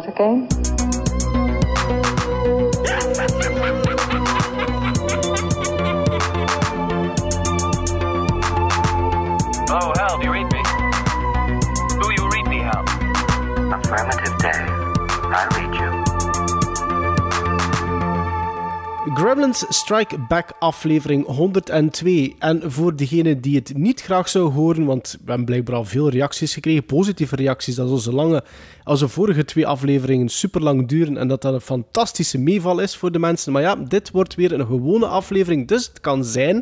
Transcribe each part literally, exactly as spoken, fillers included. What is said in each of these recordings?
start again? Oh, Hal, do you read me? Do you read me, Hal? Affirmative, Dave. I read you. Gremlins Strike Back aflevering honderdtwee. En voor degene die het niet graag zou horen, want we hebben blijkbaar al veel reacties gekregen, positieve reacties, dat onze lange, als de vorige twee afleveringen super lang duren en dat dat een fantastische meeval is voor de mensen. Maar ja, dit wordt weer een gewone aflevering, dus het kan zijn,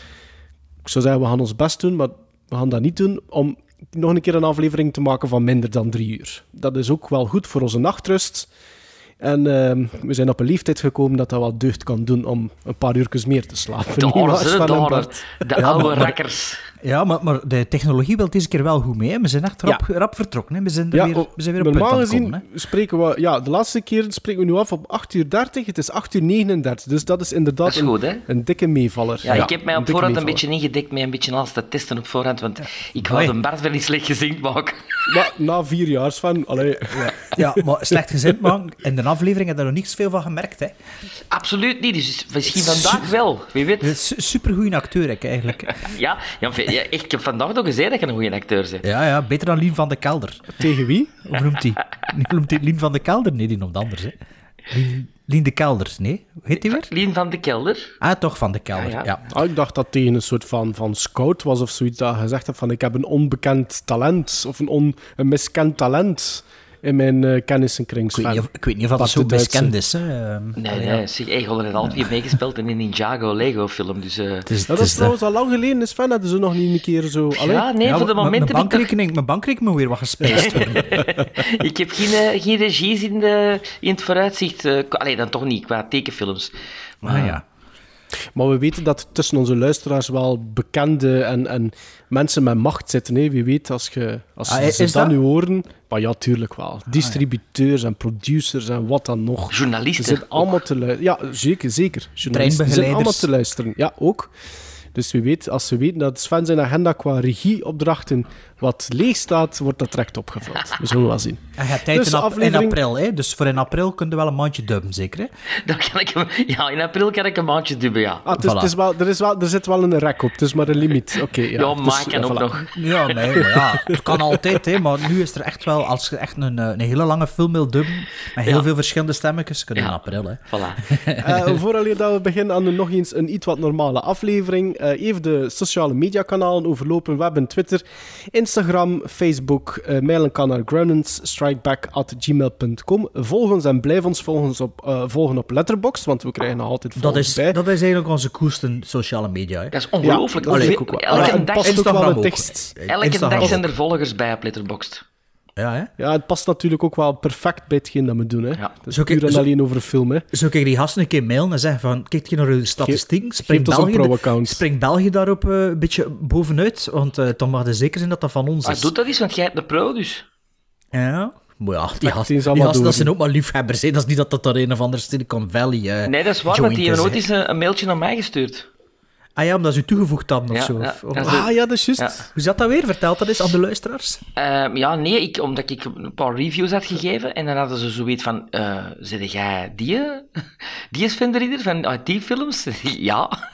ik zou zeggen, we gaan ons best doen, maar we gaan dat niet doen, om nog een keer een aflevering te maken van minder dan drie uur. Dat is ook wel goed voor onze nachtrust. En uh, we zijn op een leeftijd gekomen dat dat wat deugd kan doen om een paar uurtjes meer te slapen. Daar, ze, daar. De ja, oude maar, rakkers. Ja, maar, maar de technologie wil deze keer wel goed mee. Hè? We zijn echt rap, ja. rap vertrokken. Hè? We zijn er ja, weer, we zijn weer op punt aan het komen. Hè? Spreken we, ja, de laatste keer spreken we nu af op acht uur dertig. Het is acht uur negenendertig. Dus dat is inderdaad dat is goed, een, een dikke meevaller. Ja, ja, ik heb mij op een voorhand meevaller. een beetje ingedekt met een beetje alles te testen op voorhand. Want ja. ik wou de Bart wel niet slecht gezind maken. Ja, na vier jaar van... Allee. Ja. ja, maar slecht gezind maken. In de aflevering heb je er nog niks veel van gemerkt, hè? Absoluut niet. Dus misschien vandaag wel. Wie weet. Supergoeie acteur, ik, eigenlijk. ja, ja, ja, echt, ik heb vandaag nog gezegd dat je een goede acteur bent. Ja, ja, beter dan Lien van de Kelder. Tegen wie? Hoe noemt hij? Noemt hij Lien van de Kelder? Nee, die noemt anders, hè. Lien, Lien de Kelder, nee? Hoe heet die weer? Lien van de Kelder. Ah, toch van de Kelder, ja. ja. Ah, ik dacht dat tegen een soort van, van scout was of zoiets, dat je gezegd hebt van ik heb een onbekend talent, of een, on, een miskend talent in mijn uh, kennissenkring. Ik weet niet of, ik weet niet of dat, dat zo bekend is. Hè. Um, nee, nee. Zeg, hey, Goller heeft altijd weer meegespeeld in een Ninjago Lego-film. Dus, uh... het is, ja, dat is trouwens al lang geleden. Is Sven, hadden ze nog niet een keer zo... Allee? Ja, nee, ja, voor de momenten... Mijn bankrekening, mijn bankrekening moet weer wat gespijsd worden. Ik heb geen, uh, geen regies in, de, in het vooruitzicht. Uh, allee, dan toch niet, qua tekenfilms. Maar ah, ja. Maar we weten dat tussen onze luisteraars wel bekende en, en mensen met macht zitten. Hè. Wie weet, als, je, als ah, ze dat, dat nu horen... Maar ja, tuurlijk wel. Distributeurs ah, ja. en producers en wat dan nog. Journalisten. Ze zijn allemaal te luisteren. Ja, zeker, zeker. Journalisten ze zijn allemaal te luisteren. Ja, ook. Dus wie weet, als ze weten dat Sven zijn agenda qua regieopdrachten wat leeg staat, wordt dat direct opgevuld. We zullen wel zien. En je hebt tijd dus in, ap- aflevering... in april, hè? Dus voor in april kun je wel een maandje dubben, zeker? Hè? Dan kan ik hem... Ja, in april kan ik een maandje dubben, ja. Ah, het is, voilà. het is wel, er, is wel, er zit wel een rek op, het is maar een limiet. Oké, okay, ja. Ja, maar dus, ik kan ja, ook voilà. nog. Ja, nee, maar ja, het kan altijd, hè. Maar nu is er echt wel, als je echt een, een hele lange film wil dubben, met heel ja. veel verschillende stemmetjes, kun je ja. in april, hè. Voilà. uh, vooraleer dat we beginnen aan nog eens een iets wat normale aflevering, uh, even de sociale mediakanalen overlopen. We hebben Twitter, Instagram, Facebook, uh, mailen kan naar gremlinsstrikeback at gmail dot com. Volg ons en blijf ons volgen op, uh, volgen op Letterboxd, want we krijgen nog altijd volgers dat is, bij. Dat is eigenlijk onze coolste sociale media. Hè? Dat is ongelooflijk. Ja, dat Allee, ook wel. Elke ja, dag, past ook wel een tekst. Elke Instagram dag zijn er volgers bij op Letterboxd. Ja, hè? Ja, het past natuurlijk ook wel perfect bij hetgeen dat we doen. Hè. Ja. Dat is puur en alleen over een film. Hè. Zou ik die gasten een keer mailen en zeggen van, kijk je naar de statistiek, springt België, springt België daarop uh, een beetje bovenuit, want uh, dan mag er zeker zijn dat dat van ons is. Ah, doet dat eens, want jij hebt een pro, dus. Ja, maar ja, die gasten, die gasten dat zijn ook maar liefhebbers. Hè. Dat is niet dat dat door een of andere Silicon Valley uh, nee, dat is waar, want die hebben nooit eens een, een mailtje naar mij gestuurd. Ah ja, omdat ze u toegevoegd hadden ja, of zo. Ja, of, ja, ah ja, dat is juist. Ja. Hoe zat dat weer? Vertel dat eens aan de luisteraars. Uh, ja, nee, ik, omdat ik een paar reviews had gegeven en dan hadden ze zoiets van, uh, zit jij die, die is Sven van I T-films? Ja.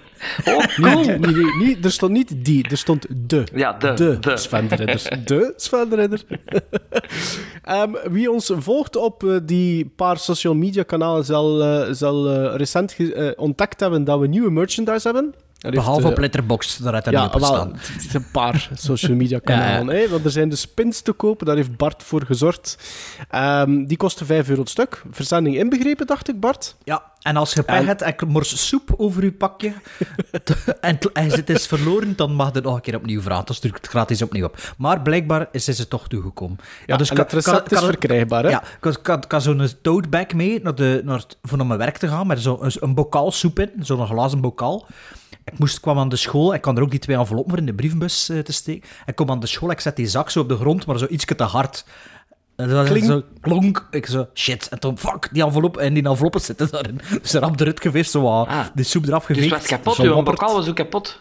Oh, cool. Nee, nee, nee, nee, er stond niet die, er stond de. Ja, de. De, de. Sven de Ridder. De Sven de Ridder. um, wie ons volgt op uh, die paar social media kanalen zal, uh, zal uh, recent ge- uh, ontdekt hebben dat we nieuwe merchandise hebben. Behalve heeft, uh, op Letterboxd, daar had hij ja, niet op staan. Het is een paar social media kanalen. ja, ja. Hè, want er zijn de pins te kopen, daar heeft Bart voor gezorgd. Um, die kosten vijf euro het stuk. Verzending inbegrepen, dacht ik, Bart. Ja, en als je pech hebt en je mors soep over je pakje en hij zit eens verloren, dan mag je het nog een keer opnieuw vragen. Dan stuur ik het gratis opnieuw op. Maar blijkbaar is ze toch toegekomen. Ja, ja, dus en kan, het recept kan, is kan, verkrijgbaar, hè? Ah, Ja, ik kan, kan zo'n tote bag mee naar de, naar, voor naar mijn werk te gaan, met zo, een, een bokaal soep in, zo'n glazen bokaal. Ik moest, kwam aan de school, ik kan er ook die twee enveloppen voor in de brievenbus uh, te steken. Ik kom aan de school, ik zet die zak zo op de grond, maar zo ietsje te hard. En dan Klink. Zo, klonk. Ik zo, shit. En toen, fuck, die envelop en die enveloppen zitten daarin. Dus er rap eruit geweest, zo wat, ah. die soep eraf geveegd. Dus wat kapot, uw bokaal was ook kapot?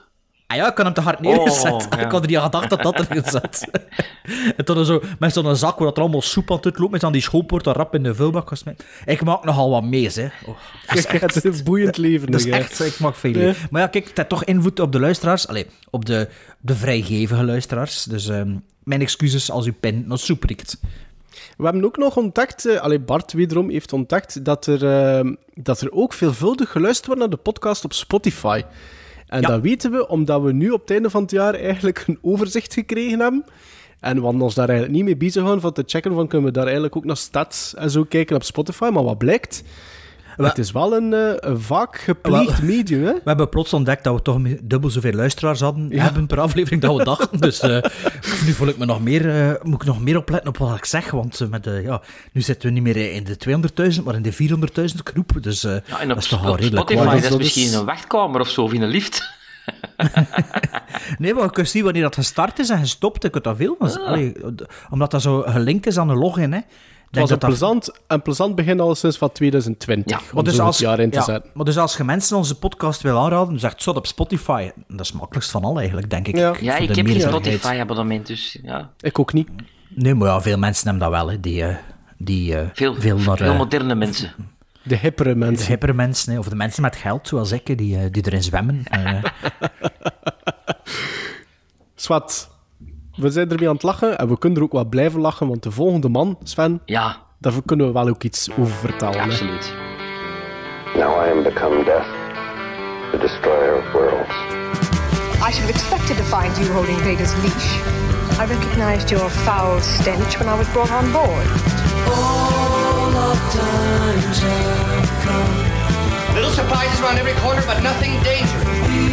Ah ja, ik kan hem te hard neergezet. Oh, ja. Ik had er niet aan gedacht dat dat erin zat. En toen zo, met zo'n zak waar er allemaal soep aan het loopt, met aan die schoolpoort daar rap in de vuilbak gesmeten. Ik maak nogal wat mee, hè. Oh, dat is echt, Het is een boeiend leven. dat is nog, hè. echt, ik mag veel. Ja. Maar ja, kijk, het heeft toch invloed op de luisteraars. Allee, op de, de vrijgevige luisteraars. Dus um, mijn excuses als uw pen nog soep riekt. We hebben ook nog ontdekt, uh, allee, Bart wederom heeft ontdekt, dat er, uh, dat er ook veelvuldig geluisterd wordt naar de podcast op Spotify. En Ja. dat weten we omdat we nu op het einde van het jaar eigenlijk een overzicht gekregen hebben. En we hadden ons daar eigenlijk niet mee bezig gehouden van te checken van kunnen we daar eigenlijk ook naar stats en zo kijken op Spotify. Maar wat blijkt? Wel- Het is wel een, uh, een vaak gepleegd medium, hè? We hebben plots ontdekt dat we toch dubbel zoveel luisteraars hadden, hebben per aflevering dan we dachten. Dus uh, nu voel ik me nog meer, uh, moet ik nog meer opletten op wat ik zeg. Want uh, met, uh, ja, nu zitten we niet meer in de tweehonderdduizend, maar in de vierhonderdduizend groep. Dus uh, Ja, en dat op, is toch al op redelijk Spotify, waar. dat is dat is- misschien in een wachtkamer of zo, of in een lift. Nee, maar je kunt zien wanneer dat gestart is en gestopt. Je kunt dat veel. Ah. Allee, omdat dat zo gelinkt is aan de login. Hè. Het was een plezant, een plezant begin al sinds van twintig twintig, Ja, om Maar dus, zo als, het jaar in te ja, zetten. maar dus als je mensen onze podcast wil aanraden, zegt zot op Spotify. Dat is het makkelijkst van al eigenlijk, denk ik. Ja. Ja, Voor ik de heb geen meerderheid. Spotify-abonnement, dus ja. Ik ook niet. Nee, maar ja, veel mensen hebben dat wel. Hè. Die, uh, die uh, Veel, veel naar veel uh, moderne mensen. De hippere de mensen. hippere mensen, hè, of de mensen met geld, zoals ik, hè, die, uh, die erin zwemmen. Uh, Swat, we zijn ermee aan het lachen en we kunnen er ook wel blijven lachen, want de volgende man, Sven, Ja, daar kunnen we wel ook iets over vertellen. hè. absoluut. Now I am become death, the destroyer of worlds. I should have expected to find you holding Vader's leash. I recognized your foul stench when I was brought on board. Little surprises around every corner, but nothing dangerous.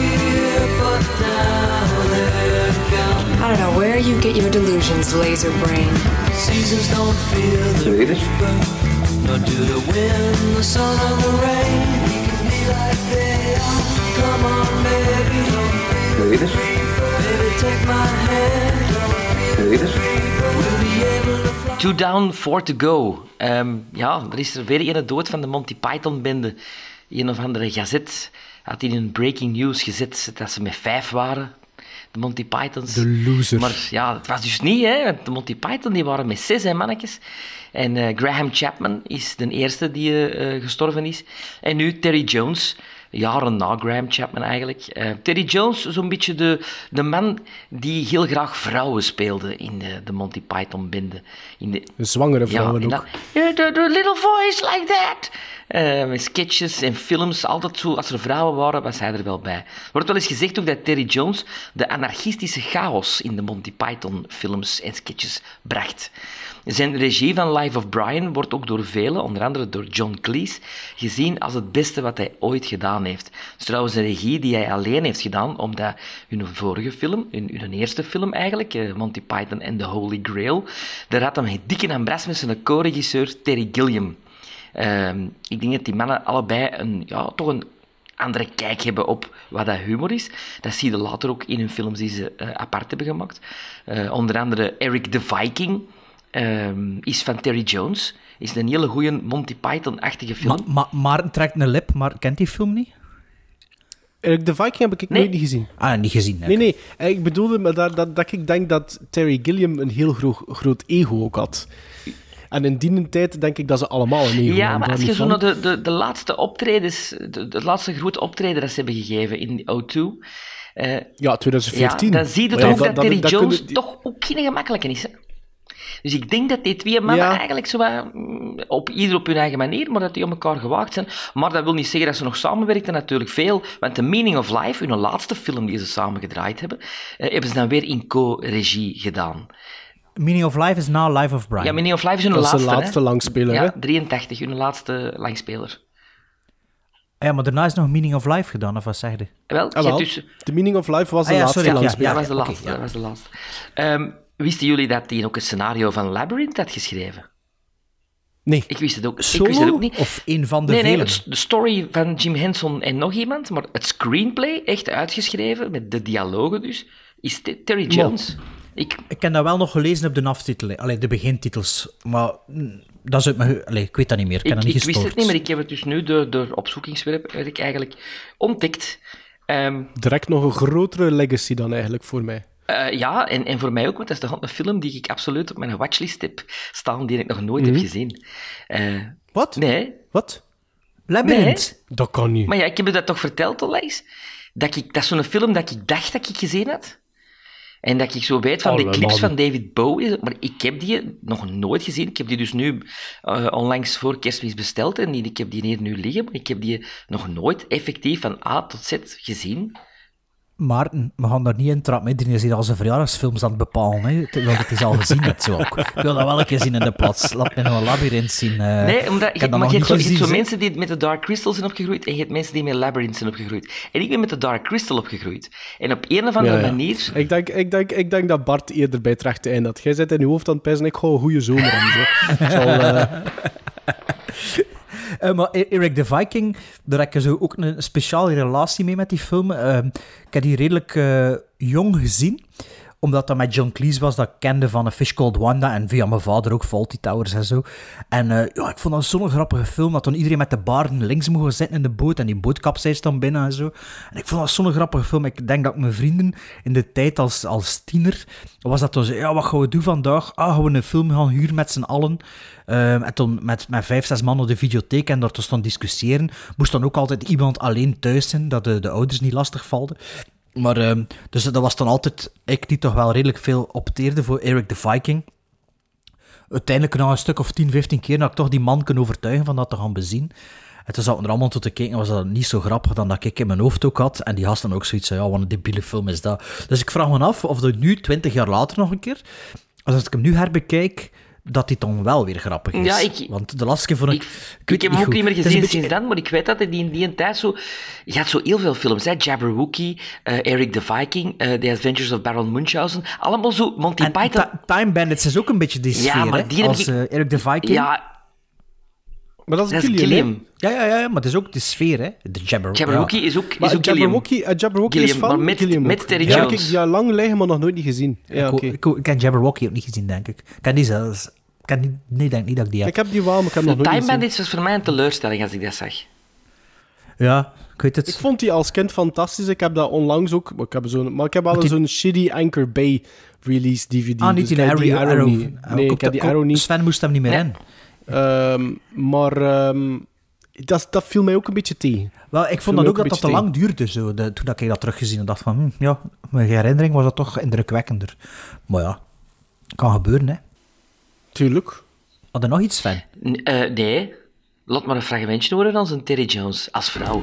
I don't know where you get your delusions, laser brain. Seasons don't feel the Read it. nor do the wind, the sun, or the rain. We can be like they are. Come on, baby, don't feel Read it. Baby, take my hand. Read it. We'll be able to fly. Two down, four to go. Ehm, ja, er is er weer een dood van de Monty Python-bende. Een of andere gazet had in een breaking news gezet dat ze met vijf waren. De Monty Pythons. De loser. Maar ja, het was dus niet, hè. Want de Monty Python die waren met zes, hè, mannetjes. En eh, Graham Chapman is de eerste die eh, gestorven is. En nu Terry Jones, jaren na Graham Chapman eigenlijk. Eh, Terry Jones, zo'n beetje de, de man die heel graag vrouwen speelde in de, de Monty Python-bende. In de, De zwangere vrouwen en ook. dan, "Yeah, the, the little voice like that. Eh, met sketches en films, altijd zo, als er vrouwen waren, was hij er wel bij. Er wordt wel eens gezegd ook dat Terry Jones de anarchistische chaos in de Monty Python films en sketches bracht. Zijn regie van Life of Brian wordt ook door velen, onder andere door John Cleese, gezien als het beste wat hij ooit gedaan heeft. Het is trouwens een regie die hij alleen heeft gedaan, omdat hun vorige film, hun, hun eerste film eigenlijk, eh, Monty Python and the Holy Grail, daar had hem een dikke ambras met zijn co-regisseur Terry Gilliam. Ehm, ik denk dat die mannen allebei een, ja, toch een andere kijk hebben op wat dat humor is. Dat zie je later ook in hun films die ze uh, apart hebben gemaakt. Uh, onder andere Eric the Viking um, is van Terry Jones. Is een hele goede Monty Python-achtige film. Ma Ma Maarten trekt een lip, maar kent die film niet? Eric the Viking heb ik Nee. nooit niet gezien. Ah, niet gezien. Nee, nee. Ik bedoelde maar dat, dat, dat ik denk dat Terry Gilliam een heel gro groot ego ook had. En in die tijd denk ik dat ze allemaal een ego Ja, hadden, maar daar als je niet zo van. naar de, de, de laatste optredens, de, de laatste grote optreden dat ze hebben gegeven in O twee... Uh, Ja, twintig vijftien. Ja, dan zie je Maar toch ja, ook dat, Terry dat Jones kunnen- toch ook geen gemakkelijke is. Hè? Dus ik denk dat die twee mannen Ja. eigenlijk zo wat, mm, op ieder op hun eigen manier, maar dat die om elkaar gewaagd zijn. Maar dat wil niet zeggen dat ze nog samenwerkten, natuurlijk veel. Want The Meaning of Life, hun laatste film die ze samen gedraaid hebben, eh, hebben ze dan weer in co-regie gedaan. Meaning of Life is now Life of Brian. Ja, Meaning of Life is hun Dat is de laatste. laatste hè? langspeler, Ja, hè? drieëntachtig, hun laatste langspeler. Ja, maar daarna is nog Meaning of Life gedaan, of wat zeg je? Wel, Ah, je wel. hebt dus... The Meaning of Life was de Ah, ja, laatste sorry, ja, langspeler. dat was de oké, laatste. ja. Dat was de laatste. Ehm, wisten jullie dat hij ook een scenario van Labyrinth had geschreven? Nee. Ik wist het ook, ik Solo? wist het ook niet. Of een van de Nee, nee, velen? het, de story van Jim Henson en nog iemand, maar het screenplay, echt uitgeschreven, met de dialogen dus, is Te- Terry Jones. Ik, Ik heb dat wel nog gelezen op de aftiteling, allee, de begintitels. Maar mm, dat is uit mijn... Allee, ik weet dat niet meer, ik heb ik, dat niet ik wist gestoord. het niet, maar ik heb het dus nu door, door opzoekingswerk eigenlijk ontdekt. Um, Direct nog een grotere legacy dan eigenlijk voor mij. Uh, ja, en, en voor mij ook, want dat is toch een film die ik absoluut op mijn watchlist heb staan, die ik nog nooit mm-hmm. heb gezien. Uh, Wat? Nee. Wat? Labyrinth? Nee. Dat kan niet. Maar ja, ik heb je dat toch verteld, onlangs? Dat, ik, dat is zo'n film dat ik dacht dat ik gezien had. En dat ik zo weet van oh, de clips man. van David Bowie, maar ik heb die nog nooit gezien. Ik heb die dus nu uh, onlangs voor Kerstmis besteld en die, ik heb die hier nu liggen, maar ik heb die nog nooit effectief van A tot Z gezien. Maarten, we gaan daar niet in trappen. Iedereen is hier al zijn verjaardagsfilms aan het bepalen. Hè. Want het is al gezien, net zo ook. Ik wil dat wel een keer zien in de plaats. Laat me nog een Labyrinth zien. Uh, nee, omdat je, maar je hebt zo, gezien, zo mensen die met de Dark Crystal zijn opgegroeid en je hebt mensen die met Labyrinth zijn opgegroeid. En ik ben met de Dark Crystal opgegroeid. En op een of andere ja, ja. manier... Ik denk, ik, denk, ik denk dat Bart eerder bij het rechte eind had. Jij zit in je hoofd aan het pijzen, ik ga een goede zomer aan. Zal... Uh... Uh, maar Eric the Viking, daar heb ik zo ook een speciale relatie mee met die film. Uh, ik heb die redelijk uh, jong gezien, omdat dat met John Cleese was, dat ik kende van A Fish Called Wanda en via mijn vader ook Fawlty Towers en zo. En uh, ja, ik vond dat zo'n grappige film, dat dan iedereen met de baarden links mocht zitten in de boot en die boot kapseist dan binnen en zo. En ik vond dat zo'n grappige film. Ik denk dat ik mijn vrienden in de tijd als, als tiener, was dat dan zo, ja, wat gaan we doen vandaag? Ah, gaan we een film gaan huren met z'n allen? Uh, en toen met, met vijf, zes man op de videotheek en daar te staan discussiëren. Moest dan ook altijd iemand alleen thuis zijn, dat de, de ouders niet lastig valden. Maar, uh, dus dat was dan altijd, ik die toch wel redelijk veel opteerde voor Eric the Viking. Uiteindelijk na een stuk of tien, vijftien keer dat ik toch die man kon overtuigen van dat te gaan bezien. En toen zaten we er allemaal toe te kijken en was dat niet zo grappig dan dat ik in mijn hoofd ook had. En die gast dan ook zoiets zei, ja, wat een debiele film is dat. Dus ik vraag me af of dat nu, twintig jaar later nog een keer, als ik hem nu herbekijk, dat die dan wel weer grappig is. Ja, ik, Want de laatste keer vond ik... Ik, ik, ik heb hem ook niet meer gezien beetje... sinds dan, maar ik weet dat hij in die tijd zo... Je had zo heel veel films, hè. Jabberwocky, uh, Eric the Viking, uh, The Adventures of Baron Munchausen. Allemaal zo Monty en Python. Ta- Time Bandits is ook een beetje die sfeer, ja, maar die als ik... uh, Eric the Viking. Ja, maar dat is, dat Gilliam, is Gilliam. Ja, ja, ja, maar het is ook de sfeer, hè. De Jabber- Jabberwocky ja. is ook, maar is ook Jabberwocky, uh, Jabberwocky Gilliam, is van maar met, Gilliam met Terry ja, Jones. Ik heb die al lang liggen, maar nog nooit niet gezien. Ja, ik, okay. ik, ik, ik heb Jabberwocky ook niet gezien, denk ik. Ik heb die zelfs... Ik heb niet, nee, denk niet dat ik die heb. Ik heb die wel, maar ik heb nog nooit Time gezien. Bandits was voor mij een teleurstelling als ik dat zag. Ja, ik weet het. Ik vond die als kind fantastisch. Ik heb dat onlangs ook... Maar ik heb, zo'n, maar ik heb wel die... zo'n shitty Anchor Bay release D V D. Ah, niet dus die Arrow. die Arrow. Arrow niet. Nee, ik, ik heb die Arrow niet. Sven moest hem niet meer nee. in. Um, maar um, dat, dat viel mij ook een beetje tegen. Wel, ik vond dat ook dat dat te lang duurde, zo, de, toen ik dat teruggezien en dacht van, hm, ja, mijn herinnering was dat toch indrukwekkender. Maar ja, kan gebeuren, hè. Tuurlijk. Had er nog iets, Sven? N- uh, nee, laat maar een fragmentje horen van zijn Terry Jones als vrouw.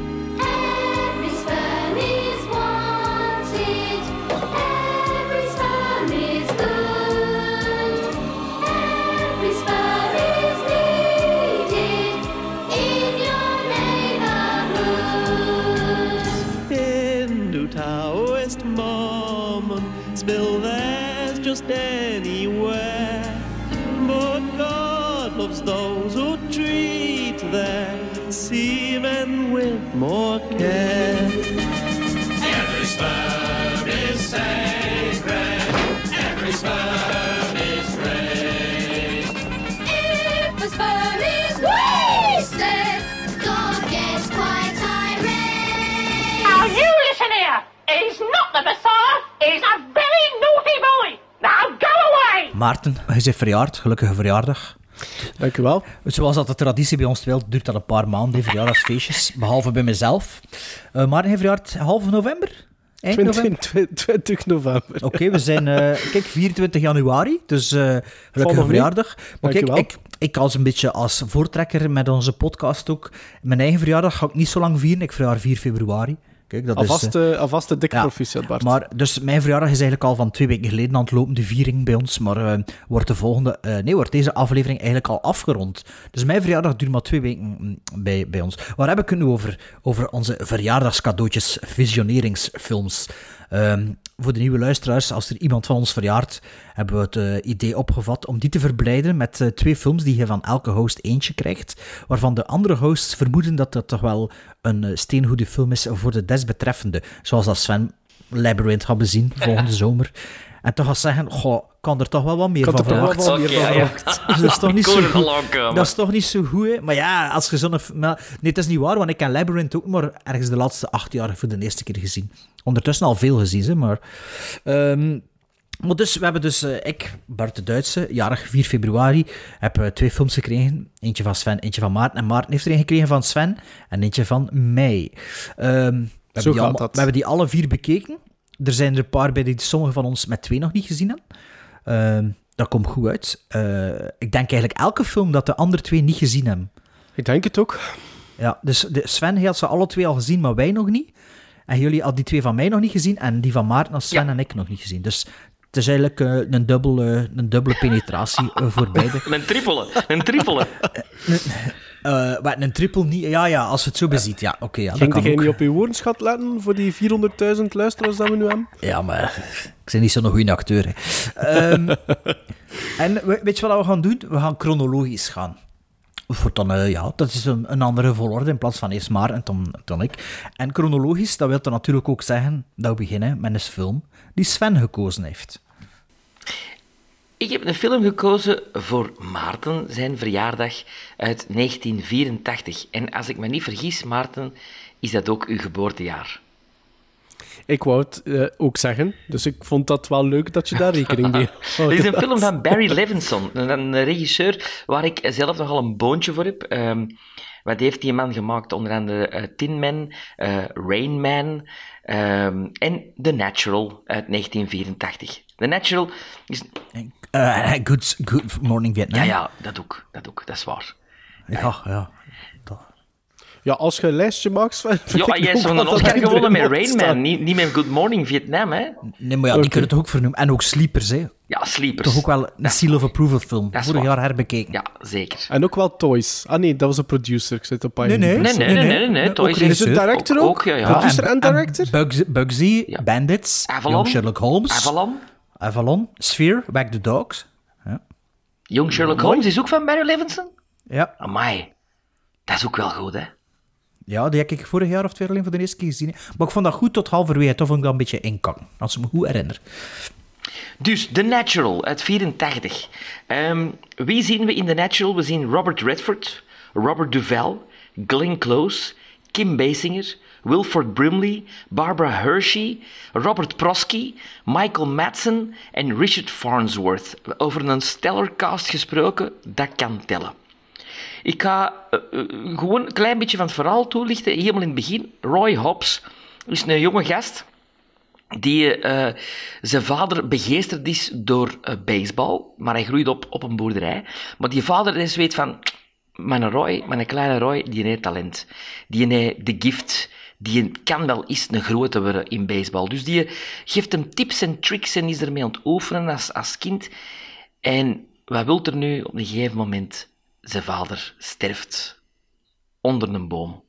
Spill there's just anywhere, but God loves those who treat their seamen with more care. Every sperm is sacred, every sperm is great. If a sperm is wasted, God gets quite irate. Now you listen here, he's not the Messiah. He's a very naughty boy. Now go away! Maarten, hij is verjaard. Gelukkige verjaardag. Dank u wel. Zoals dat de traditie bij ons wil, duurt dat een paar maanden, die verjaardagsfeestjes. Behalve bij mezelf. Uh, Maarten, hij verjaart half november? Eind november? twintig november. Oké, okay, we zijn, uh, kijk, vierentwintig januari. Dus uh, gelukkige verjaardag. Maar kijk, ik, ik als een beetje als voortrekker met onze podcast ook. Mijn eigen verjaardag ga ik niet zo lang vieren. Ik verjaar vier februari. Kijk, dat alvast, is... Uh, uh, alvast de dikke ja, proficiat, Bart. Maar, dus mijn verjaardag is eigenlijk al van twee weken geleden aan het lopen, de viering bij ons. Maar uh, wordt de volgende... Uh, nee, wordt deze aflevering eigenlijk al afgerond. Dus mijn verjaardag duurt maar twee weken bij, bij ons. Waar heb ik het nu over? Over onze verjaardagscadeautjes, visioneringsfilms. Um, voor de nieuwe luisteraars, als er iemand van ons verjaart, hebben we het uh, idee opgevat om die te verblijden met uh, twee films die je van elke host eentje krijgt, waarvan de andere hosts vermoeden dat dat toch wel een uh, steengoede film is voor de desbetreffende. Zoals dat Sven Labyrinth gaat bezien volgende zomer. En toch gaat zeggen, goh, kan er toch wel wat meer Kan van er toch wel verwachten. wat meer Oké, van ja. verwacht. Dus dat is toch niet Ik zo hoor het al goed. aankomen. Dat is toch niet zo goed, hè? Maar ja, als je zo'n... maar- Nee, het is niet waar, want ik ken Labyrinth ook maar ergens de laatste acht jaar voor de eerste keer gezien. Ondertussen al veel gezien, hè, maar... ehm, maar dus, we hebben dus... eh, ik, Bart de Duitse, jarig vier februari, heb eh, twee films gekregen. Eentje van Sven, eentje van Maarten. En Maarten heeft er een gekregen van Sven en eentje van mij. Ehm, we, hebben die gaat allemaal- dat. we hebben die alle vier bekeken. Er zijn er een paar bij die sommigen van ons met twee nog niet gezien hebben. Ehm, dat komt goed uit. Eh, ik denk eigenlijk elke film dat de andere twee niet gezien hebben. Ik denk het ook. Ja, dus de Sven hij had ze alle twee al gezien, maar wij nog niet. En jullie hadden die twee van mij nog niet gezien. En die van Maarten had Sven Ja. en ik nog niet gezien. Dus het is eigenlijk eh, een, dubbele, een dubbele penetratie eh, voor beide. Een trippele, een trippele. Eh, maar een triple niet... Ja, ja, als je het zo beziet. Ja, oké. ja, dat Ging kan jij ook. niet op je woordenschat letten voor die vierhonderdduizend luisteraars dat we nu hebben? Ja, maar ik ben niet zo'n goede acteur. Hè. Ehm, en we- weet je wat we gaan doen? We gaan chronologisch gaan. Voor dan, eh, ja, dat is een, een andere volgorde in plaats van eerst maar en dan, dan ik. En chronologisch, dat wil dan natuurlijk ook zeggen dat we beginnen met een film die Sven gekozen heeft. Ik heb een film gekozen voor Maarten, zijn verjaardag uit negentien vierentachtig. En als ik me niet vergis, Maarten, is dat ook uw geboortejaar. Ik wou het eh, ook zeggen, dus ik vond dat wel leuk dat je daar rekening mee houdt. Dit is een film van Barry Levinson, een, een regisseur waar ik zelf nogal een boontje voor heb. Um, wat heeft die man gemaakt? Onder andere uh, Tin Man, uh, Rain Man um, en The Natural uit negentien vierentachtig. The Natural is... Uh, good, good Morning Vietnam. Ja, ja, dat ook, dat ook, dat is waar. Ja, ja. Ja, als je een lijstje maakt, Sven... vind Ja, ik jij ook is van wel een dat Oscar hij gewonnen met erin moet Rain staan. Man, niet, niet met Good Morning Vietnam, hè? Nee, maar ja, die Oké. kunnen het ook vernoemen. En ook Sleepers, hè. Ja, Sleepers. Toch ook wel een Seal of Approval film. dat is Vorig waar. jaar herbekeken. Ja, zeker. En ook wel Toys. Ah nee, dat was een producer. Ik zit op Nee, nee. Nee, nee, nee, nee, nee. Ook Toys Is het regisseur. director ook? Ook, ja, ja. Producer en director? Bugs, Bugsy, Ja. Bandits, Avalon. Young Sherlock Holmes, Avalon. Avalon, Sphere, Wag the Dogs. Ja. Young Sherlock Holmes is ook van Barry Levinson? Ja. Amai. Dat is ook wel goed, hè? ja, die heb ik vorig jaar of twee alleen voor de eerste keer gezien. hè. Maar ik vond dat goed tot halverwege. Toch vond ik dat een beetje inkan, als ik me goed herinner. Dus The Natural uit vierentachtig. Ehm, wie zien we in The Natural? We zien Robert Redford, Robert Duvall, Glenn Close, Kim Basinger, Wilford Brimley, Barbara Hershey, Robert Prosky, Michael Madsen en Richard Farnsworth. Over een stellar cast gesproken, dat kan tellen. Ik ga uh, uh, gewoon een klein beetje van het verhaal toelichten. Helemaal in het begin. Roy Hobbs is een jonge gast die uh, zijn vader begeesterd is door uh, baseball, maar hij groeit op op een boerderij. Maar die vader is weet van, mijn Roy, mijn kleine Roy, die heeft talent. Die heeft de gift, die kan wel eens een grote worden in baseball. Dus die geeft hem tips en tricks en is ermee aan het oefenen als, als kind. En wat wil er nu op een gegeven moment? Zijn vader sterft onder een boom.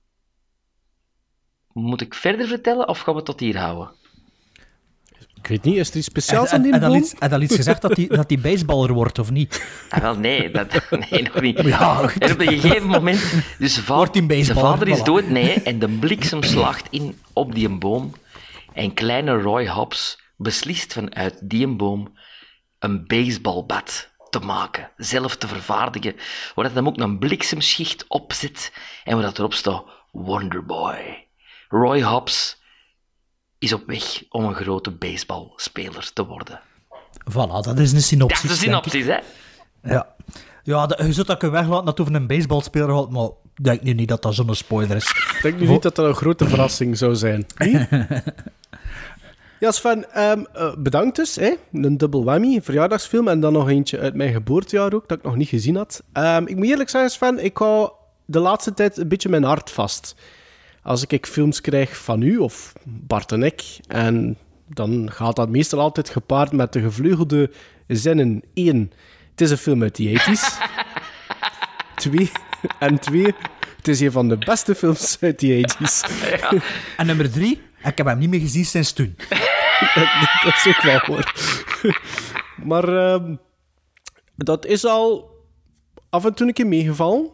Moet ik verder vertellen of gaan we het tot hier houden? Ik weet niet, is er iets speciaals aan En, die en, en, boom? dan iets, en dan iets gezegd dat hij dat die baseballer wordt, of niet? Ah, wel, nee, dat, nee, nog niet. Ja, en op een gegeven moment... Dus zijn va- Wordt hij een zijn baseballer, vader is voilà. dood, nee, en de bliksem slaagt in op die boom. En kleine Roy Hobbs beslist vanuit die boom een baseballbat te maken, zelf te vervaardigen, waar dat dan ook een bliksemschicht op zit en waar dat erop staat Wonderboy. Roy Hobbs is op weg om een grote baseballspeler te worden. Voilà, dat is een synopsis. Dat is de denk ik. synopsis, hè? Ja, ja dat, je zult dat kunnen weglaten dat het over een baseballspeler gaat, maar ik denk nu niet dat dat zo'n spoiler is. Ik denk nu niet dat dat een grote verrassing zou zijn. Niet? Ja, Sven, um, uh, bedankt dus. Hè? Een double whammy, een verjaardagsfilm en dan nog eentje uit mijn geboortejaar ook, dat ik nog niet gezien had. Um, ik moet eerlijk zeggen, Sven, ik hou de laatste tijd een beetje mijn hart vast. Als ik, ik films krijg van u, of Bart en ik, en dan gaat dat meestal altijd gepaard met de gevleugelde zinnen. Eén, het is een film uit de tachtiger jaren. Twee, en twee, het is een van de beste films uit de tachtiger jaren. Ja. En nummer drie, ik heb hem niet meer gezien sinds toen. Dat is ook wel hoor. Maar uh, dat is al af en toe een keer meegevallen.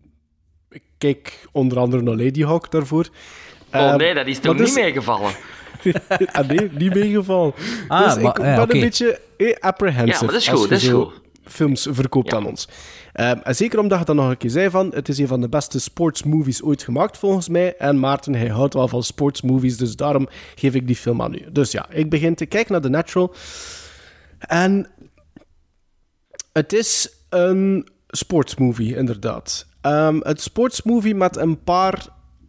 Ik kijk onder andere naar Ladyhawke daarvoor. Oh Uh, nee, dat is toch maar niet dus- meegevallen? ah, nee, niet meegevallen. Ah, dus maar, ik ben ja, een okay. beetje eh, apprehensive. Ja, maar dat is als goed, je dat is zo goed. films verkoopt Ja. aan ons. Um, en zeker omdat je dan nog een keer zei van, het is een van de beste sportsmovies ooit gemaakt volgens mij. En Maarten, hij houdt wel van sportsmovies, dus daarom geef ik die film aan u. Dus ja, ik begin te kijken naar The Natural. En het is een sportsmovie, inderdaad. Um, het sportsmovie met een paar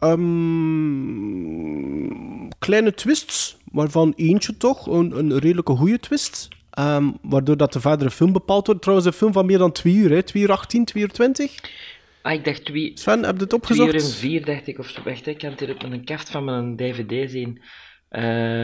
um, kleine twists, waarvan eentje toch een, een redelijke goede twist. Um, waardoor dat de verdere film bepaald wordt. Trouwens, een film van meer dan twee uur, hè? twee uur achttien, twee uur twintig. Ah, ik dacht twee... Sven, heb je het twee uur opgezocht? en vier, dacht ik. Of zo. Wacht, ik kan het hier op mijn kaft van mijn D V D zien. Uh...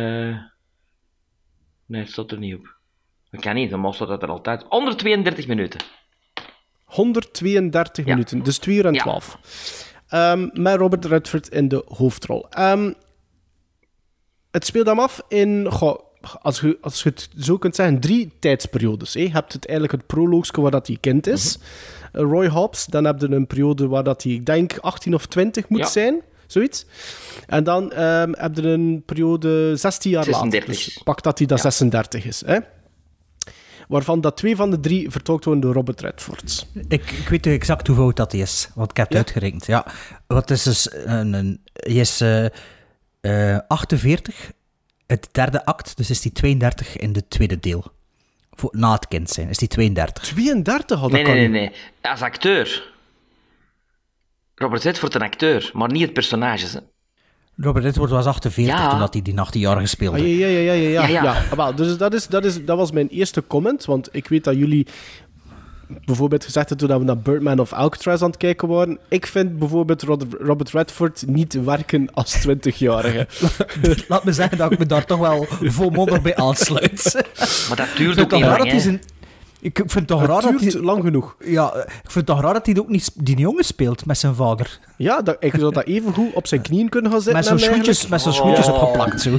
Nee, het staat er niet op. Dat kan niet, dan staat dat er altijd. honderdtweeëndertig minuten. honderdtweeëndertig Ja. minuten, dus twee uur en Ja. twaalf. Um, met Robert Redford in de hoofdrol. Um, het speelt hem af in... Goh, als, je, als je het zo kunt zeggen, drie tijdsperiodes. Hè. Je hebt het eigenlijk het proloogske waar dat hij kind is. Uh, Roy Hobbs. Dan heb je een periode waar dat hij, ik denk, achttien of twintig moet Ja. zijn. Zoiets. En dan um, heb je een periode zestien jaar zesendertig. later. Dus pak dat hij dat Ja. zesendertig is. Hè. Waarvan dat twee van de drie vertolkt worden door Robert Redford. Ik, ik weet exact hoe oud dat hij is, want ik heb het Ja? uitgerekend. Ja. Wat is dus een, een, hij is uh, uh, achtenveertig, het derde act, dus is hij tweeëndertig in het tweede deel. Voor, na het kind zijn, is hij tweeëndertig. tweeëndertig had dat Nee, nee, kan nee, niet. nee. Als acteur. Robert Redford een acteur, maar niet het personage. Hè. Robert Redford was achtenveertig Ja. toen dat hij die achttienjarige speelde. Ah, ja, ja, ja, ja, ja. Ja, ja. ja. Ah, wel, dus dat, is, dat, is, dat was mijn eerste comment, want ik weet dat jullie bijvoorbeeld gezegd hebben toen we naar Birdman of Alcatraz aan het kijken waren. Ik vind bijvoorbeeld Rod- Robert Redford niet werken als twintigjarige. Laat me zeggen dat ik me daar toch wel volmondig bij aansluit. Maar dat Ik duurt vind ook het niet toch raar lang, dat hij hè. zijn... Ik vind het toch raar Het dat duurt hij... lang genoeg. Ja, ik vind het toch raar dat hij ook niet die jongen speelt met zijn vader. Ja, dat, ik zou dat even goed op zijn knieën kunnen gaan zitten. Met zo'n hem schoentjes, met zo'n Oh. schoentjes opgeplakt, zo.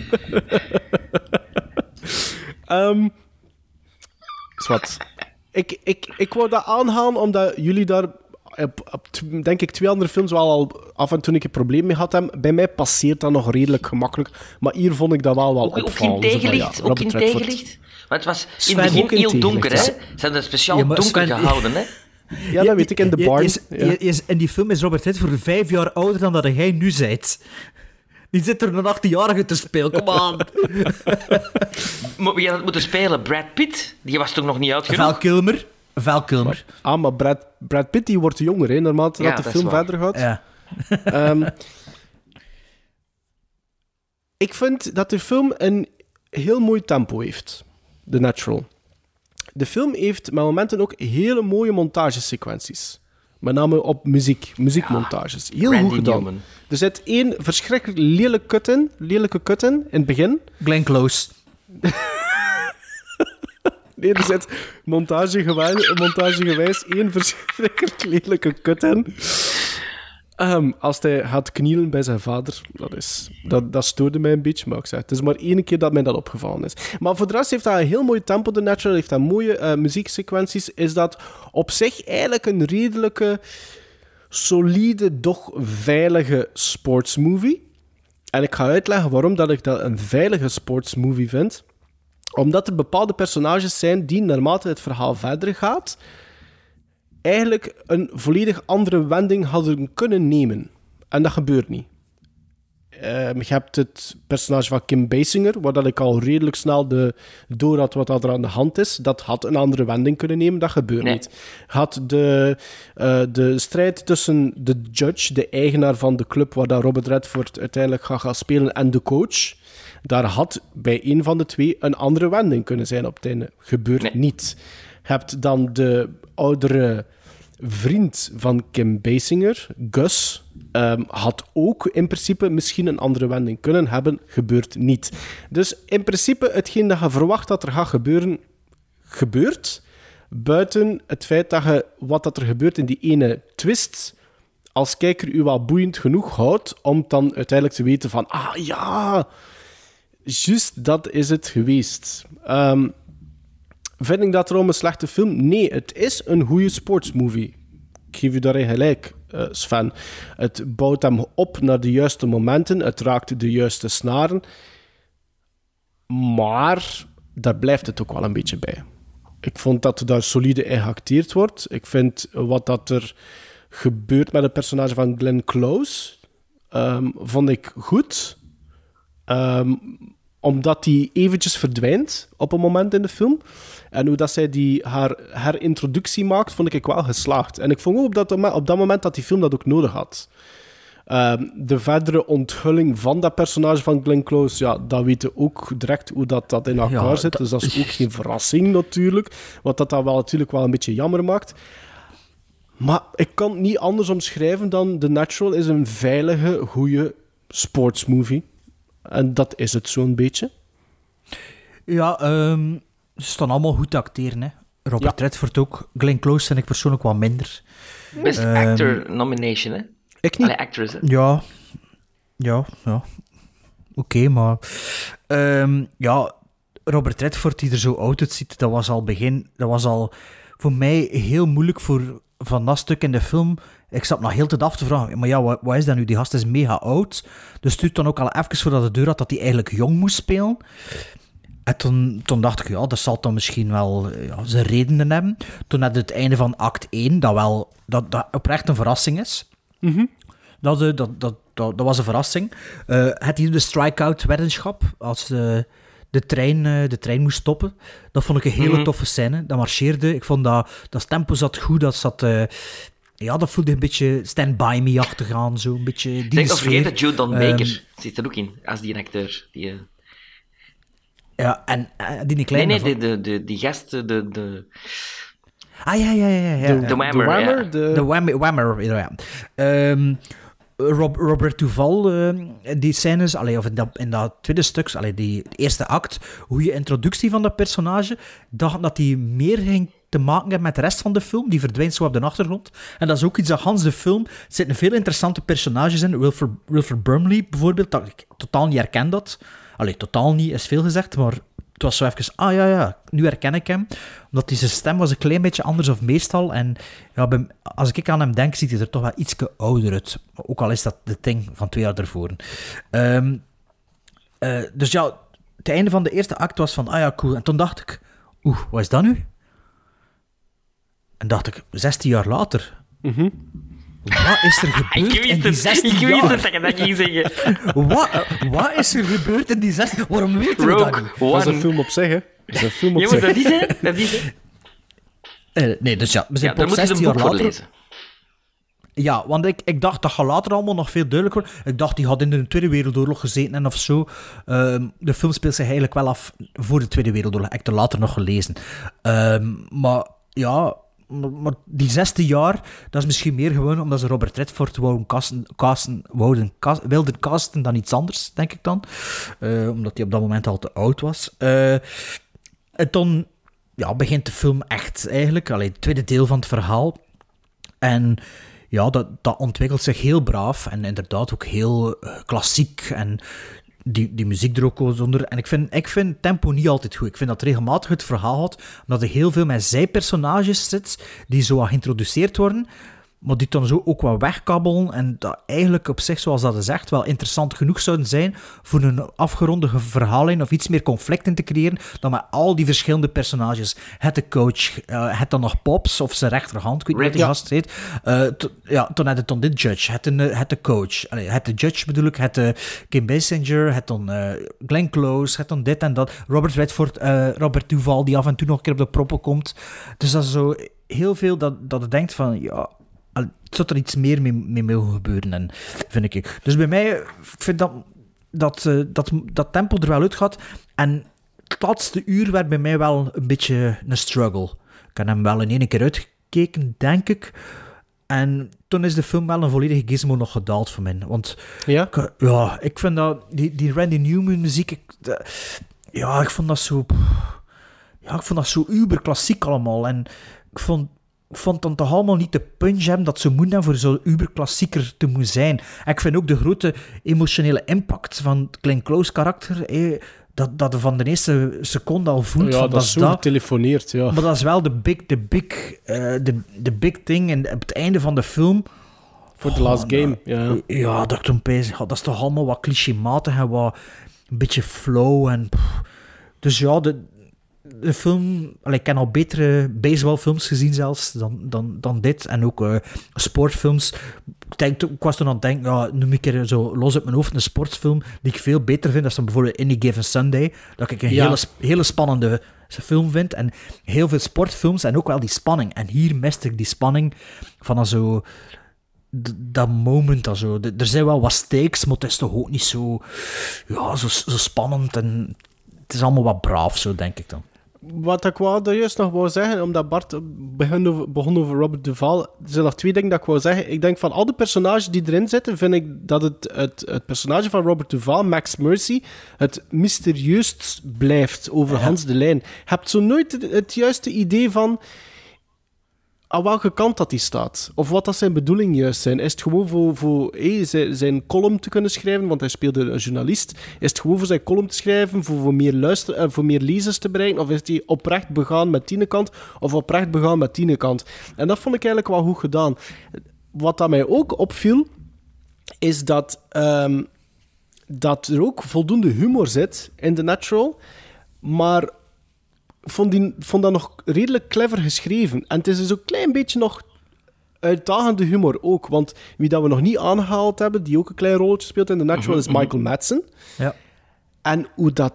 Um, zwart. Ik, ik, ik wou dat aanhalen omdat jullie daar op, op t- denk ik twee andere films wel al af en toe een keer probleem mee had hebben. Bij mij passeert dat nog redelijk gemakkelijk. Maar hier vond ik dat wel wel Ook, ook in opvallend. Zo van, tegenlicht, ja, ook in Robert Redford. tegenlicht. Maar het was in Sven, het ook begin in heel donker, hè. tegenlicht. Ze hebben het speciaal Ja, maar donker Sven- gehouden, hè. Ja, dat weet ik, in de Je- barn. je is- Ja. je is- in die film is Robert Redford vijf jaar ouder dan dat jij nu bent. Die zit er een achttienjarige te spelen, kom aan. Maar wie had het moeten spelen? Brad Pitt? Die was toch nog niet oud Val genoeg? Kilmer. Val Kilmer. Ah, maar Brad, Brad Pitt die wordt jonger, hè, naarmate Ja, dat de dat is film waar. verder gaat. Ja. Ehm, ik vind dat de film een heel mooi tempo heeft. The Natural. De film heeft met momenten ook hele mooie montagesequenties. Met name op muziek, muziekmontages. Heel Randy goed gedaan. Newman. Er zit één verschrikkelijk lelijke cut in, lelijke cut in, in het begin. Glenn Close. Nee, er zit montagegewijs, montagegewijs één verschrikkelijk lelijke cut in. Ehm, als hij gaat knielen bij zijn vader, dat, is, dat, dat stoorde mij een beetje, maar ik zeg, het is maar één keer dat mij dat opgevallen is. Maar voor de rest heeft hij een heel mooi tempo, The Natural, heeft hij mooie uh, muzieksequenties, is dat op zich eigenlijk een redelijke, solide, doch veilige sportsmovie. En ik ga uitleggen waarom dat ik dat een veilige sportsmovie vind. Omdat er bepaalde personages zijn die, naarmate het verhaal verder gaat, eigenlijk een volledig andere wending hadden kunnen nemen. En dat gebeurt niet. Um, je hebt het personage van Kim Basinger, waar dat ik al redelijk snel de, door had wat er aan de hand is. Dat had een andere wending kunnen nemen, dat gebeurt Nee. niet. Had de, uh, de strijd tussen de judge, de eigenaar van de club waar dat Robert Redford uiteindelijk gaat gaan spelen, en de coach, daar had bij een van de twee een andere wending kunnen zijn op het einde. Gebeurt Nee. niet. Je hebt dan de oudere vriend van Kim Basinger, Gus, um, had ook in principe misschien een andere wending kunnen hebben. Gebeurt niet. Dus in principe, hetgeen dat je verwacht dat er gaat gebeuren, gebeurt. Buiten het feit dat je wat dat er gebeurt in die ene twist als kijker u wel boeiend genoeg houdt om dan uiteindelijk te weten van, ah ja, juist dat is het geweest. Um, Vind ik dat erom een slechte film? Nee, het is een goede sportsmovie. Ik geef u daarin gelijk, uh, Sven. Het bouwt hem op naar de juiste momenten. Het raakt de juiste snaren. Maar daar blijft het ook wel een beetje bij. Ik vond dat er daar solide in geacteerd wordt. Ik vind wat dat er gebeurt met het personage van Glenn Close, um, vond ik goed. Um, omdat die eventjes verdwijnt op een moment in de film. En hoe dat zij die, haar herintroductie maakt, vond ik wel geslaagd. En ik vond ook op dat, op dat moment dat die film dat ook nodig had. Um, de verdere onthulling van dat personage van Glenn Close, ja, dat weten we ook direct hoe dat, dat in elkaar ja, zit. Dat... Dus dat is ook geen verrassing natuurlijk. Wat dat dan wel natuurlijk wel een beetje jammer maakt. Maar ik kan het niet anders omschrijven dan The Natural is een veilige, goede sportsmovie. En dat is het zo'n beetje. Ja, um, ze staan allemaal goed te acteren. Hè. Robert ja. Redford ook. Glenn Close vind ik persoonlijk wat minder. Best um, actor nomination, hè? Ik niet. Allee, actress, hè? Ja. Ja, ja. Oké, okay, maar... Um, ja, Robert Redford, die er zo oud uitziet, dat was al begin... Dat was al voor mij heel moeilijk voor van dat stuk in de film. Ik zat nog heel te af te vragen, maar ja, wat, wat is dat nu? Die gast is mega oud. Dus het duurt dan ook al even voordat de deur had dat hij eigenlijk jong moest spelen. En toen, toen dacht ik, ja, dat zal dan misschien wel ja, zijn redenen hebben. Toen had het einde van act één, dat wel dat, dat oprecht een verrassing is. Mm-hmm. Dat, dat, dat, dat, dat was een verrassing. Uh, het hier de strikeout-weddenschap, als de, de, trein, uh, de trein moest stoppen. Dat vond ik een hele mm-hmm. toffe scène. Dat marcheerde. Ik vond dat, dat tempo zat goed, dat zat... Uh, Ja, dat voelde een beetje Stand By Me-achtig aan, zo een beetje die Denk sfeer. vergeet dat Joe Don Baker um, zit er ook in, als die acteur. Die, uh... Ja, en uh, die kleine... Nee, nee, de, de, de, die gast, de... de... Ah, ja, ja, ja. ja. De, de Whammer, de Whammer, ja. De, de Whammer, Whammer ja. Um, Rob, Robert Duvall, uh, die scènes, allee, of in dat, in dat tweede stuk, allee, die eerste act, hoe je introductie van dat personage, dacht dat die meer ging te maken hebben met de rest van de film. Die verdwijnt zo op de achtergrond. En dat is ook iets dat Hans de film... Er zitten veel interessante personages in. Wilford, Wilford Brimley bijvoorbeeld, dat ik totaal niet herken dat. Allee, totaal niet is veel gezegd, maar het was zo even... Ah ja, ja, nu herken ik hem. Omdat die zijn stem was een klein beetje anders of meestal. En ja, als ik aan hem denk, ziet hij er toch wel iets ouder uit. Ook al is dat de ding van twee jaar ervoor. Um, uh, dus ja, het einde van de eerste act was van... Ah ja, cool. En toen dacht ik... Oeh, wat is dat nu? En dacht ik, zestien jaar later... Mm-hmm. Wat is er gebeurd in die zestien jaar? Ik wist het dat je dat ging zeggen. Wat, wat is er gebeurd in die zestien jaar? Waarom weten we dat niet? Dat is een film op zich, hè. Dat is een film op ja, zich. maar dat is, hè. Dat is, hè. Uh, nee, dus ja, we zijn ja, pas zestien jaar later... lezen. Ja, want ik, ik dacht dat gaat later allemaal nog veel duidelijker worden. Ik dacht, die had in de Tweede Wereldoorlog gezeten en of zo. Um, de film speelt zich eigenlijk wel af voor de Tweede Wereldoorlog. Ik heb er later nog gelezen. Um, maar ja... Maar, maar die zestien jaar, dat is misschien meer gewoon omdat ze Robert Redford wouden casten, casten, wouden, cast, wilden casten dan iets anders, denk ik dan. Uh, omdat hij op dat moment al te oud was. Uh, en dan ja, begint de film echt eigenlijk, allee, het tweede deel van het verhaal. En ja, dat, dat ontwikkelt zich heel braaf en inderdaad ook heel uh, klassiek en... Die, die muziek er ook zonder. En ik vind, ik vind tempo niet altijd goed. Ik vind dat regelmatig het verhaal had, omdat er heel veel met zijpersonages zit, die zo geïntroduceerd worden, maar die dan zo ook wat wegkabbelen en dat eigenlijk op zich, zoals dat is zegt, wel interessant genoeg zouden zijn voor een afgeronde verhaallijn of iets meer conflict in te creëren dan met al die verschillende personages. Het de coach, uh, het dan nog Pops of zijn rechterhand, ik weet niet wat die ja. gast heet. Uh, t- ja, toen had het dan dit judge, het, een, het de coach, Allee, het de judge bedoel ik, het de Kim Basinger, het dan uh, Glenn Close, het dan dit en dat. Robert Redford, uh, Robert Duvall, die af en toe nog een keer op de proppen komt. Dus dat is zo heel veel dat, dat je denkt van, ja, het zou er iets meer mee, mee mogen gebeuren, en, vind ik. Dus bij mij, ik vind dat, dat, uh, dat dat tempo er wel uit gaat. En het laatste uur werd bij mij wel een beetje een struggle. Ik heb hem wel in één keer uitgekeken, denk ik. En toen is de film wel een volledige gizmo nog gedaald voor mij. Want ja, ik, ja, ik vind dat... Die, die Randy Newman muziek... Ik, de, ja, ik vond dat zo... Ja, ik vond dat zo uber klassiek allemaal. En ik vond... Ik vond dan toch allemaal niet de punch hebben dat ze moeten voor zo'n uber-klassieker te moeten zijn. En ik vind ook de grote emotionele impact van het Glenn Close karakter, eh, dat, dat je van de eerste seconde al voelt. Ja, van, dat is zo getelefoneerd, ja. Maar dat is wel de big, de big, uh, de, de big thing en op het einde van de film. Voor The Last oh, Game, ja. Ja, dat ik toen bezig had. Dat is toch allemaal wat clichématig en wat een beetje flow en... Pff, dus ja, de, de film... Allee, ik heb al betere baseballfilms gezien zelfs dan, dan, dan dit. En ook uh, sportfilms. Ik, denk, ik was toen aan het denken, ja, noem ik er zo los uit mijn hoofd een sportfilm die ik veel beter vind. Dat is dan bijvoorbeeld Any Given Sunday. Dat ik een ja. hele, hele spannende film vind. En heel veel sportfilms en ook wel die spanning. En hier miste ik die spanning van zo... D- dat moment, dat zo. D- er zijn wel wat stakes, maar het is toch ook niet zo... Ja, zo, zo spannend en... Het is allemaal wat braaf, zo denk ik dan. Wat ik wel daar juist nog wou zeggen, omdat Bart begon over, begon over Robert Duvall, er zijn nog twee dingen dat ik wou zeggen. Ik denk van al de personages die erin zitten, vind ik dat het, het, het personage van Robert Duvall, Max Mercy, het mysterieust blijft over ja. Hans de Lijn. Je hebt zo nooit het, het juiste idee van aan welke kant dat hij staat. Of wat dat zijn bedoelingen juist zijn. Is het gewoon voor, voor hey, zijn, zijn column te kunnen schrijven, want hij speelde een journalist. Is het gewoon voor zijn column te schrijven, voor, voor, meer, luister, uh, voor meer lezers te bereiken? Of is hij oprecht begaan met Tienekant, of oprecht begaan met Tienekant? En dat vond ik eigenlijk wel goed gedaan. Wat dat mij ook opviel, is dat, um, dat er ook voldoende humor zit in The Natural, maar... vond, die, vond dat nog redelijk clever geschreven. En het is dus een klein beetje nog uitdagende humor ook. Want wie dat we nog niet aangehaald hebben, die ook een klein rolletje speelt in The Natural, is Michael Madsen. Ja. En hoe dat...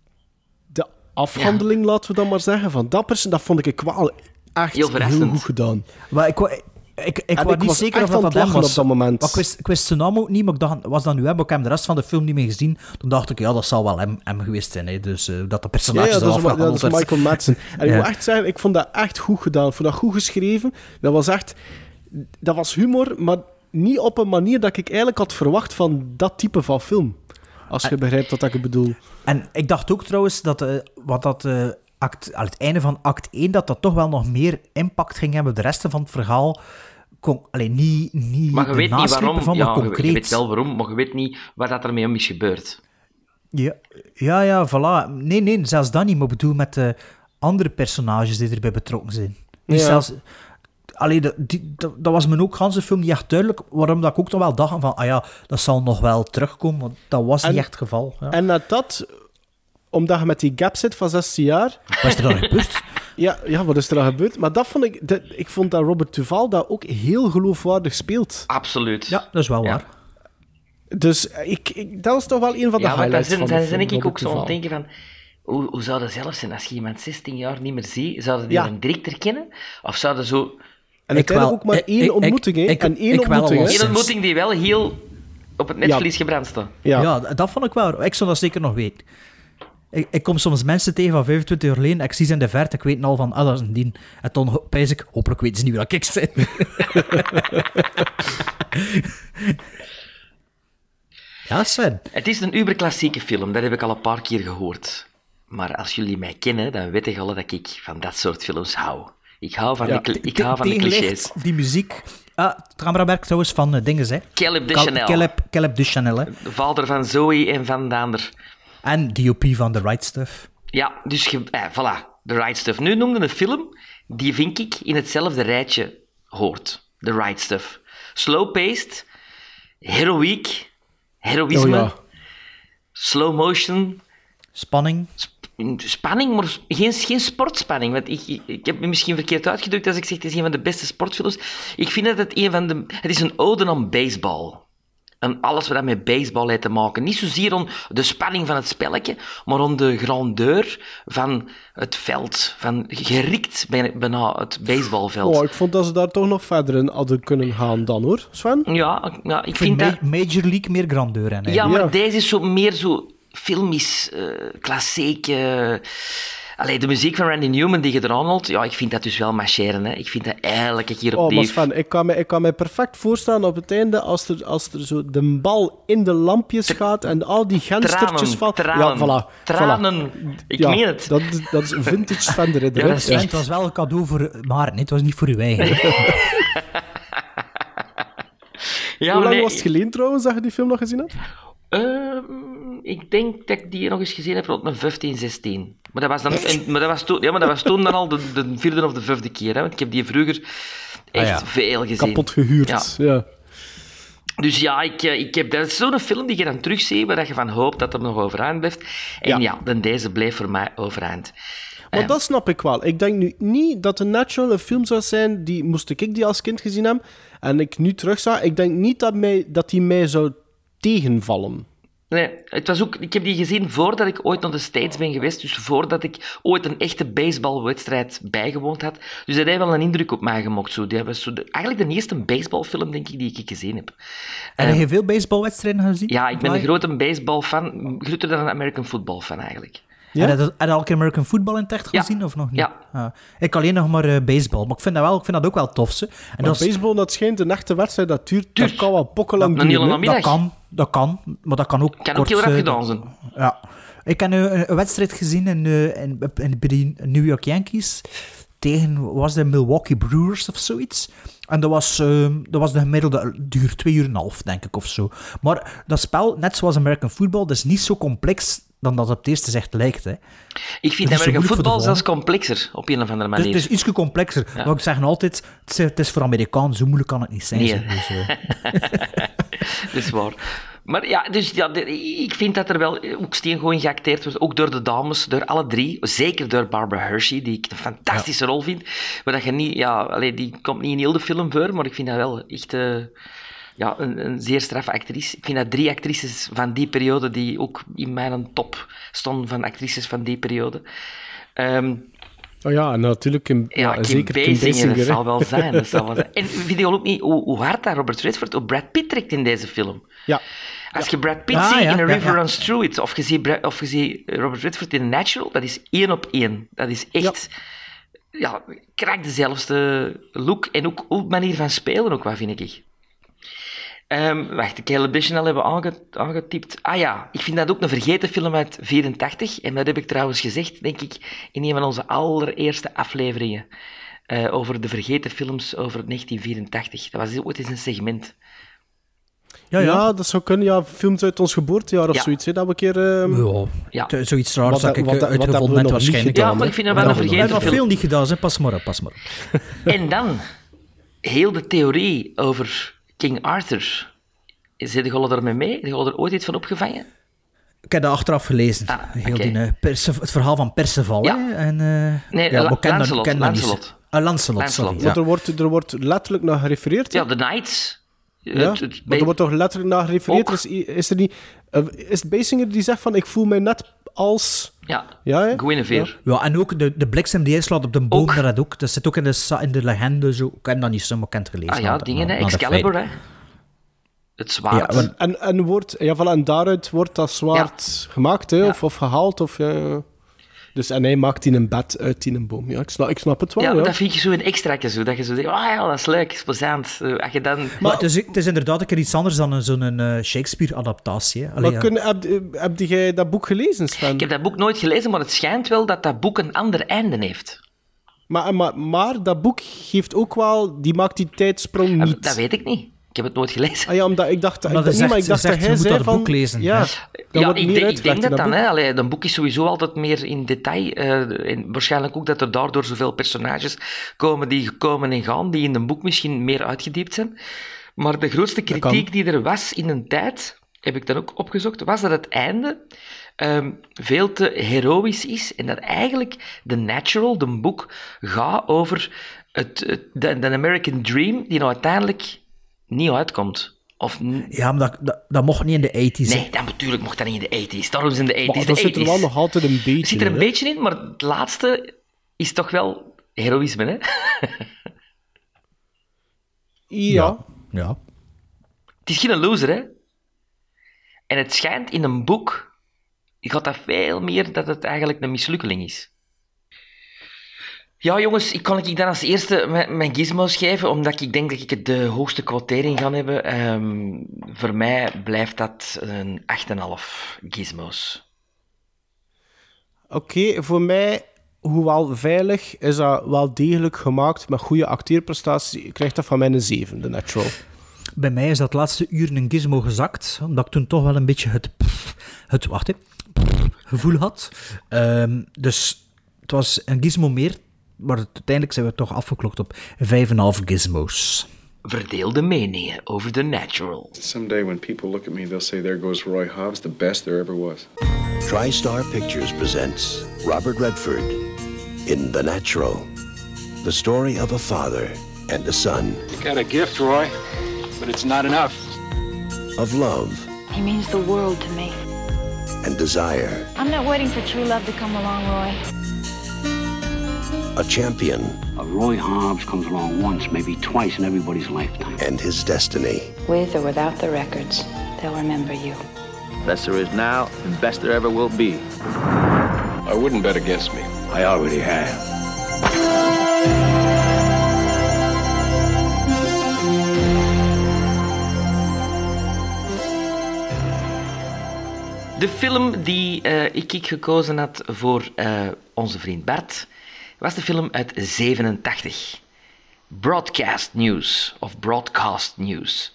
De afhandeling, ja. laten we dan maar zeggen, van dat persoon, dat vond ik wel echt heel, heel goed gedaan. Maar ik... Ik, ik was niet zeker of dat dat hem was. Op dat moment. Maar ik wist, ik wist zijn naam ook niet, maar ik dacht, was dat nu hem? Ik heb de rest van de film niet meer gezien. Toen dacht ik, ja, dat zal wel hem, hem geweest zijn. Hè. Dus uh, dat de personage ja, ja, zelf dat is, dat is Michael Madsen. En ik ja. moet echt zeggen, ik vond dat echt goed gedaan. Ik vond dat goed geschreven. Dat was echt... Dat was humor, maar niet op een manier dat ik eigenlijk had verwacht van dat type van film. Als je en, begrijpt wat ik bedoel. En ik dacht ook trouwens dat... Uh, wat dat... Uh, act, aan het einde van act één, dat dat toch wel nog meer impact ging hebben op de rest van het verhaal... Kon, allee, niet, niet maar je weet niet waarom, van, ja, maar concreet. Je weet wel waarom, maar je weet niet wat dat ermee om is gebeurd. Ja, ja, ja, voilà. Nee, nee, zelfs dat niet, maar ik bedoel met de andere personages die erbij betrokken zijn. Niet ja. zelfs... Allee, dat, die, dat, dat was me ook gans de film niet echt duidelijk, waarom dat ik ook toch wel dacht van, ah ja, dat zal nog wel terugkomen, want dat was en, niet echt het geval. Ja. En net dat... Omdat je met die gap zit van zestien jaar... Wat is er dan gebeurd? Ja, ja, wat is er dan gebeurd? Maar dat vond ik... Dat, ik vond dat Robert Duvall dat ook heel geloofwaardig speelt. Absoluut. Ja, dat is wel ja. waar. Dus ik, ik, dat was toch wel een van de ja, highlights van de film. Ja, dan ben ik Robert ook zo aan Duvall. het denken van... Hoe, hoe zou dat zelf zijn als je iemand zestien jaar niet meer ziet? Zouden die Ja. dan direct herkennen? Of zouden zo... En uiteindelijk ook maar één ik- ontmoeting, hè? ik- En één ik wel ontmoeting, al hè? Eén ontmoeting die wel heel op het netvlies Ja. gebrand staat. Ja. Ja, dat vond ik wel. Ik zou dat zeker nog weten. Ik, ik kom soms mensen tegen van vijfentwintig jaar geleden, ik zie ze in de verte, ik weet al van, ah, dat is een dien. En dan pijs ik, hopelijk weten ze niet wie dat ik zijn. Ja, Sven. Het is een uberklassieke film, dat heb ik al een paar keer gehoord. Maar als jullie mij kennen, dan weten jullie dat ik van dat soort films hou. Ik hou van, Ja. de, cli- ik hou van de clichés. Die muziek. Ah, het camerawerk trouwens van uh, dingen, hè. Caleb Cal- Deschanel, Caleb, Caleb Deschanel, hè. de vader van Zoe en van Daander. En D O P van The Right Stuff. Ja, dus je, eh, voilà, The Right Stuff. Nu noemde een film die, vind ik, in hetzelfde rijtje hoort. The Right Stuff. Slow-paced, heroïek, heroïsme, Oh ja. slow motion, Spanning. sp- spanning, maar geen, geen sportspanning. Want ik, ik, ik heb me misschien verkeerd uitgedrukt als ik zeg het is een van de beste sportfilms. Ik vind dat het een van de... Het is een ode aan baseball. En alles wat dat met baseball heeft te maken. Niet zozeer om de spanning van het spelletje, maar om de grandeur van het veld. Van gerikt bij- bijna het baseballveld. Oh, ik vond dat ze daar toch nog verder in hadden kunnen gaan dan, hoor. Sven? Ja, ja, ik Ik vind vind dat... Ma- Major League meer grandeur en Ja, maar Ja. deze is zo meer zo filmisch, uh, klassiek. Uh... Allee, de muziek van Randy Newman die je eraan haalt, ja, ik vind dat dus wel marcheren. Hè. Ik vind dat elke keer Oh, opnieuw. maar Sven, ik kan, me, ik kan me perfect voorstellen op het einde als er, als er zo de bal in de lampjes gaat en al die genstertjes van... tranen, Ja, voilà. tranen. Voilà. Ik Ja, meen het. Dat, is- dat is vintage Sven de Ridder. Ja, hè. dat is Ja, echt. het was wel een cadeau voor... Maar nee, het was niet voor uw eigen. Ja, Hoe lang nee, was het geleden trouwens dat je die film nog gezien hebt? Ehm, ik denk dat ik die nog eens gezien heb rond mijn vijftien, zestien. Maar dat was, dan, en, maar dat was, toen, ja, maar dat was toen dan al de, de vierde of de vijfde keer. Hè, want ik heb die vroeger echt Ah, ja. veel gezien. Kapot gehuurd. Ja. Ja. Dus ja, ik, ik heb, dat is zo'n film die je dan terugziet, waar je van hoopt dat het nog overeind blijft. En ja, ja dan deze bleef voor mij overeind. Maar um, dat snap ik wel. Ik denk nu niet dat The Natural een film zou zijn, die moest ik die als kind gezien hebben, en ik nu terugzag, ik denk niet dat, mij, dat die mij zou tegenvallen. Nee, het was ook, ik heb die gezien voordat ik ooit naar de States ben geweest, dus voordat ik ooit een echte baseballwedstrijd bijgewoond had. Dus dat heeft wel een indruk op mij gemaakt. Zo. Die was zo de, eigenlijk de eerste baseballfilm, denk ik, die ik gezien heb. En uh, heb je veel baseballwedstrijden gezien? Ja, ik ben een grote baseballfan, groter dan een American football fan eigenlijk. Ja? Heb je, je al een keer American Football in het echt gezien, ja. of nog niet? Ja. Uh, ik alleen nog maar uh, baseball, maar ik vind dat, wel, ik vind dat ook wel tof. Ze. En maar dat baseball, dat schijnt een echte wedstrijd, dat duurt, dat kan wel pokkenlang duren. Dat kan, dat kan, maar dat kan ook kan kort, ook heel rap gedaan zijn. Ja. Ik heb uh, een, een wedstrijd gezien in, uh, in, in, bij de New York Yankees tegen, was de Milwaukee Brewers of zoiets. En dat was, uh, dat was de gemiddelde duur, twee uur en een half, denk ik, of zo. Maar dat spel, net zoals American Football, dat is niet zo complex dan dat het op het eerste zegt lijkt. Hè. Ik vind American Football zelfs complexer, op een of andere manier. Het is, het is iets complexer. Ja. Maar ik zeg altijd, het is, het is voor Amerikaan, zo moeilijk kan het niet zijn. Nee. Dus, uh. Dat is waar. Maar ja, dus ja, de, ik vind dat er wel ook steengoed in geacteerd wordt. Ook door de dames, door alle drie. Zeker door Barbara Hershey, die ik een fantastische ja. rol vind. Maar dat je niet, ja, allee, die komt niet in heel de film voor, maar ik vind dat wel echt uh, ja, een, een zeer straffe actrice. Ik vind dat drie actrices van die periode die ook in mijn top stonden van actrices van die periode. Um, Oh ja, natuurlijk. Kim, ja, ja, Kim zeker Basinger, Kim Basinger, dat zal wel zijn. Dat zal wel zijn. En vind je ook niet hoe, hoe hard dat Robert Redford op Brad Pitt trekt in deze film? Ja. Als ja. je Brad Pitt ah, ziet ja, in A River ja, ja. Runs Through It, of je ziet, Brad, of je ziet Robert Redford in The Natural, dat is één op één. Dat is echt... Ja, ja krijgt dezelfde look en ook, ook manier van spelen, ook, wat vind ik. Um, wacht, ik heb het beetje al hebben aange, aangetypt. Ah ja, ik vind dat ook een vergeten film uit vierentachtig. En dat heb ik trouwens gezegd, denk ik, in een van onze allereerste afleveringen. Uh, over de vergeten films over negentien vierentachtig. Dat was ooit eens een segment. Ja, ja. ja, dat zou kunnen. Ja, films uit ons geboortejaar of ja. zoiets. Hè, dat we een keer... Uh... Ja, ja. zoiets raars dat ik wat, wat, uitgevonden net waarschijnlijk. Ja, maar ik vind dat wel een vergeten film. We hebben nog veel niet gedaan, hè. Pas maar op, pas maar op. En dan, heel de theorie over King Arthur. Zit je al ermee mee? Heb je er ooit iets van opgevangen? Ik heb dat achteraf gelezen. Ah, heel okay. die, uh, Perse, het verhaal van Perceval. Ja. Hè? En, uh, nee, ja, La- ken Lancelot. ken Lancelot. Uh, Lancelot, Lancelot. sorry. Want Ja. er, wordt, er wordt letterlijk naar gerefereerd. Ja, The Knights. Ja, het, het, maar er wordt toch letterlijk naar gerefereerd. Is, is er niet... Uh, is het Basinger die zegt van, ik voel mij net als... Ja, ja Guinevere. Ja. ja, en ook de, de bliksem die hij slaat op de boom, ook. dat ook. Dat zit ook in de, in de legende. Zo. Ik ken dat niet zo, maar ik heb het gelezen. Ah ja, na, dingen, na, hè. na Excalibur, hè. Het zwaard. Ja, en, en, wordt, ja, voilà, en daaruit wordt dat zwaard ja. gemaakt, hè, ja. of, of gehaald. Of, ja. Dus, en hij maakt die een bed uit die een boom. Ja, ik, snap, ik snap het wel. Ja, ja. dat vind je zo een extraatje zo. Dat je zo zegt, oh ja, dat is leuk, is plezant. Als je dan... Maar het is, het is inderdaad een keer iets anders dan zo'n uh, Shakespeare-adaptatie. Hè. Allee, maar kun, heb, heb jij dat boek gelezen, Sven? Ik heb dat boek nooit gelezen, maar het schijnt wel dat dat boek een ander einde heeft. Maar, maar, maar dat boek geeft ook wel... Die maakt die tijdsprong niet. Dat weet ik niet. Ik heb het nooit gelezen. Ah ja, omdat ik dacht... Maar ik, zegt, maar ik dacht zegt, dat hij zei dat van... boek lezen. Ja, ja ik, denk, ik denk dat dan. Hè. Allee, een boek is sowieso altijd meer in detail. Uh, en waarschijnlijk ook dat er daardoor zoveel personages komen die komen en gaan, die in een boek misschien meer uitgediept zijn. Maar de grootste kritiek die er was in een tijd, heb ik dan ook opgezocht, was dat het einde um, veel te heroïsch is. En dat eigenlijk The Natural, de boek, gaat over het, het, de, de American Dream, die nou uiteindelijk niet uitkomt. Of n- ja, maar dat, dat, dat mocht niet in de tachtigs. Nee, dat natuurlijk mocht dat niet in de tachtigs. Daarom zijn de tachtigs Maar de dat zit er wel nog altijd een beetje in. zit er een hè? beetje in, maar het laatste is toch wel heroïsme, hè? Ja. Ja. Het is geen loser, hè? En het schijnt in een boek, gaat dat veel meer dat het eigenlijk een mislukkeling is. Ja, jongens, ik kan ik dan als eerste mijn, mijn gizmos geven, omdat ik denk dat ik de hoogste quotering ga hebben. Um, voor mij blijft dat een acht komma vijf gizmos. Oké, okay, voor mij, hoewel veilig, is dat wel degelijk gemaakt met goede acteerprestatie. Ik krijg dat van mij een zeven, The Natural. Bij mij is dat laatste uur een gizmo gezakt, omdat ik toen toch wel een beetje het, het wacht, hè, gevoel had. Um, dus het was een gizmo meer, maar uiteindelijk zijn we toch afgeklokt op vijf komma vijf gizmos. verdeelde meningen over The Natural. Someday when people look at me, they'll say, there goes Roy Hobbs, the best there ever was. TriStar Pictures presents Robert Redford in The Natural. The story of a father and a son. You got a gift, Roy, but it's not enough. Of love. He means the world to me. And desire. I'm not waiting for true love to come along, Roy. A champion. A Roy Hobbs comes along once, maybe twice in everybody's lifetime. And his destiny. With or without the records, they'll remember you. Best there is now, and best there ever will be. I wouldn't bet against me. I already have. De film die uh, ik, ik gekozen had voor uh, onze vriend Bart was de film uit zevenentachtig. Broadcast News of Broadcast News.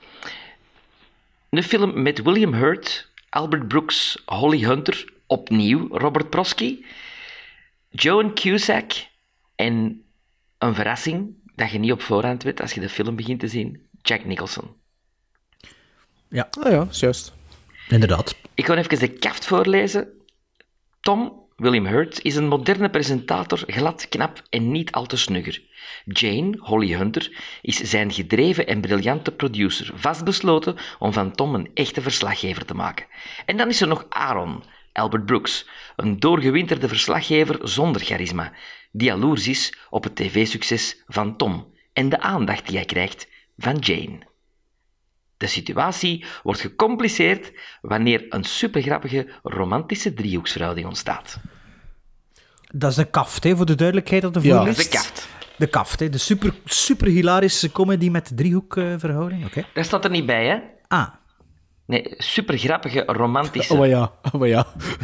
Een film met William Hurt, Albert Brooks, Holly Hunter, opnieuw Robert Prosky, Joan Cusack en een verrassing dat je niet op voorhand weet als je de film begint te zien, Jack Nicholson. Ja, ah ja, juist. Inderdaad. Ik ga even de kaft voorlezen. Tom, William Hurt, is een moderne presentator, glad, knap en niet al te snugger. Jane, Holly Hunter, is zijn gedreven en briljante producer, vastbesloten om van Tom een echte verslaggever te maken. En dan is er nog Aaron, Albert Brooks, een doorgewinterde verslaggever zonder charisma, die jaloers is op het tv-succes van Tom en de aandacht die hij krijgt van Jane. De situatie wordt gecompliceerd wanneer een supergrappige romantische driehoeksverhouding ontstaat. Dat is de kaft, hè, voor de duidelijkheid dat de Ja, voorleest. dat is de kaft. De kaft, hè, de super, super hilarische comedy met de driehoekverhouding. Oké. Dat staat er niet bij, hè? Ah. Nee, supergrappige romantische... Oh, maar ja. Oh, maar ja.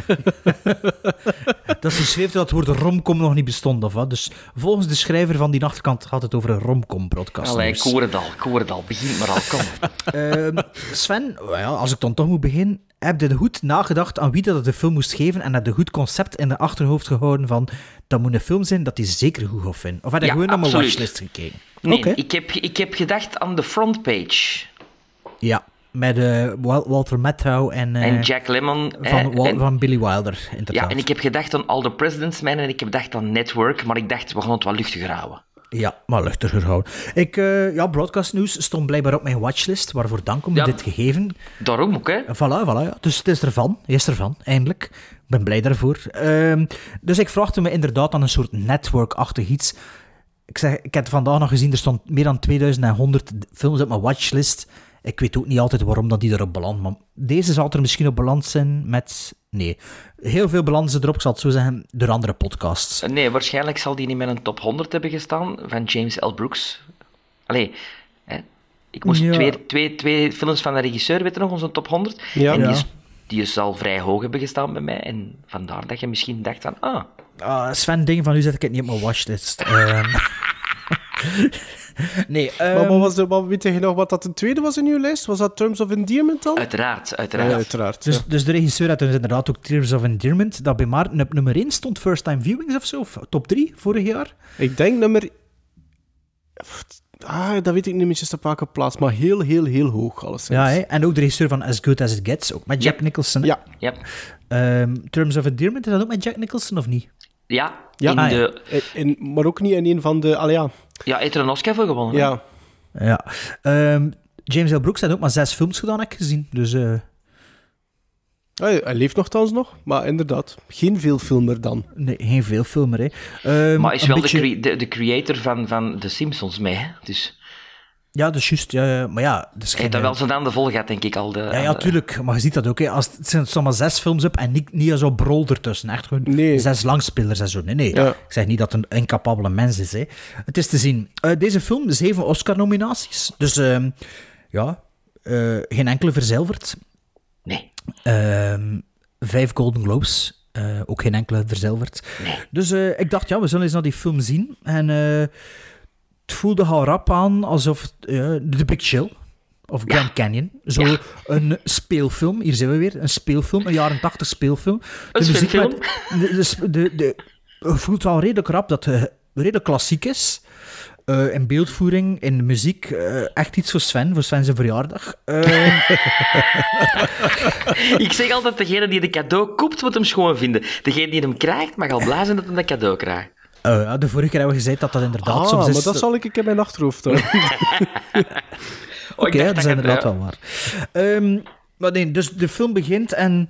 Dat ze schreef dat het woord romcom nog niet bestond, of wat? Dus volgens de schrijver van die nachtkant gaat het over een romcom-broadcast. Allee, ik hoor het al, ik hoor het al. Begin maar al, kom. uh, Sven, ja, als ik dan toch moet beginnen, heb je goed nagedacht aan wie dat de film moest geven en heb je goed concept in de achterhoofd gehouden van dat moet een film zijn dat hij zeker goed gaat vinden? Of heb je Ja, gewoon naar mijn absoluut. watchlist gekeken? Nee, Okay. ik, heb, ik heb gedacht aan de frontpage. Ja, met uh, Walter Matthau en... Uh, En Jack Lemmon. Van, eh, Wal- en, van Billy Wilder, inderdaad. ja, en ik heb gedacht aan All the President's Men en ik heb gedacht aan Network, maar ik dacht, we gaan het wat luchtiger houden. Ja, maar luchtiger houden. Ik, uh, ja, Broadcast News stond blijkbaar op mijn watchlist, waarvoor dank om Ja. dit gegeven. Daarom ook, hè? Voilà, voilà, ja. Dus het is ervan. Hij is ervan, eindelijk. Ik ben blij daarvoor. Um, dus ik verwachtte me inderdaad aan een soort network-achtig iets. Ik zeg, ik heb vandaag nog gezien, er stond meer dan tweeduizend honderd films op mijn watchlist. Ik weet ook niet altijd waarom dat die erop belandt, maar deze zal er misschien op beland zijn met... Nee, heel veel belanden erop, ik zal het zo zeggen, door andere podcasts. Nee, waarschijnlijk zal die niet met een top honderd hebben gestaan van James L. Brooks. Allee, hè, ik moest Ja. twee, twee, twee films van de regisseur, weet je nog, onze top honderd. Ja. En die, Ja. is, die zal vrij hoog hebben gestaan bij mij. En vandaar dat je misschien dacht van, ah... Ah, Sven, dingen van u zet ik het niet op mijn watchlist. Um, nee, um, Maar wat was de, wat, weet je nog wat dat de tweede was in uw lijst? Was dat Terms of Endearment al? Uiteraard, uiteraard. Ja, uiteraard. Dus, ja. dus de regisseur had dus inderdaad ook Tears of Endearment, dat bij Maarten op nummer één stond, First Time Viewings of zo, of top drie vorig jaar. Ik denk nummer... Ah, dat weet ik niet meer op welke plaats, maar heel, heel, heel hoog alleszins. Ja, hè? En ook de regisseur van As Good As It Gets, ook met Jack Yep. Nicholson. hè? Ja. Ja, Um, Terms of Endearment, is dat ook met Jack Nicholson of niet? ja, Ja. in Ah, ja. de... In, in- maar ook niet in een van de... Allee, ja. Ja, heeft er een Oscar voor gewonnen. hè? Ja. Ja. Um, James L. Brooks had ook maar zes films gedaan, heb ik gezien. Dus uh, Hij, hij leeft nogthans nog, maar inderdaad, geen veel filmer dan. nee, geen veel filmer. Hè. Um, Maar is een wel beetje- de, cre- de, de creator van, van The Simpsons mee, hè? Dus Ja, dat is juist. Ja, ja, maar ja, dat is hij heeft geen... dat wel zijn handen vol gehad, denk ik, al de... Ja, ja, al de- tuurlijk. Maar je ziet dat ook. Hè. Als, het zijn zomaar zes films op en niet, niet zo brol ertussen. Echt gewoon Nee. zes langspelers en zo. Nee, nee. Ja. Ik zeg niet dat het een incapabele mens is. Hè. Het is te zien. Uh, deze film, zeven Oscar-nominaties. Dus um, ja, uh, geen enkele verzilverd. Nee. Um, vijf Golden Globes. Uh, ook geen enkele verzilverd. Nee. Dus uh, ik dacht, ja, we zullen eens naar die film zien. En uh, het voelde al rap aan alsof uh, The Big Chill of Grand Canyon, zo Ja. een speelfilm, hier zijn we weer, een speelfilm, een jaren tachtig speelfilm. Een de muziek speelfilm? met... De, de, de, de, je voelt al redelijk rap dat de redelijk klassiek is. Uh, in beeldvoering, in de muziek, uh, echt iets voor Sven, voor Sven zijn verjaardag. Uh... Ik zeg altijd, degene die de cadeau koopt, moet hem schoon vinden. Degene die hem krijgt, mag al blij zijn dat hij dat cadeau krijgt. Uh, de vorige keer hebben we gezegd dat dat inderdaad ah, soms is... maar dat zal ik in mijn achterhoofd houden. Oké, okay, dat is inderdaad wel waar. Um, maar nee, dus de film begint en...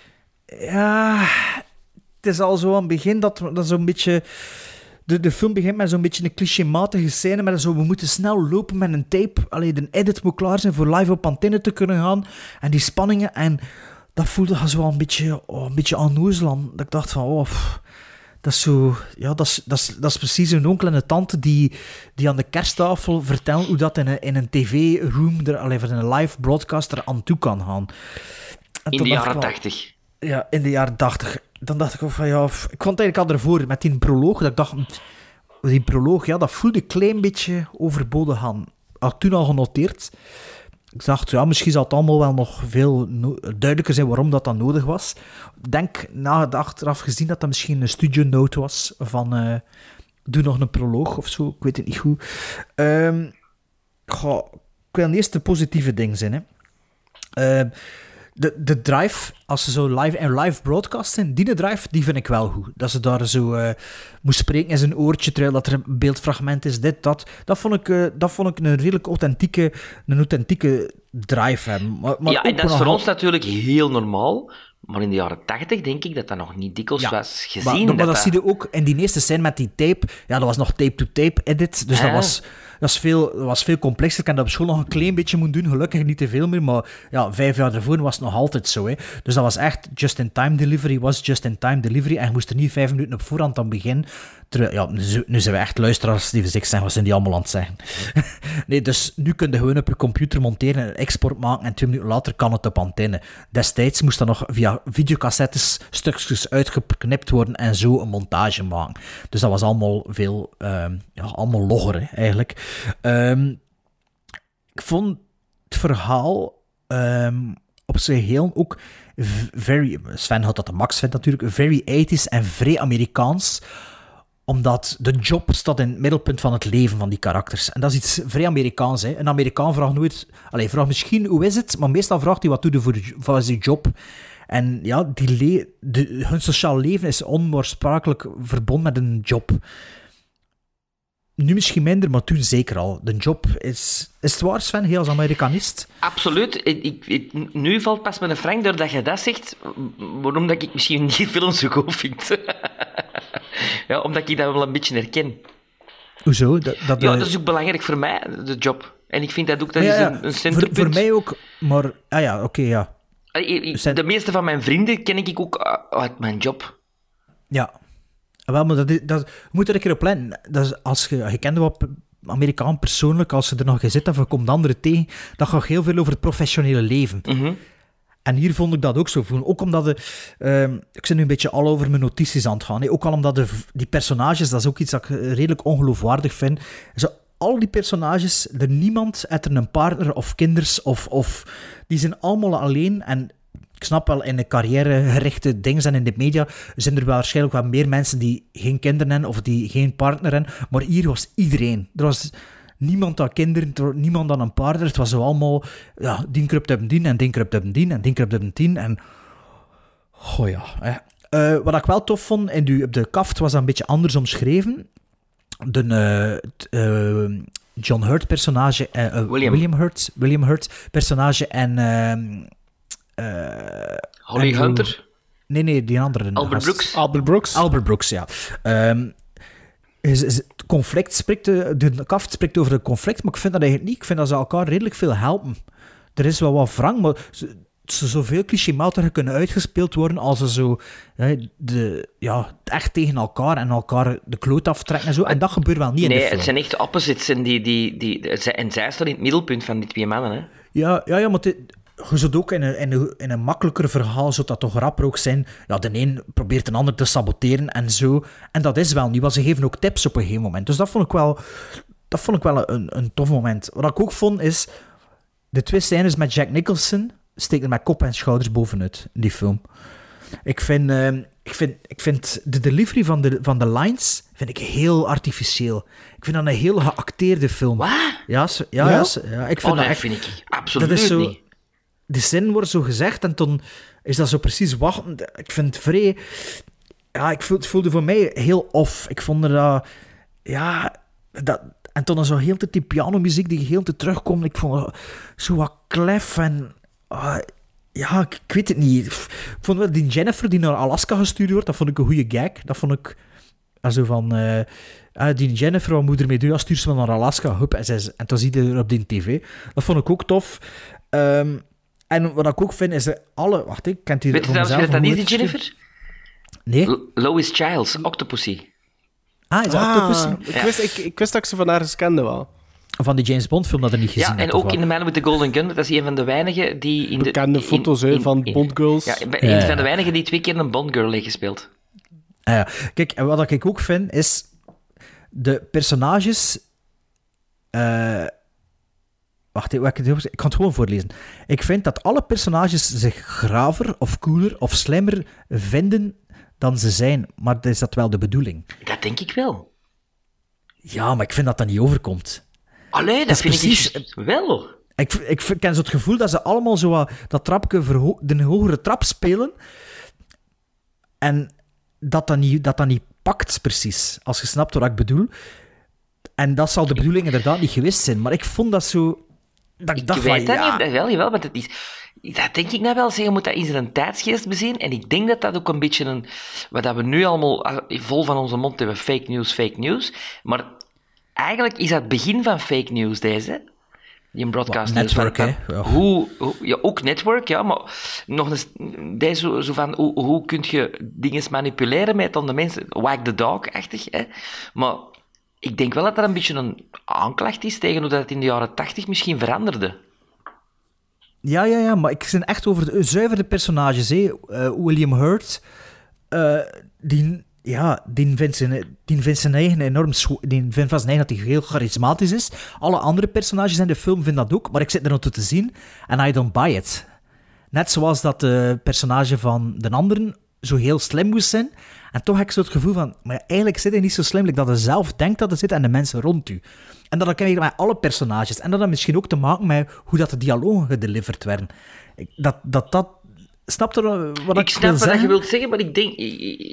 Ja... Het is al zo aan het begin dat, dat zo'n beetje... De, de film begint met zo'n beetje een clichématige scène, met zo, we moeten snel lopen met een tape. Allee, de edit moet klaar zijn voor live op antenne te kunnen gaan. En die spanningen, en dat voelde zo een beetje, oh, een beetje onnozel. Dat ik dacht van, oh, pff, dat is zo... Ja, dat is, dat is, dat is precies een onkel en een tante die, die aan de kersttafel vertellen hoe dat in een, in een tv-room, er, allee, voor een live broadcaster aan toe kan gaan. En in de jaren tachtig. Ja, in de jaren tachtig. Dan dacht ik ook van, ja... Ik vond het eigenlijk al ervoor, met die proloog, dat ik dacht... Die proloog, ja, dat voelde een klein beetje overbodig aan. Had toen al genoteerd. Ik dacht, ja, misschien zal het allemaal wel nog veel no- duidelijker zijn waarom dat dan nodig was. Ik denk, na het achteraf gezien, dat dat misschien een studio note was van... Uh, doe nog een proloog of zo, ik weet het niet goed. Um, goh, ik wil eerst de positieve dingen zijn, hè. Uh, De, de drive, als ze zo live en live broadcasten, die drive, die vind ik wel goed. Dat ze daar zo uh, moest spreken in zijn oortje, terwijl dat er een beeldfragment is, dit, dat. Dat vond ik, uh, dat vond ik een redelijk authentieke, een authentieke drive hebben. Maar, maar ja, en dat is voor al... ons natuurlijk heel normaal. Maar in de jaren tachtig denk ik dat dat nog niet dikwijls ja, was gezien. Maar, dat maar dat, dat zie je ook in die eerste scène met die tape. Ja, dat was nog tape-to-tape edit. Dus ah. dat, was, dat, was veel, dat was veel complexer. Ik had dat op school nog een klein beetje moeten doen. Gelukkig niet te veel meer. Maar ja, vijf jaar daarvoor was het nog altijd zo. Hè. Dus dat was echt just-in-time delivery. was just-in-time delivery. En je moest er niet vijf minuten op voorhand aan beginnen. Terwijl, ja, nu, nu zijn we echt luisteraars die zich zeggen, wat zijn die allemaal aan het zeggen? Nee, dus nu kun je gewoon op je computer monteren en een export maken en twee minuten later kan het op antenne. Destijds moest dat nog via videocassettes stukjes uitgeknipt worden en zo een montage maken. Dus dat was allemaal veel, um, ja, allemaal logger, hè, eigenlijk. Um, ik vond het verhaal um, op zijn geheel ook very, Sven had dat de max vindt natuurlijk, very eighties en vrij Amerikaans, omdat de job staat in het middelpunt van het leven van die karakters. En dat is iets vrij Amerikaans. Hè. Een Amerikaan vraagt nooit... Allee, vraagt misschien hoe is het, maar meestal vraagt hij wat doe je voor, voor je job. En ja, die le- de, hun sociaal leven is onlosmakelijk verbonden met een job. Nu misschien minder, maar toen zeker al. De job is... Is het waar, Sven, heel als Amerikanist? Absoluut. Ik, ik, ik, nu valt pas met een Frank doordat je dat zegt, waarom dat ik misschien die film zo goed vind. Ja, omdat ik dat wel een beetje herken. Hoezo? Dat, dat ja, de... dat is ook belangrijk voor mij, de job. En ik vind dat ook, dat ja, is een, een centrumpunt. Voor, voor mij ook, maar... Ah ja, oké, okay, ja. De meeste van mijn vrienden ken ik ook uit mijn job. Ja. Wel, maar dat, dat, je moet er een keer op letten. Dat is, als je, je kent wat Amerikaan persoonlijk, als je er nog in zit of je komt anderen tegen, dat gaat heel veel over het professionele leven. Mm-hmm. En hier vond ik dat ook zo. Ook omdat de... Uh, ik zit nu een beetje al over mijn notities aan het gaan. Hè. Ook al omdat de, die personages, dat is ook iets dat ik redelijk ongeloofwaardig vind. Zo, al die personages, er niemand heeft er een partner of kinders of, of... Die zijn allemaal alleen en... Ik snap wel, in de carrièregerichte dingen en in de media zijn er wel waarschijnlijk wel meer mensen die geen kinderen hebben of die geen partner hebben. Maar hier was iedereen. Er was niemand aan kinderen, niemand aan een partner. Het was zo allemaal, ja, die krupt hebben dien en die krupt hebben dien en die krupt hebben dien. En, goh ja. Hè. Uh, wat ik wel tof vond, in die, op de kaft was dat een beetje anders omschreven. De... Uh, uh, John Hurt personage, uh, uh, William. William Hurt, William Hurt personage en... Uh, Uh, Holly Andrew... Hunter? Nee, nee, die andere. Albert Brooks? Albert Brooks. Albert Brooks, ja. Um, is, is, het conflict spreekt, de, de kaft spreekt over het conflict, maar ik vind dat eigenlijk niet. Ik vind dat ze elkaar redelijk veel helpen. Er is wel wat wrang, maar ze, ze zoveel clichématiger kunnen uitgespeeld worden als ze zo de, ja, echt tegen elkaar en elkaar de kloot aftrekken en zo. En dat gebeurt wel niet nee, in de film. Nee, het zijn echt opposites en, die, die, die, en zij staan in het middelpunt van die twee mannen. Hè? Ja, ja, ja, maar... Dit, je zult ook in een, in, een, in een makkelijker verhaal, zou dat toch rapper ook zijn. Ja, de een probeert de ander te saboteren en zo. En dat is wel niet, want ze geven ook tips op een gegeven moment. Dus dat vond ik wel, dat vond ik wel een, een tof moment. Wat ik ook vond is, de twee scènes met Jack Nicholson steken er met kop en schouders bovenuit in die film. Ik vind, uh, ik vind, ik vind de delivery van de, van de lines vind ik heel artificieel. Ik vind dat een heel geacteerde film. Wat? Ja, so, ja, Ja? ja, so, ja, ik vind Oh, dat dat echt... vind ik absoluut dat is zo, niet. De zin wordt zo gezegd en dan is dat zo precies wachten. Ik vind het vrij... Ja, ik voel, het voelde voor mij heel off. Ik vond er dat... Ja... Dat, en toen zo heel de tijd die pianomuziek die heel te terugkomt. Ik vond het zo wat klef en... Uh, ja, ik, ik weet het niet. Ik vond wel die Jennifer die naar Alaska gestuurd wordt, dat vond ik een goede gag. Dat vond ik... Also van... Uh, uh, die Jennifer, wat moet er mee doen? Ja, stuur ze maar naar Alaska. Hup, en, zij, en dan zie je er op die tv. Dat vond ik ook tof. Um, en wat ik ook vind, is dat alle... Wacht, ik kent u Weet je trouwens wie dat is, die Jennifer? Nee. L- Lois Giles, Octopussy. Ah, is dat Ah, Octopussy? ik, wist, ik, ik wist dat ik ze van haar kende wel. Van die James Bond film dat er niet gezien Ja, en heb, ook of in The Man with the Golden Gun. Dat is een van de weinigen die... In Bekende de, foto's in, hè, in, van in, Bondgirls. Ja, een Ja, ja. van de weinigen die twee keer een Bondgirl heeft gespeeld. Ah, ja. Kijk, en wat ik ook vind, is... De personages... Uh, wacht, wat ik, ik kan het gewoon voorlezen. Ik vind dat alle personages zich graver of cooler of slimmer vinden dan ze zijn. Maar is dat wel de bedoeling? Dat denk ik wel. Ja, maar ik vind dat dat niet overkomt. Allee, dat, Dat is vind precies- ik juist wel. Ik, ik ken zo het gevoel dat ze allemaal zo wat dat trapje verho- de hogere trap spelen. En dat dat niet, dat dat niet pakt, precies. Als je snapt wat ik bedoel. En dat zal de bedoeling inderdaad niet geweest zijn. Maar ik vond dat zo... Dat ik, Ik dacht weet van, dat ja... niet, jawel, jawel, want het is... Dat denk ik nou wel zeggen, je moet dat in zijn tijdsgeest bezien. En ik denk dat dat ook een beetje een... Wat dat we nu allemaal ah, vol van onze mond hebben, fake news, fake news. Maar eigenlijk is dat het begin van fake news, deze, hè? Die een broadcast Wat, news van- network, van, hè? Ja. Hoe, hoe, ja, ook network, ja, maar nog eens, deze zo, zo van, hoe, hoe kun je dingen manipuleren met dan de mensen, wag the dog-achtig, hè? Maar ik denk wel dat dat een beetje een aanklacht is tegen hoe dat het in de jaren tachtig misschien veranderde. Ja, ja, ja, maar ik zit echt over de zuivere personages. Hè. Uh, William Hurt, uh, die, ja, die, vindt zijn, die vindt zijn eigen enorm... scho- Die vindt van zijn eigen dat hij heel charismatisch is. Alle andere personages in de film vinden dat ook, maar ik zit er nog toe te zien en I don't buy it. Net zoals dat de personage van de anderen zo heel slim moest zijn. En toch heb ik zo het gevoel van, maar eigenlijk zit hij niet zo slim, like dat hij zelf denkt dat hij zit en de mensen rond u. En dat ken je met alle personages. En dat had misschien ook te maken met hoe dat de dialogen gedeliverd werden. Ik- Dat dat... dat snap je wat ik, Ik snap wil wat zeggen? je wilt zeggen, maar ik denk...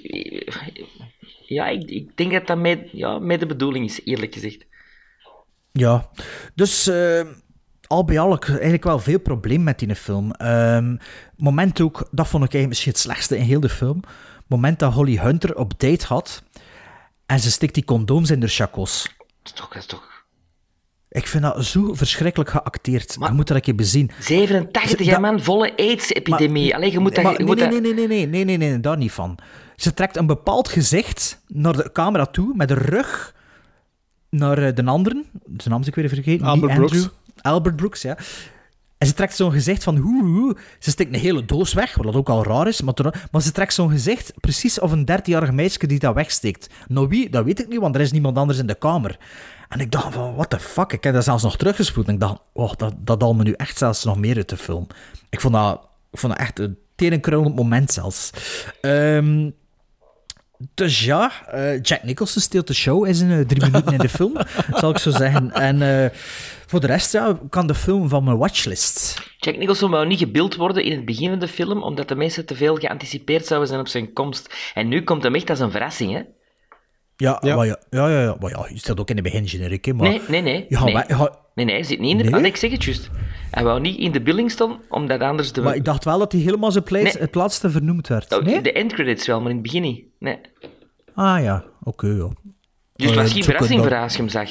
Ja, ik, ik denk dat dat met, ja, met de bedoeling is, eerlijk gezegd. Ja, dus uh, al bij al ik eigenlijk wel veel probleem met die film. Um, moment ook, dat vond ik eigenlijk misschien het slechtste in heel de film. Moment dat Holly Hunter op date had en ze stikt die condooms in de chacos. Dat is toch... Dat is toch... Ik vind dat zo verschrikkelijk geacteerd. Maar, je moet dat een keer bezien. zevenentachtig, Ze- hè, man, volle AIDS-epidemie. Allee, je moet dat... Maar, je nee, moet nee, dat- nee, nee, nee, nee, nee, nee, nee, daar niet van. Ze trekt een bepaald gezicht naar de camera toe, met de rug naar eh, de anderen. Zijn naam is ik weer even vergeten. Albert Niet Andrew. Brooks. Albert Brooks, ja. En ze trekt zo'n gezicht van hoe, hoe. Ze stikt een hele doos weg, wat dat ook al raar is. Maar, ter- maar ze trekt zo'n gezicht precies of een dertienjarig meisje die dat wegsteekt. Nou wie, dat weet ik niet, want er is niemand anders in de kamer. En ik dacht van, what the fuck? Ik heb dat zelfs nog teruggespoeld. En ik dacht, oh, dat, dat haalt me nu echt zelfs nog meer uit de film. Ik vond dat, ik vond dat echt een tenenkrullend moment zelfs. Ehm, dus ja, eh, Jack Nicholson steelt de show is in uh, drie minuten in de film, zal ik zo zeggen. En uh, voor de rest ja, kan de film van mijn watchlist. Jack Nicholson wou niet gebeeld worden in het begin van de film, omdat de mensen te veel geanticipeerd zouden zijn op zijn komst. En nu komt hem echt als een verrassing, hè? Ja, Ja. Maar ja, ja, ja, ja, maar ja, je stelt ook in de begin generiek, hè, maar... Nee, nee, nee. Ja, nee. maar- ja, nee, nee, hij zit niet in de... Nee? Ah, nee, ik zeg het juist. Hij wou niet in de billing staan, omdat anders de... maar ik dacht wel dat hij helemaal zijn plaats, Nee. het laatste vernoemd werd. Oh, Nee? De endcredits wel, maar in het begin niet. Nee. Ah ja, oké, ja. Dus het Eh, was geen zo verrassing kan voor dat- haar als je hem zag.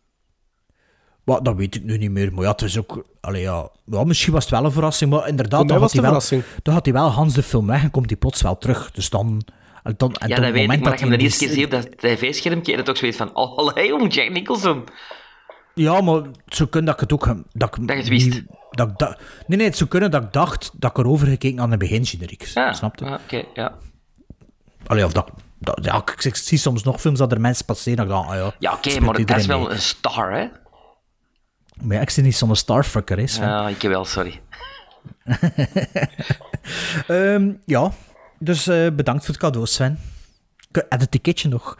Maar dat weet ik nu niet meer. Maar ja, het is ook... Allee, ja. Ja, misschien was het wel een verrassing, maar inderdaad... Voor mij Dan was had, hij het een wel, dan had hij wel Hans de film weg en komt hij plots wel terug. Dus dan... En dan en Ja, dan dat weet ik, moment maar als je hem de hij eerste keer ziet op dat tv-schermpje, heb je toch zoiets van, oh, allee, jong, Jack Nicholson. Ja, maar het zou kunnen dat ik het ook... hem- Dat, ik Dat je het wist. niet- dat, ik da- nee, nee, het zou kunnen dat ik dacht dat ik erover gekeken aan de begingeneriek. Ah, Snap je? ah, oké, ja. Allee, of dat... dat ja, ik, ik zie soms nog films dat er mensen passeren en ik dacht, ah ja... Ja, oké, speelt maar dat is iedereen wel mee. een star, hè? Maar ja, ik zie niet zo'n starfucker, hè, Sven. Ja, ik wel, sorry. Ehm, ja, Dus uh, bedankt voor het cadeau, Sven. En het ticketje nog.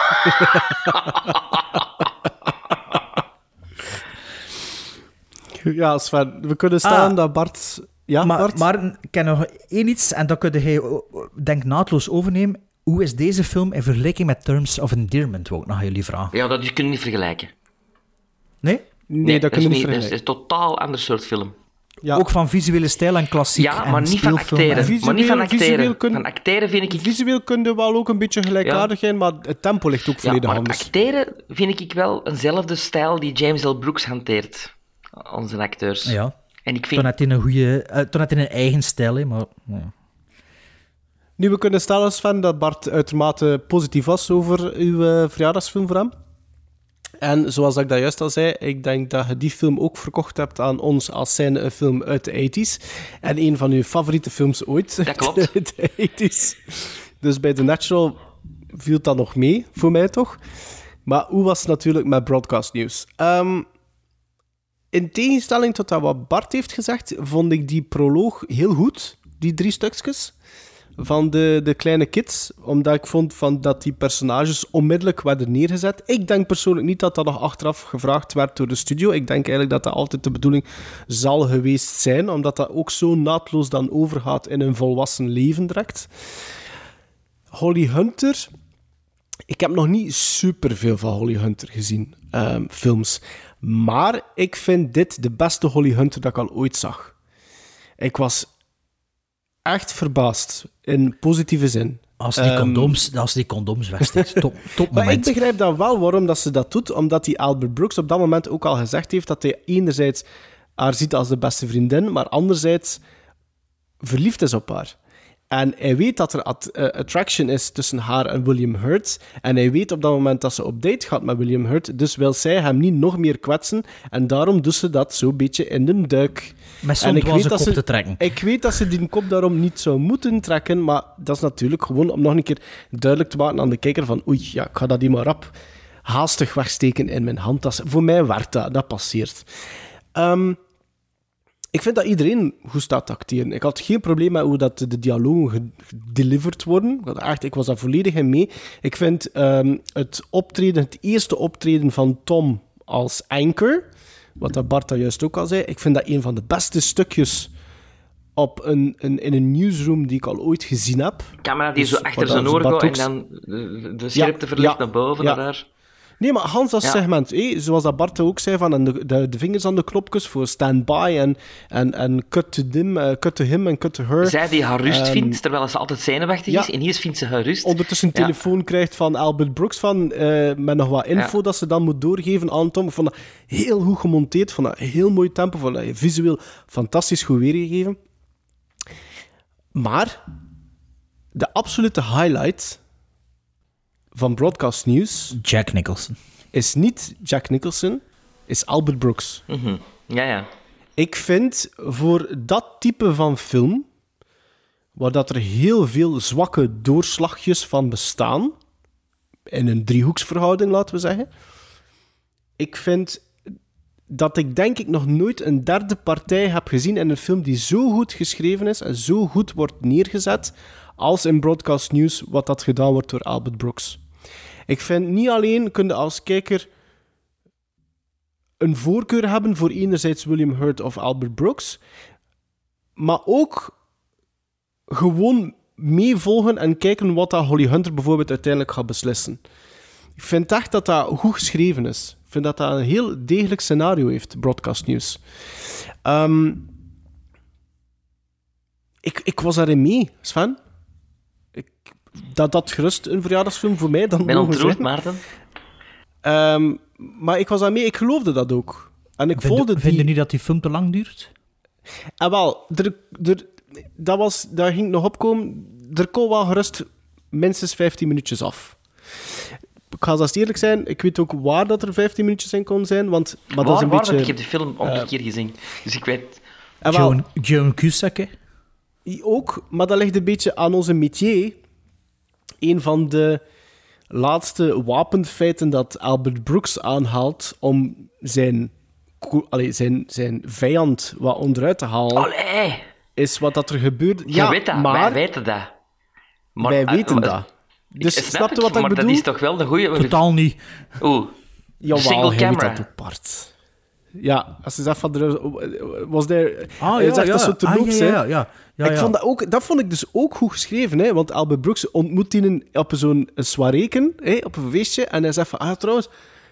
Ja, Sven, we kunnen staan ah, dat Bart... Ja, maar, Bart? Maar ik ken nog één iets, en dat kun je, denk naadloos overnemen. Hoe is deze film in vergelijking met Terms of Endearment, wou ik nog aan jullie vragen. Ja, dat je kunt niet vergelijken. Nee? Nee, nee dat kun je niet vergelijken. Dat is een totaal ander soort film. Ja. Ook van visuele stijl en klassiek. Ja, en maar niet van acteren. Visueel, maar niet van acteren. Kun, van acteren vind ik... Visueel kun je wel ook een beetje gelijkaardig zijn, ja. maar het tempo ligt ook volledig ja, maar anders. acteren vind ik wel eenzelfde stijl die James L. Brooks hanteert. Onze acteurs. Ja. En ik vind... Toen had hij een goede... Uh, toen had hij een eigen stijl, hè, maar... Ja. Nu, we kunnen stellen, Sven, dat Bart uitermate positief was over uw uh, verjaardagsfilm voor hem. En zoals ik dat juist al zei, ik denk dat je die film ook verkocht hebt aan ons als zijn een film uit de tachtiger jaren. En een van uw favoriete films ooit. Dat klopt. Uit de tachtiger jaren. Dus bij The Natural viel dat nog mee, voor mij toch. Maar hoe was het natuurlijk met Broadcast News? Um, in tegenstelling tot dat wat Bart heeft gezegd, vond ik die proloog heel goed, die drie stukjes van de, de kleine kids, omdat ik vond van dat die personages onmiddellijk werden neergezet. Ik denk persoonlijk niet dat dat nog achteraf gevraagd werd door de studio. Ik denk eigenlijk dat dat altijd de bedoeling zal geweest zijn, omdat dat ook zo naadloos dan overgaat in een volwassen leven direct. Holly Hunter... Ik heb nog niet superveel van Holly Hunter gezien, um, films. Maar ik vind dit de beste Holly Hunter dat ik al ooit zag. Ik was echt verbaasd, in positieve zin. Als die condooms, um, als die condooms wegsteekt, top, top maar moment. ik begrijp dan wel waarom dat ze dat doet, omdat die Albert Brooks op dat moment ook al gezegd heeft dat hij enerzijds haar ziet als de beste vriendin, maar anderzijds verliefd is op haar. En hij weet dat er at- uh, attraction is tussen haar en William Hurt. En hij weet op dat moment dat ze op date gaat met William Hurt. Dus wil zij hem niet nog meer kwetsen. En daarom doet ze dat zo'n beetje in de duik. Met zo'n dwaze kop ze, te trekken. Ik weet dat ze die kop daarom niet zou moeten trekken. Maar dat is natuurlijk gewoon om nog een keer duidelijk te maken aan de kijker van oei, ja, ik ga dat hier maar rap haastig wegsteken in mijn handtas. Voor mij werkt dat. Dat passeert. Um, Ik vind dat iedereen goed staat te acteren. Ik had geen probleem met hoe dat de dialogen gedeliverd worden. Echt, ik was daar volledig in mee. Ik vind um, het optreden, het eerste optreden van Tom als anchor, wat dat Bart daar juist ook al zei, ik vind dat een van de beste stukjes op een, een, in een newsroom die ik al ooit gezien heb. Camera die dus, zo achter zijn oor gaat en dan de, de scherpte ja, verlicht ja, naar boven, ja. naar daar. Nee, maar Hans als ja. segment, hé, zoals dat Bart ook zei, van de, de, de vingers aan de knopjes voor stand-by en, en, en cut to him, uh, cut to him en cut to her. Zij die haar rust um, vindt, terwijl ze altijd zenuwachtig ja. is, en hier vindt ze haar rust. Ondertussen een ja. telefoon krijgt van Albert Brooks van, uh, met nog wat info ja. dat ze dan moet doorgeven aan Tom. Ik vond dat heel goed gemonteerd, vond dat heel mooi tempo, vond dat visueel fantastisch goed weergegeven. Maar de absolute highlight van Broadcast News... Jack Nicholson. Is niet Jack Nicholson, is Albert Brooks. Mm-hmm. Ja, ja. Ik vind voor dat type van film, waar dat er heel veel zwakke doorslagjes van bestaan, in een driehoeksverhouding, laten we zeggen, ik vind dat ik denk ik nog nooit een derde partij heb gezien in een film die zo goed geschreven is en zo goed wordt neergezet als in Broadcast News, wat dat gedaan wordt door Albert Brooks. Ik vind niet alleen kun je als kijker een voorkeur hebben voor enerzijds William Hurt of Albert Brooks, maar ook gewoon meevolgen en kijken wat dat Holly Hunter bijvoorbeeld uiteindelijk gaat beslissen. Ik vind echt dat dat goed geschreven is. Ik vind dat dat een heel degelijk scenario heeft, Broadcast News. Um, ik, ik was daarin mee, Sven. Ik, dat dat gerust een verjaardagsfilm voor mij dan ben ontroerd, Maarten. Um, maar ik was daarmee, ik geloofde dat ook. En ik vind, volgde die... Vind je niet dat die film te lang duurt? En wel, er, er, dat was, daar ging ik nog opkomen. Er kon wel gerust minstens vijftien minuutjes af. Ik ga zelfs eerlijk zijn, ik weet ook waar dat er vijftien minuutjes in kon zijn, want... Maar waar, dat is een waar beetje, ik heb de film al uh, een keer gezien, dus ik weet... Joan, Joan Cusack, hè? Ook, maar dat ligt een beetje aan onze métier. Een van de laatste wapenfeiten dat Albert Brooks aanhaalt om zijn, allee, zijn, zijn vijand wat onderuit te halen, Allee. is wat dat er gebeurt. Je ja, weet dat, maar... wij weten dat. Maar, Wij weten uh, dat. Dus ik snap snap je het, wat ik maar bedoel? dat is toch wel de goeie... Totaal niet. Oeh, Jawel, single hij camera. weet dat ook, Bart. Ja, als je zegt van... Er, was er... Ah, hij ja, zegt ja. dat zo terloops, ah, ja, hè. ja, ja. ja, ik ja. Vond dat, ook, dat vond ik dus ook goed geschreven, hè, want Albert Brooks ontmoet die op zo'n soireken, hè, op een feestje, en hij zegt van, ah, trouwens,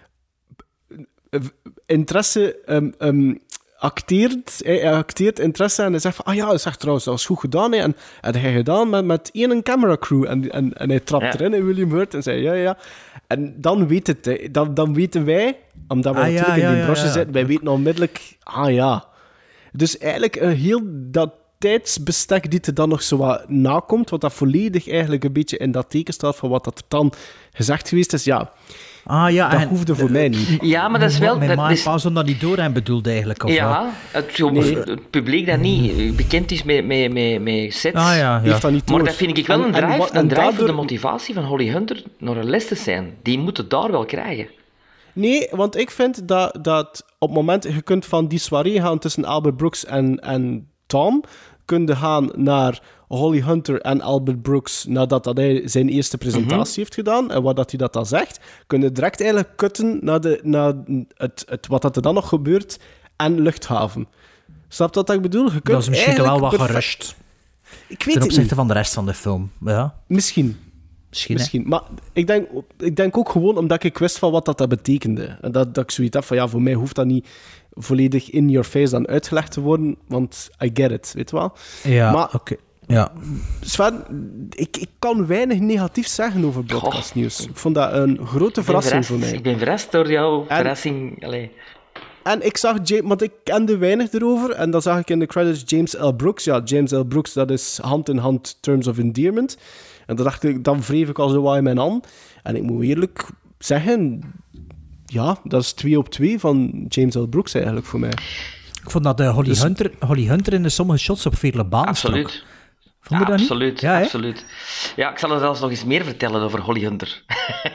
interesse um, um, acteert, hè, hij acteert interesse, en hij zegt van, ah ja, hij zegt trouwens, dat was goed gedaan, hè, en dat heb hij gedaan met, met één camera crew, en, en, en hij trapt Ja. erin, en William Hurt, en zei, ja, ja, en dan weet het, hè, dan, dan weten wij, omdat we Ah, ja, natuurlijk in ja, die ja, brosje ja. zitten, wij weten onmiddellijk, ah ja. Dus eigenlijk een heel dat tijdsbestek die er dan nog zo wat nakomt, wat dat volledig eigenlijk een beetje in dat teken staat van wat dat er dan gezegd geweest is, ja, Ah, ja dat en- hoefde voor mij niet. Ja, maar dat is wel... Mijn Dat ma en is, pa zouden dat niet door hem bedoeld eigenlijk, of wat? ja, het, zo- Nee. het publiek dat niet bekend is met, met, met, met sets... Ah, ja, ja. Heeft dat niet Maar door. dat vind ik wel En- een en drive, wat- en een drive voor daardoor- de motivatie van Holly Hunter naar een les te zijn. Die moet het daar wel krijgen. Nee, want ik vind dat, dat op het moment je kunt van die soirée gaan tussen Albert Brooks en, en Tom, kun je gaan naar Holly Hunter en Albert Brooks nadat dat hij zijn eerste presentatie Mhm. heeft gedaan en wat dat hij dat dan zegt, kun je direct eigenlijk kutten naar, de, naar het, het, wat dat er dan nog gebeurt en luchthaven. Snap je wat ik bedoel? Je kunt Dat is misschien wel eigenlijk wat perfect- gerust. Ik weet Ten het niet. opzichte van de rest van de film. Ja, Misschien. misschien. hè. Misschien. Maar ik denk, ik denk ook gewoon omdat ik wist van wat dat, dat betekende. En dat, dat ik zoiets heb van, ja, voor mij hoeft dat niet volledig in your face dan uitgelegd te worden, want I get it, weet je wel. Ja, Maar oké. Ja. Sven, ik, ik kan weinig negatief zeggen over Broadcast News. Ik vond dat een grote Ik ben verrassing verrast, voor mij. ik ben verrast door jouw En- verrassing. Allee. En ik zag, James, want ik kende weinig erover, en dan zag ik in de credits James L. Brooks. Ja, James L. Brooks, dat is hand in hand Terms of Endearment. En dan dacht ik, dan wreef ik al zo wat in mijn hand. En ik moet eerlijk zeggen, ja, dat is twee op twee van James L. Brooks eigenlijk voor mij. Ik vond dat uh, Holly, Dus- Hunter, Holly Hunter in de sommige shots op vele banen Absoluut. trok. Vond je dat niet? absoluut, Ja, hè? absoluut. Ja, ik zal er zelfs nog eens meer vertellen over Holly Hunter.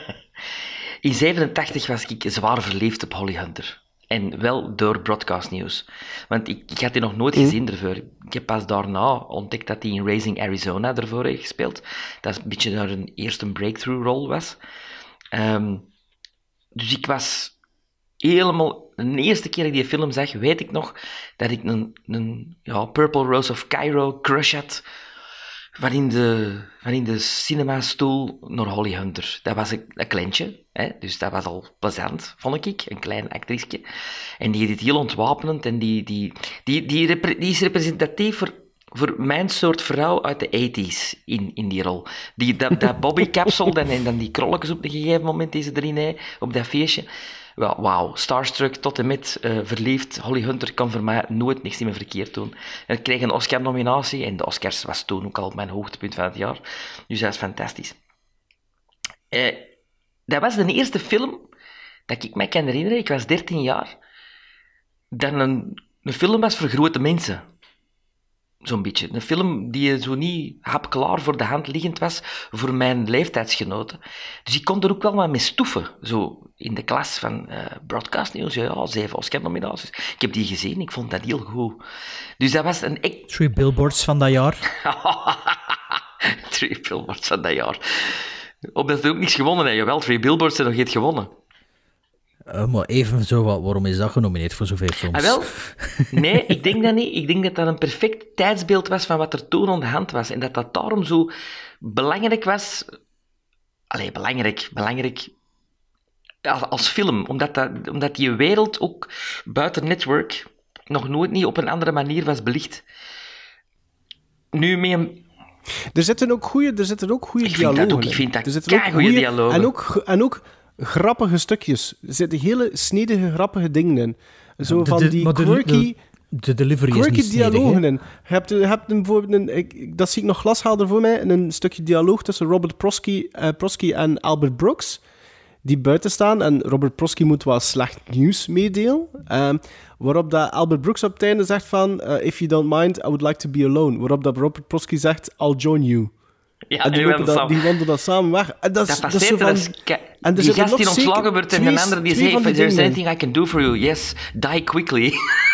In zevenentachtig was ik zwaar verliefd op Holly Hunter. En wel door Broadcast News. Want ik, ik had die nog nooit gezien ervoor. Ik heb pas daarna ontdekt dat hij in Raising Arizona ervoor heeft gespeeld. Dat is een beetje naar een eerste breakthrough-rol was. Ehm, dus ik was helemaal... De eerste keer dat ik die film zag, weet ik nog dat ik een, een ja, Purple Rose of Cairo crush had van in de, van in de cinemastoel naar Holly Hunter. Dat was een, een kleintje, hè? Dus dat was al plezant, vond ik, een klein actriesje. En die deed heel ontwapenend en die, die, die, die, repre- die is representatief voor, voor mijn soort vrouw uit de tachtig in, in die rol. Die, dat, dat bobby-capsule en, en dan die krolletjes op een gegeven moment die ze erin heeft, op dat feestje. Wel, wauw, starstruck tot en met uh, verliefd. Holly Hunter kan voor mij nooit niks meer verkeerd doen. En ik kreeg een Oscar-nominatie en de Oscars was toen ook al mijn hoogtepunt van het jaar. Dus dat is fantastisch. Uh, dat was de eerste film dat ik mij kan herinneren, ik was dertien jaar, dat een, een film was voor grote mensen. Zo'n beetje. Een film die zo niet hapklaar voor de hand liggend was voor mijn leeftijdsgenoten. Dus ik kon er ook wel wat mee stoeven. Zo in de klas van uh, Broadcast News. Ja, ja, zeven Oscar-nominaties. Ik heb die gezien, ik vond dat heel goed. Dus dat was een... Ik... Three billboards van dat jaar. Three billboards van dat jaar. Omdat ze ook niks gewonnen hebben. Jawel, Three billboards hebben nog niet gewonnen. Uh, maar even zo, wat, waarom is dat genomineerd voor zoveel films? Ah, wel? Nee, ik denk dat niet. Ik denk dat dat een perfect tijdsbeeld was van wat er toen aan de hand was. En dat dat daarom zo belangrijk was... Allee, belangrijk, belangrijk... Als, als film. Omdat, dat, omdat die wereld ook buiten Network nog nooit niet op een andere manier was belicht. Nu met een... Er zitten ook goede, er zitten ook goede dialogen dat ook, in. ik vind dat Er zitten ook keigoeie goeie- dialogen. En ook, en ook grappige stukjes. Er zitten hele snedige, grappige dingen in. Zo De- van de- die maar de- quirky... De, de delivery is quirky niet snedig, dialogen hè? in. Je hebt, je hebt een, bijvoorbeeld een, ik, dat zie ik nog glashelder voor mij, in een stukje dialoog tussen Robert Prosky, uh, Prosky en Albert Brooks, die buiten staan. En Robert Prosky moet wel slecht nieuws meedelen. Um, waarop dat Albert Brooks op het einde zegt van, uh, if you don't mind, I would like to be alone. Waarop dat Robert Prosky zegt, I'll join you. Ja, en die, en lopen dat, die wandelen dat samen weg. En dat, is- Dat dat is zo passeert, van... dat is ke- en er die zitten gast die nog ontslagen zeker wordt en twee- een andere die twee zegt, van if die there's dingen in. anything I can do for you, yes, die quickly.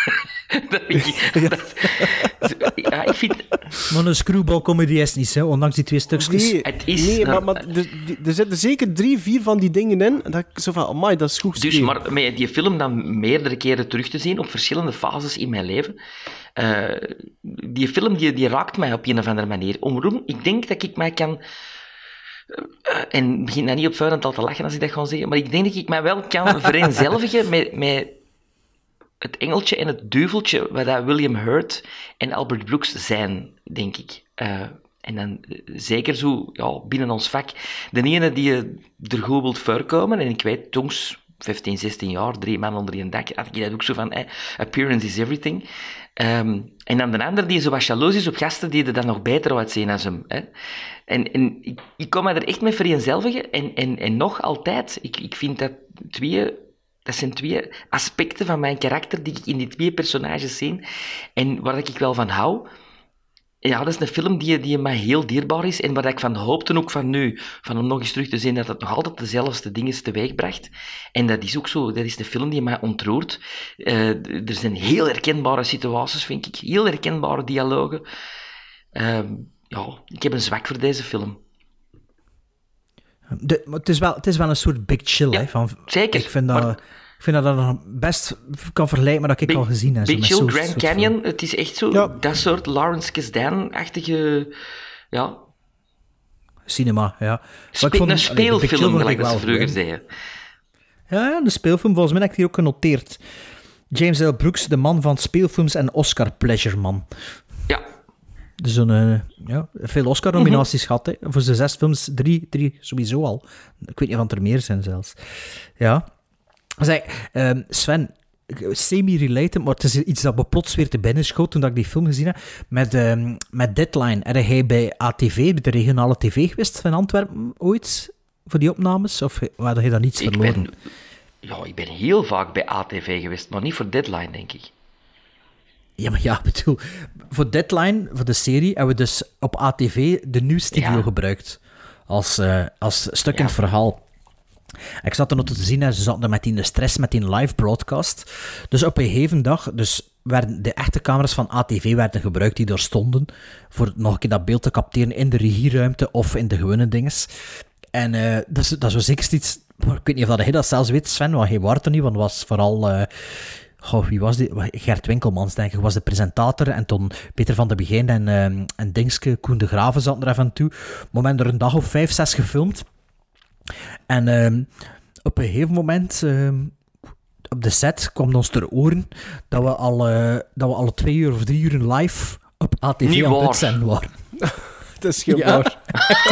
dat ik, dat, ja, ik vind... Maar een screwball-comedy is niet, hè, ondanks die twee stukjes. Nee, het is, nee nou, maar, maar er, er zitten zeker drie, vier van die dingen in. En dat ik zo van, amai, dat is goed Dus, geschreven. maar met die film dan meerdere keren terug te zien, op verschillende fases in mijn leven, uh, die film die, die raakt mij op een of andere manier. Omroem, ik denk dat ik mij kan... Uh, en begin dan niet op vuilental te lachen als ik dat ga zeggen, maar ik denk dat ik mij wel kan vereenzelvigen met... met het engeltje en het duveltje, wat dat William Hurt en Albert Brooks zijn, denk ik. Uh, en dan zeker zo ja, binnen ons vak. De ene die je er goed wilt voorkomen, en ik weet, toen, vijftien, zestien jaar, drie man onder een dak, had ik dat ook zo van, eh, appearance is everything. Um, en dan de ander die zo wat jaloers is op gasten die er dan nog beter uitzien als hem. Hè. En, en ik, ik kom me er echt mee vereenzelvigen. En, en, en nog altijd, ik, ik vind dat twee... Dat zijn twee aspecten van mijn karakter die ik in die twee personages zie. En waar ik wel van hou. Ja, dat is een film die, die mij heel dierbaar is. En waar ik van hoopte ook van nu. Van om nog eens terug te zien dat het nog altijd dezelfde dingen teweegbracht. En dat is ook zo. Dat is de film die mij ontroert. Uh, er zijn heel herkenbare situaties, vind ik. Heel herkenbare dialogen. Uh, ja, ik heb een zwak voor deze film. De, maar het, is wel, het is wel een soort big chill. Ja, hè, van, zeker. Ik vind dat, maar, ik vind dat dat nog best kan vergelijken met dat ik big, al gezien heb. Big zo, Chill, zo, Grand Canyon, van. Het is echt zo, ja. Dat soort Lawrence Kasdan-achtige, ja... Cinema, ja. Spe- vond, een speelfilm, allee, gelijk dat ze vroeger zeiden. Ja, een speelfilm, volgens mij heb ik hier ook genoteerd. James L. Brooks, de man van speelfilms en Oscar Pleasure Man. Ja. Zo'n, uh, ja, veel Oscar-nominaties mm-hmm. gehad, hè. Voor zijn zes films, drie, drie sowieso al. Ik weet niet of er meer zijn zelfs. Ja. Zeg, uh, Sven, semi-related, maar het is iets dat me plots weer te binnen schoot toen ik die film gezien heb. Met, uh, met Deadline. Er hij bij A T V, bij de regionale tv geweest van Antwerpen ooit, voor die opnames? Of had hij dan niets ik verloren? Ben, ja, ik ben heel vaak bij A T V geweest, maar niet voor Deadline, denk ik. Ja, maar ja, bedoel, voor Deadline, voor de serie, hebben we dus op A T V de nieuwsstudio ja. gebruikt. Als, uh, als stuk ja. in het verhaal. Ik zat er nog te zien en ze zaten er met die stress met die live broadcast. Dus op een gegeven dag, dus werden de echte camera's van A T V werden gebruikt die er stonden, voor nog een keer dat beeld te capteren in de regieruimte of in de gewone dinges. En uh, dat, is, dat is zeker iets, ik weet niet of hij dat zelfs weet, Sven, want hij was er niet, want het was vooral... Uh, Goh, wie was die? Gert Winkelmans, denk ik, was de presentator. En toen Peter van de Begijn en, uh, en Dingske, Koen de Graven zaten er even aan toe. Maar we hebben er een dag of vijf, zes gefilmd. En uh, op een gegeven moment, uh, op de set, kwam ons ter oren dat we al, uh, dat we alle twee uur of drie uur live op A T V niet aan het waar. uitzenden waren. Dat is geen ja. waar.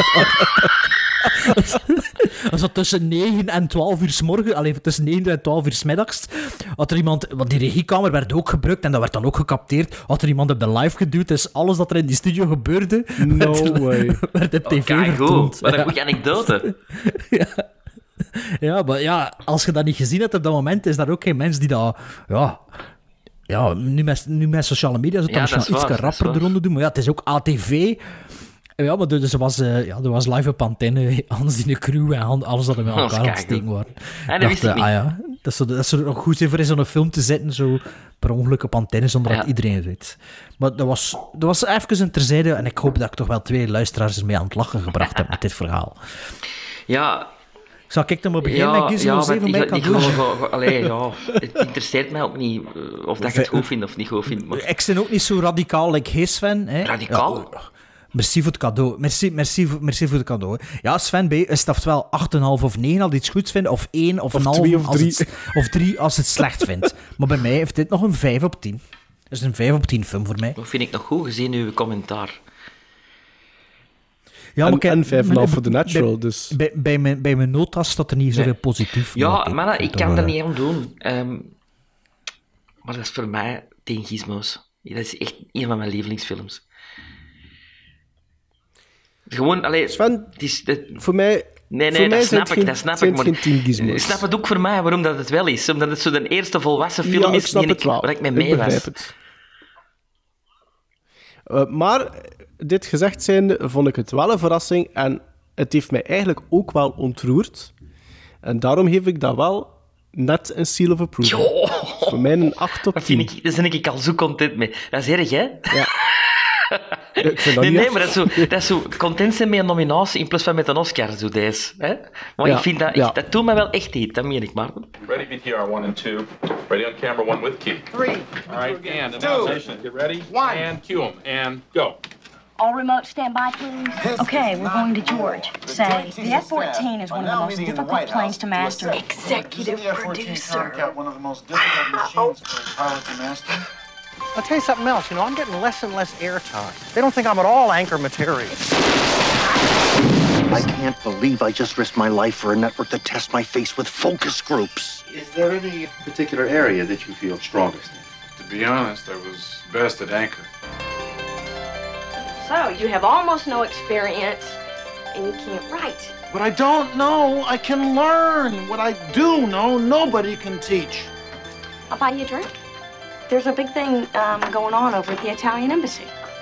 Als dat tussen negen en twaalf uur 's morgen, alleen tussen negen en twaalf uur 's middags, had er iemand, want die regiekamer werd ook gebruikt en dat werd dan ook gecapteerd, had er iemand op de live geduwd, dus alles dat er in die studio gebeurde, no werd, way. werd op tv oh, vertoond. Wat een ja. goede anekdote. ja. ja, maar ja, als je dat niet gezien hebt op dat moment, is daar ook geen mens die dat... Ja, ja nu, met, nu met sociale media zou het ja, dan misschien iets rapper eronder doen, maar ja, het is ook A T V... Ja, maar dus er was, uh, ja, er was live op antenne, Hans die de crew en alles dat er met elkaar aan het steken waren. Ja, dat dacht, wist ik niet. Ah, ja, dat zou, dat zou nog goed zijn voor in zo'n film te zitten, zo per ongeluk op antenne, zonder ja. dat iedereen het weet. Maar dat was, dat was even een terzijde en ik hoop dat ik toch wel twee luisteraars mee aan het lachen gebracht heb met dit verhaal. Ja... Zal ik dan maar beginnen ja, met Gizmo ja, zeven mij kan doen? Allee, ja, het interesseert mij ook niet uh, of dat ik het goed vind of niet goed vind. Maar... Ik ben ook niet zo radicaal like hij, Sven. Hè. Radicaal? Ja, merci voor het cadeau. Merci, merci, merci voor het cadeau. Ja, Sven B. is het wel acht komma vijf of negen als hij iets goeds vindt, of één of, of een half of als drie. Het, of drie als het slecht vindt. Maar bij mij heeft dit nog een vijf op tien. Dat is een vijf op tien film voor mij. Dat vind ik nog goed gezien uw commentaar. Ja, en, en vijf komma vijf voor The Natural, bij, dus... Bij, bij, mijn, bij mijn notas staat er niet zoveel nee. positief. Ja, maar maar ik, ik kan er uh... niet aan doen. Um, maar dat is voor mij tegen Gizmo's. Dat is echt een van mijn lievelingsfilms. Gewoon, allee... Sven, het is, het... voor mij... Nee, nee, voor dat mij snap ik, geen, dat snap ik. Maar ik snap het ook voor mij waarom dat het wel is. Omdat het zo de eerste volwassen film ja, is die ik, waar ik mee mee ik was. Het. Uh, maar, dit gezegd zijnde, vond ik het wel een verrassing en het heeft mij eigenlijk ook wel ontroerd. En daarom geef ik dat wel net een seal of approval. Jo. Voor mij een acht op Dat, tien. vind ik, daar ben ik al zo content mee. Dat is erg, hè? Ja. Ik vind dat nee, niet nee, echt. maar dat is, zo, dat is zo content zijn met een nominatie in plaats van met een Oscar, zo deze. Hè? Maar Ja, ik vind dat, ja. ik, dat doet mij wel echt niet, dat meen ik, Maarten. Ready, V T R one and two. Ready on camera one with key. Three. All right, and announcement. Get ready. One. And cue 'em. And go. All remote standby, please. Okay, we're going to George. Say, the F fourteen is one of the most difficult planes to master. Executive producer. One of the most difficult machines for a pilot to master. I'll tell you something else. You know, I'm getting less and less airtime. They don't think I'm at all anchor material. I can't believe I just risked my life for a network that tests my face with focus groups. Is there any particular area that you feel strongest in? To be honest, I was best at anchor. So, you have almost no experience, and you can't write. What I don't know, I can learn. What I do know, nobody can teach. I'll buy you a drink. There's a big thing um, going on over at the Italian embassy.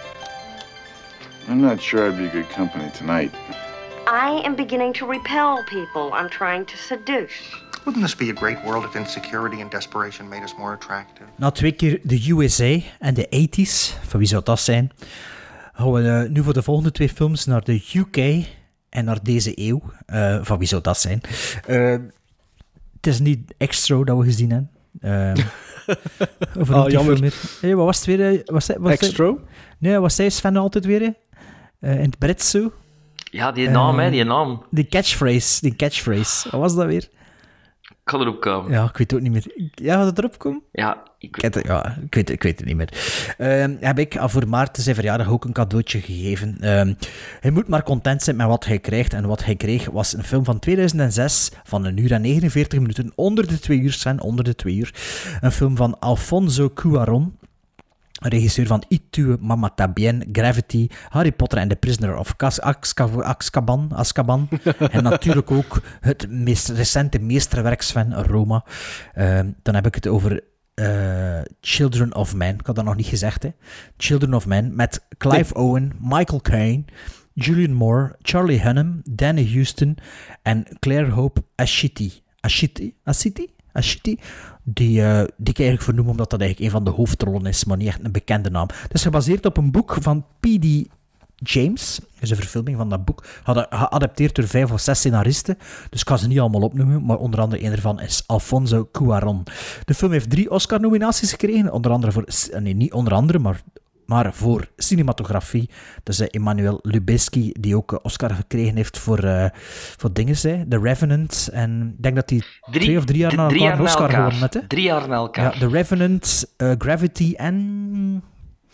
I'm not sure I'd be good company tonight. I am beginning to repel people I'm trying to seduce. Wouldn't this be a great world if insecurity and desperation made us more attractive? Na twee keer de U S A en de tachtiger, van wie zou dat zijn, gaan we uh, nu voor de volgende twee films naar de U K en naar deze eeuw. Uh, van wie zou dat zijn? Uh, het is niet Extra dat we gezien hebben. Uh, oh, jammer. Meer. Hey, wat was het weer? Was het, was Extra? Het, nee, wat zei Sven altijd weer? Uh, in het Brits zo? Ja, die naam, uh, hè, die naam. Die catchphrase, die catchphrase. Wat was dat weer? Ik kan erop komen. Ja, ik weet het ook niet meer. Ja, gaat het erop komen? Ja, ik weet het. Ja, ik weet, ik weet het niet meer. Uh, heb ik al voor Maarten zijn verjaardag ook een cadeautje gegeven. Uh, hij moet maar content zijn met wat hij krijgt. En wat hij kreeg was een film van tweeduizend zes van een uur en negenenveertig minuten. Onder de twee uur, Sven, onder de twee uur. Een film van Alfonso Cuarón. Regisseur van Y tu mamá también, Gravity, Harry Potter en The Prisoner of Azkaban, Azkaban. En natuurlijk ook het meest recente meesterwerk Sven, Roma. Uh, dan heb ik het over uh, Children of Men. Ik had dat nog niet gezegd, hè. Children of Men met Clive nee. Owen, Michael Caine, Julianne Moore, Charlie Hunnam, Danny Huston en Claire Hope Ashiti. Ashiti? Ashiti? Ashiti, die, uh, die ik eigenlijk vernoem omdat dat eigenlijk een van de hoofdrollen is, maar niet echt een bekende naam. Het is gebaseerd op een boek van P D James. Dat is een verfilming van dat boek, geadapteerd door vijf of zes scenaristen. Dus ik ga ze niet allemaal opnoemen, maar onder andere een ervan is Alfonso Cuarón. De film heeft drie Oscar-nominaties gekregen, onder andere voor... Nee, niet onder andere, maar... Maar voor cinematografie, dus uh, Emmanuel Lubezki, die ook uh, Oscar gekregen heeft voor, uh, voor dingen, hè, The Revenant. En ik denk dat hij drie, twee of drie jaar na elkaar jaar een Oscar gewonnen heeft. Hè? Drie jaar na elkaar. Ja, The Revenant, uh, Gravity en...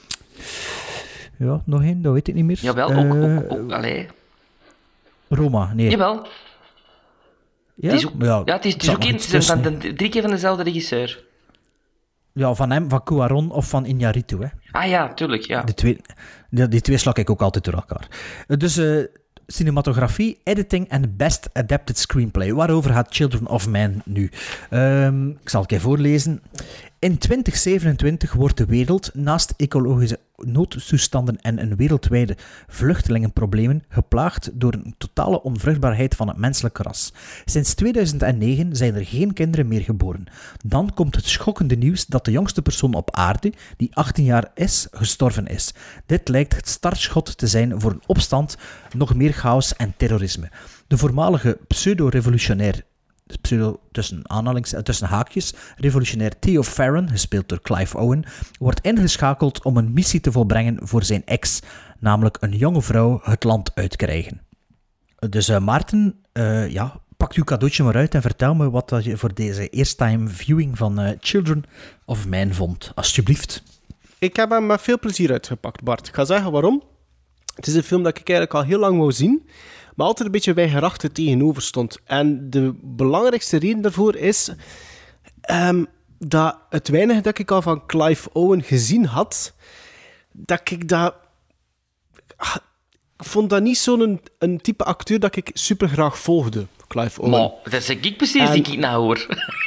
Ja, nog één, dat weet ik niet meer. Jawel, uh, ook, ook, ook, allee. Roma, nee. Jawel. Ja, het is ook, ja, ja, het is, het is ook in, het van de, drie keer van dezelfde regisseur. Ja, van hem, van Cuarón of van Iñárritu, hè. Ah ja, tuurlijk, ja. Die twee, die, die twee sla ik ook altijd door elkaar. Dus uh, cinematografie, editing en best adapted screenplay. Waarover gaat Children of Men nu? Um, ik zal het even voorlezen. In twintig zevenentwintig wordt de wereld, naast ecologische noodtoestanden en een wereldwijde vluchtelingenproblemen, geplaagd door een totale onvruchtbaarheid van het menselijke ras. Sinds tweeduizend negen zijn er geen kinderen meer geboren. Dan komt het schokkende nieuws dat de jongste persoon op aarde, die achttien jaar is, gestorven is. Dit lijkt het startschot te zijn voor een opstand, nog meer chaos en terrorisme. De voormalige pseudo-revolutionair pseudo tussen, aanhalings, tussen haakjes, revolutionair Theo Farron, gespeeld door Clive Owen, wordt ingeschakeld om een missie te volbrengen voor zijn ex, namelijk een jonge vrouw het land uitkrijgen. Dus uh, Maarten, uh, ja, pak uw cadeautje maar uit en vertel me wat je voor deze eerst-time viewing van uh, Children of Men vond, alsjeblieft. Ik heb hem met veel plezier uitgepakt, Bart. Ik ga zeggen waarom. Het is een film dat ik eigenlijk al heel lang wou zien, maar altijd een beetje bij gedachten tegenover stond. En de belangrijkste reden daarvoor is um, dat het weinige dat ik al van Clive Owen gezien had, dat ik dat... Ik vond dat niet zo'n een type acteur dat ik super graag volgde, Clive Owen. Maar dat zeg ik precies en... die ik nou hoor.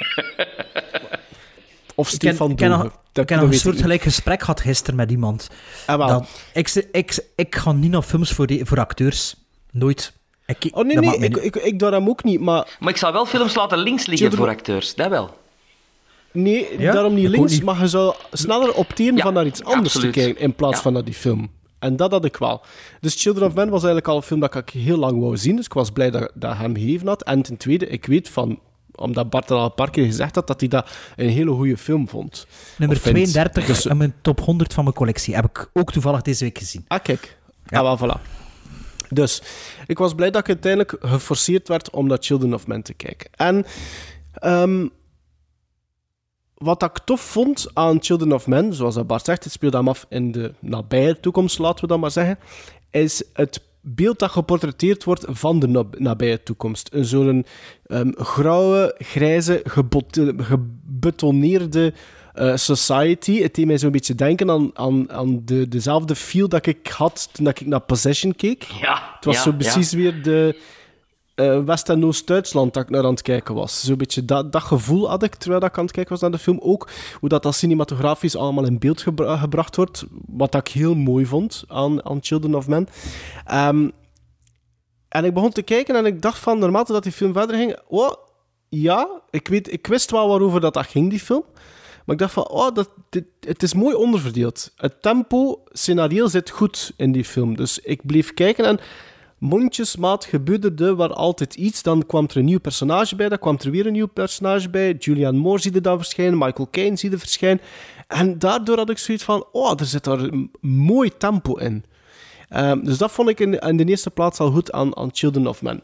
Of Stefan Dogen. Ik heb nog een soortgelijk gesprek gehad gisteren met iemand. Ah, dat, ik, ik, ik ga niet naar films voor, die, voor acteurs. Nooit. Ik, oh nee, nee, ik, ik, ik doe hem ook niet, maar... Maar ik zou wel films laten links liggen Children... voor acteurs, dat wel. Nee, ja? daarom niet ik links, niet. Maar je zou sneller opteren ja, van naar iets anders absoluut. te kijken, in plaats ja. van naar die film. En dat had ik wel. Dus Children of Men was eigenlijk al een film dat ik heel lang wou zien, dus ik was blij dat, dat hij hem gegeven had. En ten tweede, ik weet van... Omdat Bart er al een paar keer gezegd had, dat hij dat een hele goede film vond. Nummer tweeëndertig dus... in mijn top honderd van mijn collectie. Heb ik ook toevallig deze week gezien. Ah, kijk. Ja, ah, wel, voilà. Dus, ik was blij dat ik uiteindelijk geforceerd werd om dat Children of Men te kijken. En um, wat ik tof vond aan Children of Men, zoals Bart zegt, het speelt hem af in de nabije toekomst, laten we dat maar zeggen, is het beeld dat geportretteerd wordt van de nabije toekomst. Een zo'n um, grauwe, grijze, gebot- gebetoneerde uh, society. Het deed mij zo'n beetje denken aan, aan, aan de, dezelfde feel dat ik had toen ik naar Possession keek. Ja, het was ja, zo precies ja. weer de uh, West- en Oost-Duitsland dat ik naar aan het kijken was. Zo'n beetje dat, dat gevoel had ik terwijl ik aan het kijken was naar de film. Ook hoe dat, dat cinematografisch allemaal in beeld gebra- gebracht wordt. Wat ik heel mooi vond aan, aan Children of Men. Um, En ik begon te kijken en ik dacht van, naarmate dat die film verder ging... Oh, ja, ik, weet, ik wist wel waarover dat, dat ging, die film. Maar ik dacht van, oh, dat, dit, het is mooi onderverdeeld. Het tempo, scenario zit goed in die film. Dus ik bleef kijken en mondjesmaat gebeurde er waar altijd iets. Dan kwam er een nieuw personage bij, dan kwam er weer een nieuw personage bij. Julianne Moore zie je daar verschijnen, Michael Caine zie je verschijnen. En daardoor had ik zoiets van, oh, er zit daar een mooi tempo in. Um, dus dat vond ik in, in de eerste plaats al goed aan, aan Children of Men.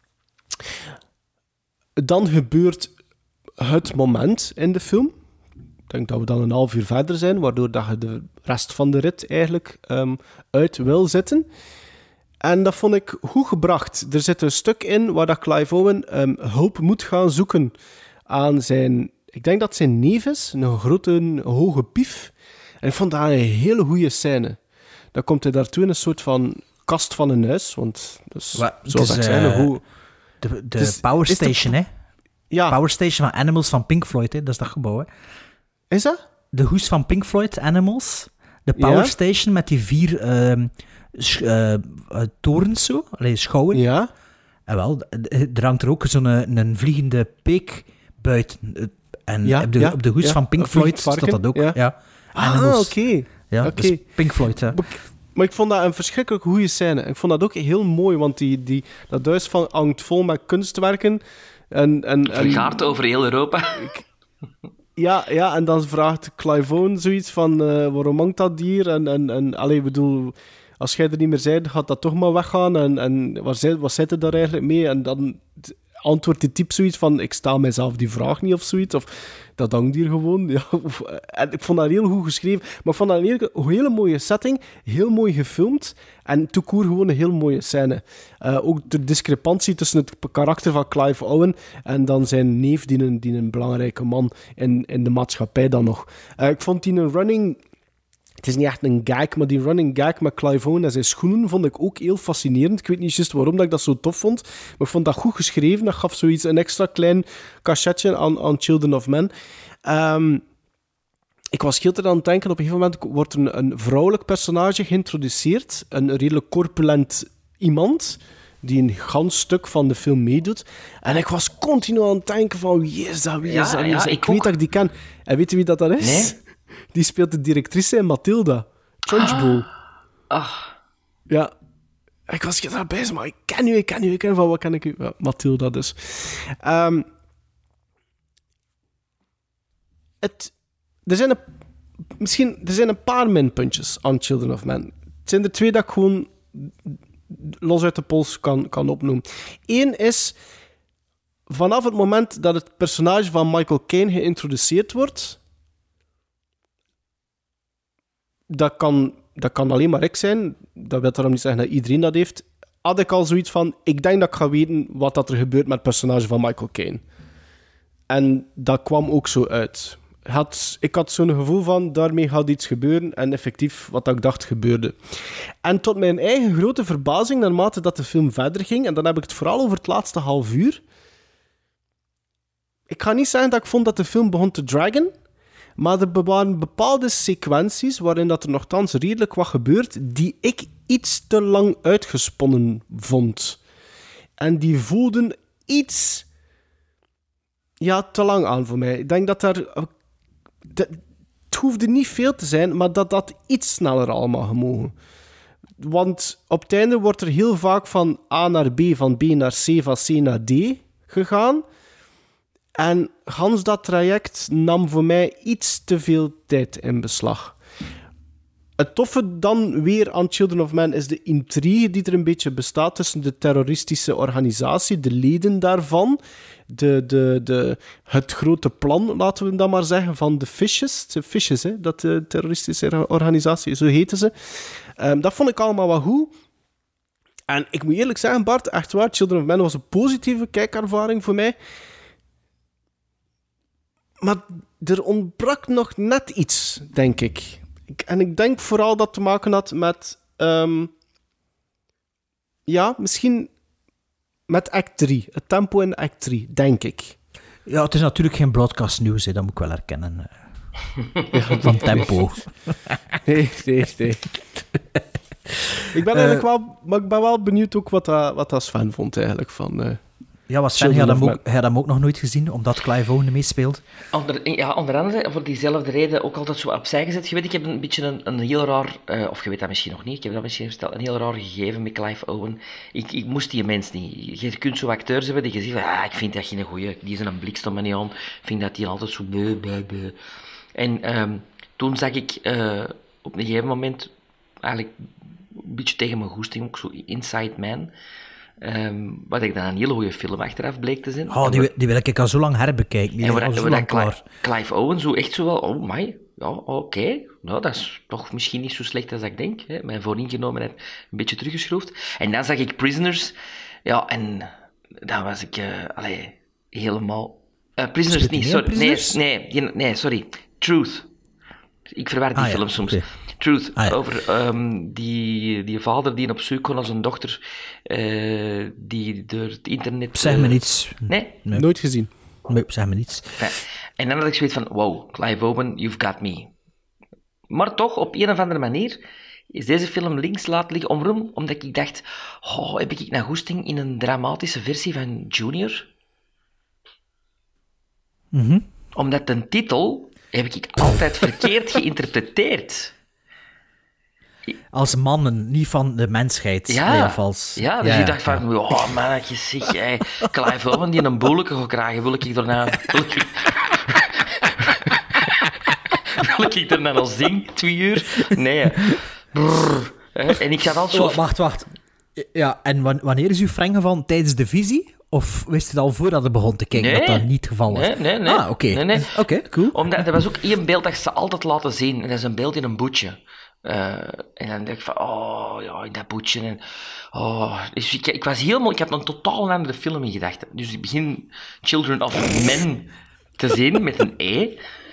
Dan gebeurt het moment in de film. Ik denk dat we dan een half uur verder zijn, waardoor dat je de rest van de rit eigenlijk um, uit wil zetten. En dat vond ik goed gebracht. Er zit een stuk in waar dat Clive Owen um, hulp moet gaan zoeken aan zijn... Ik denk dat zijn neef is, een grote, hoge pief. En ik vond dat een hele goede scène. Dan komt hij daartoe in een soort van kast van een huis. Want, dus, Wat, zoals dus, ik zei, uh, hoe... De, de dus, Power Station, de, hè? Ja. Power Station van Animals van Pink Floyd, hè? Dat is dat gebouw, hè? Is dat? De hoes van Pink Floyd, Animals. De Power ja? Station met die vier uh, sch- uh, torens zo. Allee, schouwen. Ja. En wel, er hangt er ook zo'n een vliegende peek buiten. En ja, op, de, ja, op de hoes ja. van Pink Floyd staat dat ook. Ja. Ja. Ah, oké. Okay. Ja, okay. dus Pink Floyd, hè. Maar ik vond dat een verschrikkelijk goede scène. Ik vond dat ook heel mooi, want die, die, dat huis van hangt vol met kunstwerken. En, en, en, vergaart over heel Europa. Ik, ja, ja, en dan vraagt Clive Owen zoiets van, uh, waarom hangt dat hier? En, en, en allee, bedoel, als jij er niet meer bent, gaat dat toch maar weggaan. En, en wat, zit, wat zit er daar eigenlijk mee? En dan antwoordt die type zoiets van, ik stel mijzelf die vraag niet of zoiets. Of dat hangt hier gewoon. Ja, en ik vond dat heel goed geschreven. Maar ik vond dat een hele, hele mooie setting. Heel mooi gefilmd. En tout court gewoon een heel mooie scène. Uh, ook de discrepantie tussen het karakter van Clive Owen en dan zijn neef, die een, die een belangrijke man in, in de maatschappij dan nog. Uh, ik vond die een running... Het is niet echt een gag, maar die running gag met Clive Owen en zijn schoenen vond ik ook heel fascinerend. Ik weet niet juist waarom dat ik dat zo tof vond, maar ik vond dat goed geschreven. Dat gaf zoiets, een extra klein cachetje aan, aan Children of Men. Um, ik was heel te aan het denken, op een gegeven moment wordt een, een vrouwelijk personage geïntroduceerd. Een redelijk corpulent iemand, die een gans stuk van de film meedoet. En ik was continu aan het denken van, wie is dat, wie is dat, wie is dat? Ja, Ik, ik weet dat ik die ken. En weet je wie dat, dat is? Nee? Die speelt de directrice in Matilda. Trunchbull. Ah. Ja. Ik was daarbij, maar ik ken u, ik ken u, ik ken u. Van wat ken ik u? Ja, Matilda dus. Um, het, er zijn een, misschien, er zijn een paar minpuntjes aan Children of Men. Het zijn er twee dat ik gewoon los uit de pols kan, kan opnoemen. Eén is, vanaf het moment dat het personage van Michael Caine geïntroduceerd wordt... Dat kan, dat kan alleen maar ik zijn. Dat wil daarom niet zeggen dat iedereen dat heeft. Had ik al zoiets van... Ik denk dat ik ga weten wat dat er gebeurt met het personage van Michael Caine. En dat kwam ook zo uit. Had, ik had zo'n gevoel van... Daarmee gaat iets gebeuren. En effectief, wat ik dacht, gebeurde. En tot mijn eigen grote verbazing... Naarmate dat de film verder ging... En dan heb ik het vooral over het laatste half uur... Ik ga niet zeggen dat ik vond dat de film begon te dragen... Maar er waren bepaalde sequenties waarin dat er nogthans redelijk wat gebeurt, die ik iets te lang uitgesponnen vond. En die voelden iets... Ja, te lang aan voor mij. Ik denk dat daar... Dat, het hoefde niet veel te zijn, maar dat dat iets sneller allemaal gemogen. Want op het einde wordt er heel vaak van A naar B, van B naar C, van C naar D gegaan. En gans dat traject nam voor mij iets te veel tijd in beslag. Het toffe dan weer aan Children of Men is de intrigue die er een beetje bestaat tussen de terroristische organisatie, de leden daarvan, de, de, de, het grote plan, laten we dan maar zeggen, van de Fishes. De Fishes, hè, dat de terroristische organisatie, zo heten ze. Um, dat vond ik allemaal wel goed. En ik moet eerlijk zeggen, Bart, echt waar, Children of Men was een positieve kijkervaring voor mij. Maar er ontbrak nog net iets, denk ik. ik en ik denk vooral dat te maken had met... Um, ja, misschien met act drie. Het tempo in act drie, denk ik. Ja, het is natuurlijk geen broadcast nieuws, hè, dat moet ik wel herkennen. Ja, van tempo. Nee, nee, nee. Ik ben eigenlijk uh, wel... Maar ik ben wel benieuwd ook wat, dat, wat dat Sven vond, eigenlijk, van... Uh, Ja, wat Sven, hij had, hem ook, hij had hem ook nog nooit gezien, omdat Clive Owen meespeelt. Onder, ja, onder andere, voor diezelfde reden, ook altijd zo opzij gezet. Je weet, ik heb een beetje een, een heel raar... Uh, of je weet dat misschien nog niet, ik heb dat misschien verteld. Een heel raar gegeven met Clive Owen. Ik, ik moest die mens niet. Je kunt zo acteurs hebben die je zegt, ah, ik vind dat geen goeie. Die is een blikstom niet aan. Ik vind dat die altijd zo... Bleh, bleh, bleh. En um, toen zag ik uh, op een gegeven moment... Eigenlijk een beetje tegen mijn goesting, ook zo Inside Man... Um, wat ik dan een hele goede film achteraf bleek te zijn. Oh, die, die wil ik al zo lang herbekijken. Die en al zo lang Clive, Clive Owen zo echt zo wel... Oh my, ja, oké. Okay. Nou, dat is toch misschien niet zo slecht als ik denk. Hè. Mijn vooringenomenheid een beetje teruggeschroefd. En dan zag ik Prisoners. Ja, en dan was ik... Uh, allee, helemaal... Uh, Prisoners niet, sorry. Prisoners? Nee, nee, nee, sorry. Truth. Ik verwar die ah, film ja, soms. Okay. Truth, ah, ja. over um, die, die vader die op zoek kon naar zijn dochter, uh, die door het internet... Uh... Zeg me niets. Nee? nee? Nooit gezien. Nee, zeg me niets. Ja. En dan had ik zoiets van, wow, Clive Owen, you've got me. Maar toch, op een of andere manier, is deze film links laten liggen. Waarom? Omdat ik dacht, oh, heb ik nou goesting in een dramatische versie van Junior? Mm-hmm. Omdat de titel heb ik altijd verkeerd geïnterpreteerd. Als mannen, niet van de mensheid. Ja, of als... ja dus ja, ik dacht ja. van, oh mannetjes, zeg jij, Clive Owen die een boeleke gaat krijgen, wil ik daarna... Wil ik, wil ik daarna nog zing, twee uur? Nee. Brrr. En ik zat al zo... Oh, wacht, wacht. Ja, en wanneer is uw frank gevallen? Tijdens de visie? Of wist je het al voordat het begon te kijken nee. dat dat niet het geval was? Nee, nee, nee. Ah, oké. Okay. Nee, nee. Oké, okay, cool. Omdat er was ook één beeld dat ze altijd laten zien. En dat is een beeld in een boetje. Uh, en dan dacht ik van, oh, ja, in dat boetje. En, oh. Dus ik, ik was helemaal... Ik had een totaal andere film in gedachten. Dus ik begin Children of Men te zien met een E.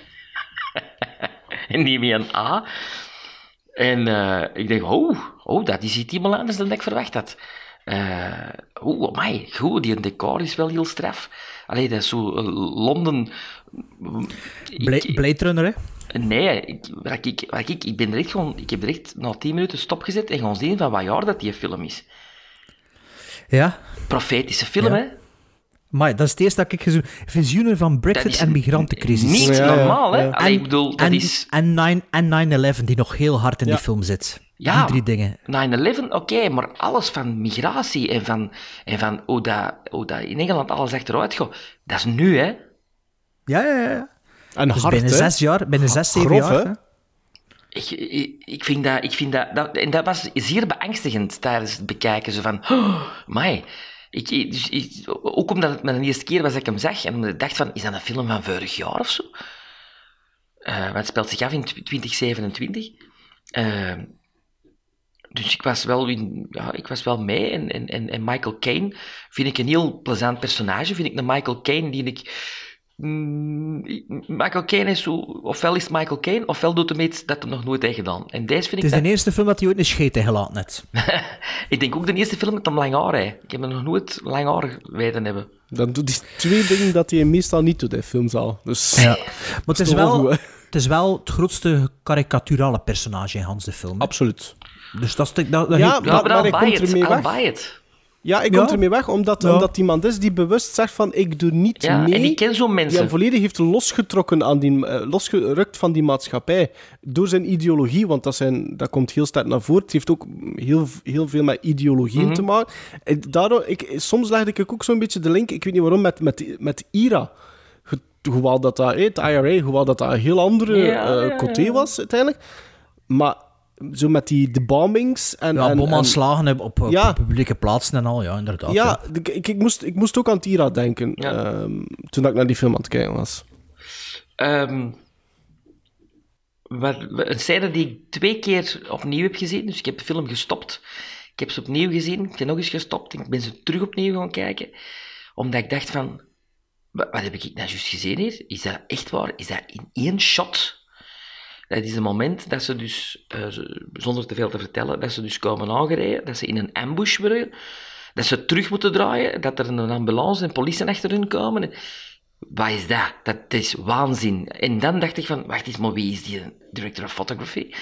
en niet met een A. En uh, ik dacht, oh, oh, dat is iets helemaal anders dan ik verwacht had. Uh, Oeh, oh my, goed, die decor is wel heel straf. Allee, dat is zo uh, Londen... Blade, Blade Runner, hè? Nee, ik, wat ik, wat ik, ik ben er echt gewoon... Ik heb er echt na tien minuten stopgezet en gewoon zien van wat jaar dat die film is. Ja? Profetische film, ja. Hè? Maar dat is het eerste dat ik gezien heb. Visioenen van Brexit en migrantencrisis. Niet ja, normaal, hè? Ja. Allee, ik bedoel, dat en, is... En nine eleven, die nog heel hard in ja. die film zit. Ja, die drie dingen. nine eleven, oké, okay, maar alles van migratie en van, en van hoe, dat, hoe dat in Engeland alles achteruit gaat, dat is nu, hè? Ja, ja, ja. En dus hard, binnen hè? zes jaar, binnen zes, zeven Grof, jaar. Hè? Ik, ik, ik vind dat... Ik vind dat, dat en dat was zeer beangstigend tijdens het bekijken. Zo van, oh, my. Ik, dus, ik, ook omdat het mijn eerste keer was dat ik hem zag en ik dacht van, is dat een film van vorig jaar of zo? Uh, want het speelt zich af in twintig zevenentwintig. Uh, dus ik was wel, in, ja, ik was wel mee. En, en, en Michael Caine vind ik een heel plezant personage. Vind ik een Michael Caine die ik... Mm, Michael Caine is zo... Ofwel is Michael Caine, ofwel doet hij iets dat hij nog nooit heeft gedaan. En deze vind ik... Het is dat... de eerste film dat hij ooit een scheet heeft gelaten net. Ik denk ook de eerste film met hem lang haar. Hè. Ik heb hem nog nooit lang haar weten hebben. Dan doet hij twee dingen dat hij meestal niet doet in films al. Dus... Ja. Maar het is, wel, het is wel het grootste karikaturale personage in Hans de film. Absoluut. Dus dat is... Dat, dat ja, heeft, maar, ja, maar maar I'll buy it. I'll buy it. Ja, ik Ja. kom ermee weg, omdat, Ja. omdat iemand is die bewust zegt van ik doe niet Ja, mee. en ik ken zo'n mensen. Die hem volledig heeft losgetrokken aan die, uh, losgerukt van die maatschappij. Door zijn ideologie, want dat, zijn, dat komt heel sterk naar voren. Het heeft ook heel, heel veel met ideologieën Mhm. te maken. En daardoor, ik, soms legde ik ook zo'n beetje de link, ik weet niet waarom, met, met, met IRA. Ge- Hoewel dat, dat eh, het I R A, hoewel dat, dat een heel andere Ja, uh, ja, coté ja. was uiteindelijk. Maar zo met die de bombings en... Ja, en, bomaanslagen op, op, op Ja. publieke plaatsen en al, ja, inderdaad. Ja, ik, ik, ik moest, ik moest ook aan Tira denken Ja. ehm, toen ik naar die film aan het kijken was. Ehm, waar, een scène die ik twee keer opnieuw heb gezien. Dus ik heb de film gestopt. Ik heb ze opnieuw gezien. Ik heb nog eens gestopt. Ik ben ze terug opnieuw gaan kijken. Omdat ik dacht van... Wat, wat heb ik nou juist gezien hier? Is dat echt waar? Is dat in één shot? Dat is een moment dat ze dus, uh, zonder te veel te vertellen, dat ze dus komen aangereden, dat ze in een ambush worden, dat ze terug moeten draaien, dat er een ambulance en politie achter hun komen. Wat is dat? Dat is waanzin. En dan dacht ik van, wacht eens, maar wie is die director of photography?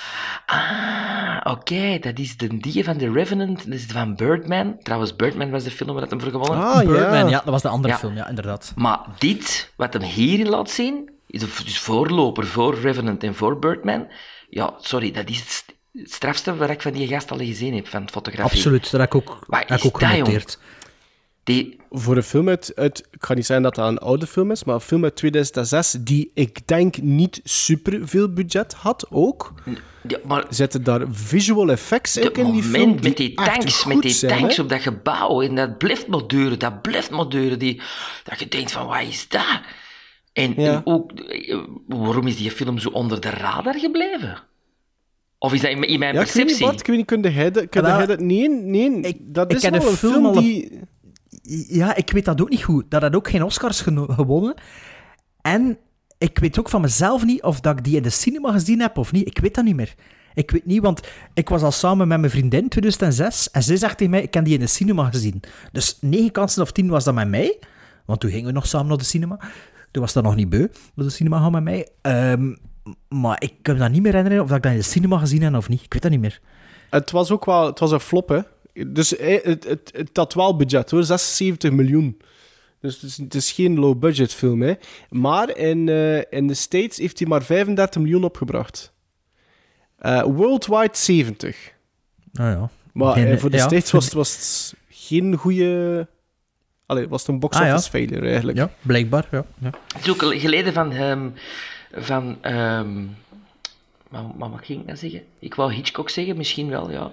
Ah, oké, okay, dat is de die van The Revenant, dat is van Birdman. Trouwens, Birdman was de film waar dat hem voor gewonnen. Ah, Birdman, ja. ja, dat was de andere Ja. film, ja, inderdaad. Maar dit, wat hem hierin laat zien, is een dus voorloper voor Revenant en voor Birdman. Ja, sorry, dat is het st- het strafste wat ik van die gast al gezien heb, van fotografie. Absoluut, dat heb ik ook, Wat heb is ik ook dat, genoteerd. Die, Voor een film uit, uit... Ik ga niet zeggen dat dat een oude film is, maar een film uit tweeduizend zes die, ik denk, niet super veel budget had, ook. die, maar Zitten daar visual effects het ook in die moment film met die echt tanks, goed met die zijn, tanks hè? op dat gebouw, en dat blijft maar duren, dat blijft maar duren, die, dat je denkt van, wat is dat? En, Ja. en ook, eh, waarom is die film zo onder de radar gebleven? Of is dat in, in mijn Ja, ik weet niet, perceptie? Bart, ik weet niet, kun jij dat... Kun Ja, jij dat nee, nee, ik- dat ik is ken wel de een film film al een- die... Ja, ik weet dat ook niet goed. Dat had ook geen Oscars geno- gewonnen. En ik weet ook van mezelf niet of dat ik die in de cinema gezien heb of niet. Ik weet dat niet meer. Ik weet niet, want ik was al samen met mijn vriendin in tweeduizend zes en zij zegt tegen mij, ik heb die in de cinema gezien. Dus negen kansen of tien was dat met mij, want toen gingen we nog samen naar de cinema. Toen was dat nog niet beu, naar de cinema gaan met mij. Ehm, maar ik kan me dat niet meer herinneren of dat ik dat in de cinema gezien heb of niet. Ik weet dat niet meer. Het was ook wel... Het was een flop, hè. Dus eh, het, het, het had wel budget, hoor. zesenzeventig miljoen. Dus het is, het is geen low-budget film, hè. Maar in, eh, in de States heeft hij maar vijfendertig miljoen opgebracht. Uh, worldwide zeventig. Nou ja. Maar Geen- eh, voor de ja. States was het, was het geen goede... Allee, was het een box Ah, ja. office failure, eigenlijk. Ja, blijkbaar, ja. ja. Het is ook geleden van... ehm van ehm maar, maar wat ging ik nou zeggen? Ik wou Hitchcock zeggen, misschien wel, ja.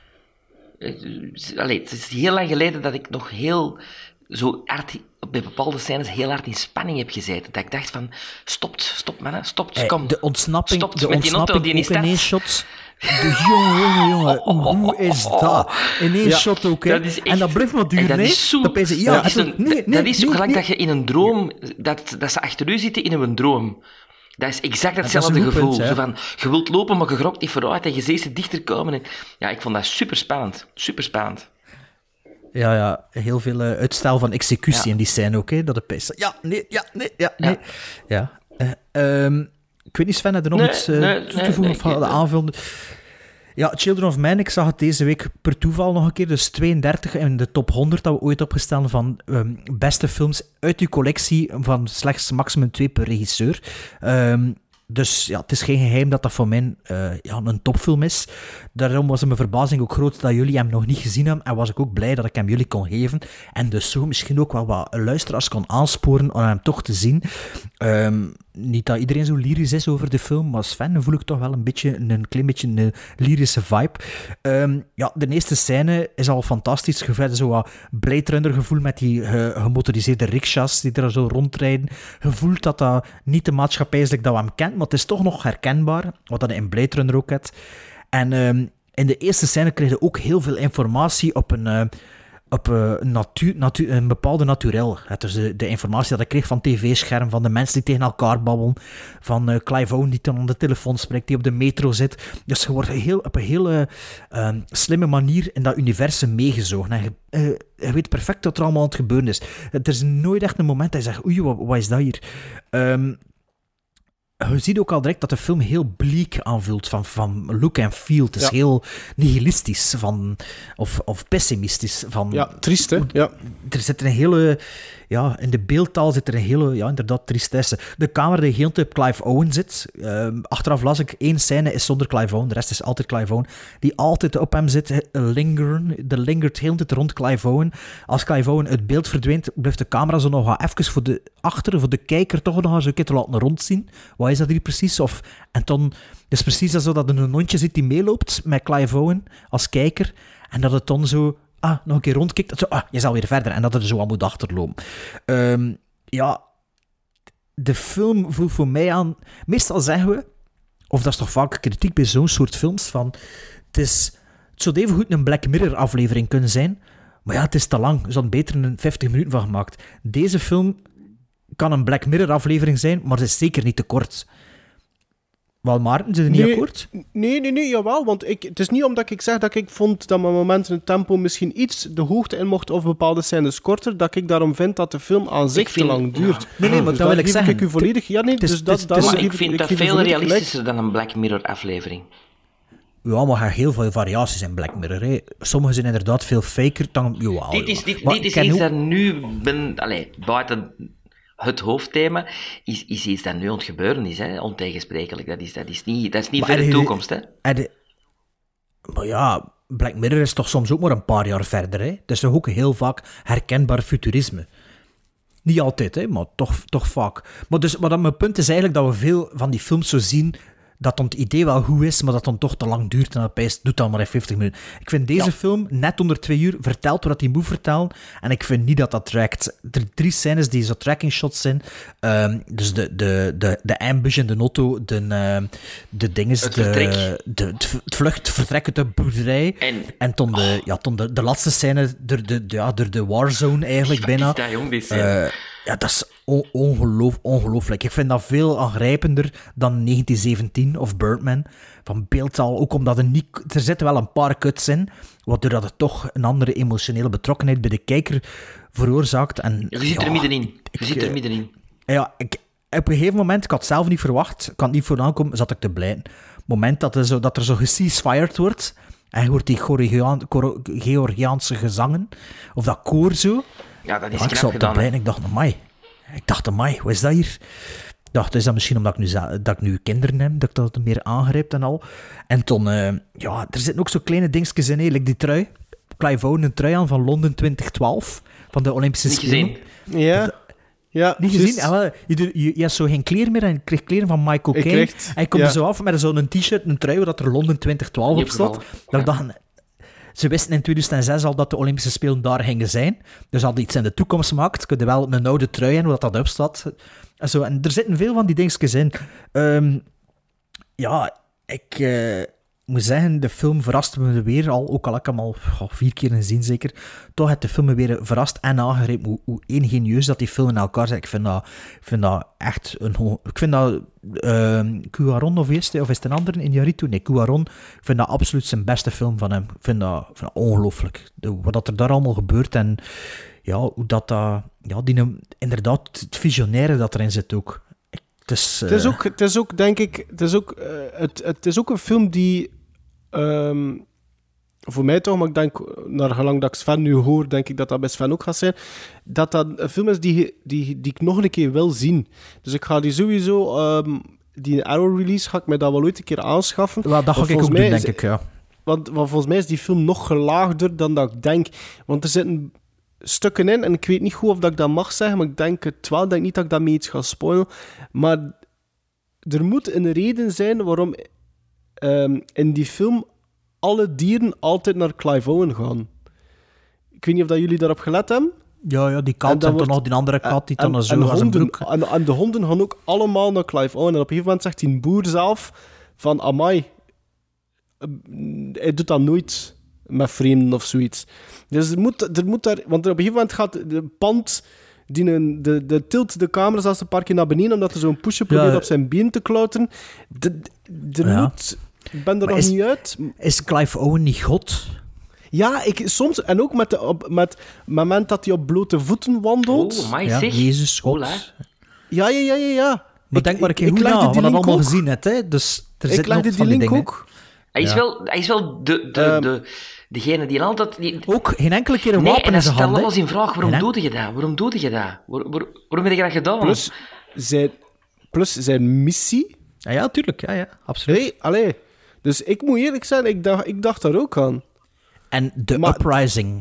Eh, Allee, het is heel lang geleden dat ik nog heel... Zo hard, bij bepaalde scènes heel hard in spanning heb gezeten. Dat ik dacht van, stopt, stop mannen, stopt, Hey, kom. de ontsnapping, Stopt de met die auto ontsnapping die niet ook in één start. shot. De jongen, jongen, jongen. Hoe is dat? In één Ja, shot ook, hè. dat is echt- En dat blijft maar duren, en dat hè. is zo- Dat ben je- ja, dat is, en een, toen- nee, dat- nee, dat is nee, gelijk nee. dat je in een droom... Dat, dat ze achter u zitten in een droom. Dat is exact dat is hetzelfde een goed gevoel. punt, hè. Zo van, je wilt lopen, maar je grokt niet vooruit en je ziet ze dichter komen. En, ja, ik vond dat super spannend. Super spannend. Ja, ja. Heel veel uh, uitstel van executie Ja. in die scène ook, hè. Dat de pijs... Ja, nee, ja, nee, ja, nee. Ja. Uh, um, ik weet niet, Sven, heb je nog Nee, iets uh, nee, toe te nee, voegen nee, of van ik- de aanvullende... Ja, Children of Man, ik zag het deze week per toeval nog een keer, dus tweeëndertig in de top honderd dat we ooit opgesteld van um, beste films uit uw collectie van slechts maximum twee per regisseur. Um, dus ja, het is geen geheim dat dat voor mij uh, ja, een topfilm is. Daarom was mijn verbazing ook groot dat jullie hem nog niet gezien hebben en was ik ook blij dat ik hem jullie kon geven. En dus zo misschien ook wel wat luisteraars kon aansporen om hem toch te zien. Um, niet dat iedereen zo lyrisch is over de film, maar Sven, dan voel ik toch wel een beetje een klein beetje een lyrische vibe. Um, ja, de eerste scène is al fantastisch. Je hebt zo wat Blade Runner gevoel met die uh, gemotoriseerde rickshaws die er zo rondrijden. Je voelt dat dat niet de maatschappij is dat we hem kent, maar het is toch nog herkenbaar, wat dat in Blade Runner ook hebt. En um, in de eerste scène krijg je ook heel veel informatie op een... Uh, op uh, natuur, natuur, een bepaalde naturel. Dus de, de informatie dat ik kreeg van tv-scherm, van de mensen die tegen elkaar babbelen, van uh, Clive Owen die dan aan de telefoon spreekt, die op de metro zit. Dus je wordt heel, op een hele uh, slimme manier in dat universum meegezogen. En je, uh, je weet perfect wat er allemaal aan het gebeuren is. Er is nooit echt een moment dat je zegt, oei, wat, wat is dat hier? Um, je ziet ook al direct dat de film heel bleek aanvoelt van, van look en feel. Het is ja. heel nihilistisch van, of, of pessimistisch. Van, ja, triest, hè? Ja. Er zit een hele... Ja, in de beeldtaal zit er een hele... Ja, inderdaad, tristesse. De camera die heel op Clive Owen zit. Uh, achteraf las ik, één scène is zonder Clive Owen. De rest is altijd Clive Owen. Die altijd op hem zit. Lingeren. De lingert heel de tijd rond Clive Owen. Als Clive Owen uit beeld verdwijnt, blijft de camera zo nog even voor de achter, voor de kijker toch nog eens een keer te laten rondzien. Wat is dat hier precies? Of, en dan... Het is precies zo dat er een hondje zit die meeloopt met Clive Owen als kijker. En dat het dan zo... Ah, nog een keer rondkijkt. Dat zo, ah, je zal weer verder. En dat er zo aan moet achterlopen. Um, ja, de film voelt voor mij aan... Meestal zeggen we, of dat is toch vaak kritiek bij zo'n soort films, van... Het is... Het zou even goed een Black Mirror aflevering kunnen zijn, maar ja, het is te lang. Er zou beter een vijftig minuten van gemaakt. Deze film kan een Black Mirror aflevering zijn, maar het is zeker niet te kort. Wel, Maarten, zit je niet nee, akkoord? Nee, nee, nee, jawel. Want ik, het is niet omdat ik zeg dat ik vond dat mijn momenten het tempo misschien iets de hoogte in mocht of bepaalde scènes korter, dat ik daarom vind dat de film aan zich vind, te lang duurt. Ja. Nee, nee, maar dus dat wil ik zeggen. Ik u volledig... Ja, nee, is, dus dat... Is, dat maar ik, ik vind ik, dat ik veel realistischer gelijk. dan een Black Mirror aflevering. Ja, maar er heel veel variaties in Black Mirror. Hè. Sommige zijn inderdaad veel faker dan... Jawel, dit is, dit, maar dit is iets hoe... dat nu... Ben, allez, buiten het hoofdthema is, is iets dat nu aan het gebeuren is, hè? Ontegensprekelijk. Dat is, dat is niet, dat is niet voor de toekomst. Hè? De, maar ja, Black Mirror is toch soms ook maar een paar jaar verder. Hè? Dat is toch ook heel vaak herkenbaar futurisme. Niet altijd, hè, maar toch, toch vaak. Maar, dus, maar dan mijn punt is eigenlijk dat we veel van die films zo zien dat dan het idee wel goed is, maar dat dan toch te lang duurt en dat opeens doet dan maar in vijftig minuten. Ik vind deze ja. film net onder twee uur vertelt wat hij moet vertellen en ik vind niet dat dat trackt. Er zijn drie scènes die zo tracking shots zijn. Um, dus de, de, de, de ambush in de auto, de, uh, de dinges, het de, vertrek. de, het vlucht, het vertrek uit de boerderij en, en toen de, oh. ja, toen de, de laatste scène door de, de, ja, door de warzone eigenlijk Wat bijna. Is dat, jong, die scène? Uh, Ja, dat is on- ongeloof, ongelooflijk. Ik vind dat veel aangrijpender dan negentien zeventien of Birdman. Van beeldtaal, ook omdat er niet... Er zitten wel een paar cuts in, waardoor dat het toch een andere emotionele betrokkenheid bij de kijker veroorzaakt. En, je zit ja, er middenin. Je ik, zit er middenin. Ja, ik, op een gegeven moment, ik had het zelf niet verwacht, ik kan het niet vooraan komen, zat ik te blijten. Op het moment dat er zo, dat er zo geceasfired wordt, en je hoort die Georgiaan, Georgiaanse gezangen, of dat koor zo... Ja, dat is ja, ik knap gedaan. Blij, ik dacht, amai. Ik dacht, amai, wat is dat hier? Ik dacht, is dat misschien omdat ik nu, dat ik nu kinderen heb, dat ik dat meer aangrijpt en al. En toen, uh, ja, er zitten ook zo kleine dingetjes in, like die trui. Clive Owen, een trui aan van Londen twintig twaalf, van de Olympische Niet Spelen. gezien. Ja. Dat, Ja, niet just... gezien? Ah, wel, je, je, je had zo geen kleren meer en je kreeg kleren van Michael Caine. En hij komt ja. er zo af met zo'n t-shirt, een trui, waar dat er Londen twintig twaalf op staat. Dat ik dacht... Ze wisten in tweeduizend zes al dat de Olympische Spelen daar gingen zijn. Dus hadden iets in de toekomst gemaakt. Ze kunnen wel een oude trui en hoe dat, dat opstaat. En, zo. En er zitten veel van die dingetjes in. Um, ja, ik uh, moet zeggen, de film verraste me weer al. Ook al heb ik hem al oh, vier keer gezien, zeker. Toch heeft de film me weer verrast en aangegrepen hoe, hoe ingenieus dat die film in elkaar zit. Ik vind dat, ik vind dat echt een... Ik vind dat... Uh, Cuarón of is het, of is het een andere? Iñárritu? Nee, Cuarón. Ik vind dat absoluut zijn beste film van hem. Ik vind dat, vind dat ongelooflijk. De, wat er daar allemaal gebeurt en ja, hoe dat... Uh, ja, die, inderdaad, het visionaire dat erin zit ook. Het is, uh... het is ook, het is ook denk ik... Het is ook, uh, het, het is ook een film die... Um, voor mij toch, maar ik denk, naar gelang dat ik Sven nu hoor, denk ik dat dat bij Sven ook gaat zijn, dat dat een film is die, die, die ik nog een keer wil zien. Dus ik ga die sowieso, um, die Arrow-release, ga ik mij dat wel ooit een keer aanschaffen. Well, dat ga ik ook doen, is, denk ik, ja. Want, want volgens mij is die film nog gelaagder dan dat ik denk. Want er zitten stukken in, en ik weet niet goed of dat ik dat mag zeggen, maar ik denk het wel, ik denk niet dat ik daarmee iets ga spoilen. Maar er moet een reden zijn waarom um, in die film alle dieren altijd naar Clive Owen gaan. Ik weet niet of dat jullie daarop gelet hebben. Ja, ja, die kat en, en wordt, dan nog die andere kat die en, dan zo en, als een broek. En, en de honden gaan ook allemaal naar Clive Owen. En op een gegeven moment zegt die boer zelf van, amai, hij doet dat nooit met vreemden of zoiets. Dus er moet, er moet daar... Want op een gegeven moment gaat de pand... Die een, de, de tilt de camera zelfs een paar keer naar beneden, omdat er zo'n pusher probeert ja, op zijn been te klauteren. Er ja. moet... Ik ben er maar nog is, niet uit. Is Clive Owen niet God? Ja, ik, soms... En ook met, de, op, met het moment dat hij op blote voeten wandelt. Oh, my ja, zeg. Jezus, God. Hola. Ja, ja, ja, ja, ja. Maar denk maar een keer ik goed na, legde wat die dat link allemaal ook. gezien hebt. Hè? Dus er Ik zit nog legde van die die link dingen. ook. Hij is Ja. wel, hij is wel de, de, Ehm. de, degene die altijd... Die... Ook geen enkele keer een Nee, wapen en in hij zijn stelt hand. alles hè. in vraag. Waarom Geen doe je dat? Waarom doe je dat? Waar, waar, waarom heb je dat gedaan? Plus zijn, plus zijn missie. Ja, ja, tuurlijk. Ja, ja, absoluut. Hey, allee. Dus ik moet eerlijk zijn, ik dacht, ik dacht daar ook aan. En de Maar- uprising.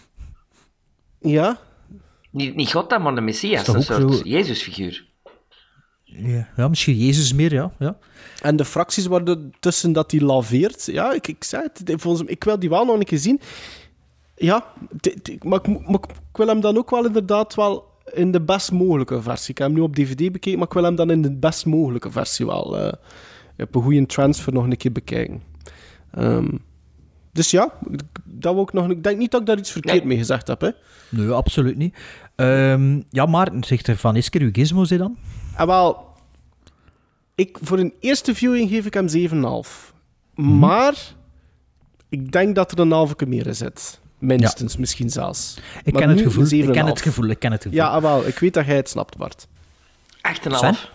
Ja? Niet, niet God dan, maar de Messias. Is toch Een ook soort zo- Jezusfiguur. Ja, ja, misschien Jezus meer, ja. ja. En de fracties waar er tussen dat die laveert. Ja, ik, ik zei het. Volgens mij, ik wil die wel nog een keer zien. Ja, t- t- maar, ik, mo- maar ik wil hem dan ook wel inderdaad wel in de best mogelijke versie. Ik heb hem nu op D V D bekeken, maar ik wil hem dan in de best mogelijke versie wel eh, op een goede transfer nog een keer bekijken. Ehm, dus ja, dat wil ik nog. Ik denk niet dat ik daar iets verkeerd mee gezegd heb. Hè. Nee, absoluut niet. Ehm, ja, Maarten, zegt er van Isker uw gizmo's hè, dan? En wel, ik, voor een eerste viewing geef ik hem zeven komma vijf. Maar ik denk dat er een halve meer in zit. Minstens, misschien zelfs. Ik Maar ken het nu gevoel. Ik zeven ken komma het vijf. gevoel. Ik ken het gevoel. Ja, ah, wel, ik weet dat jij het snapt, Bart. acht komma vijf.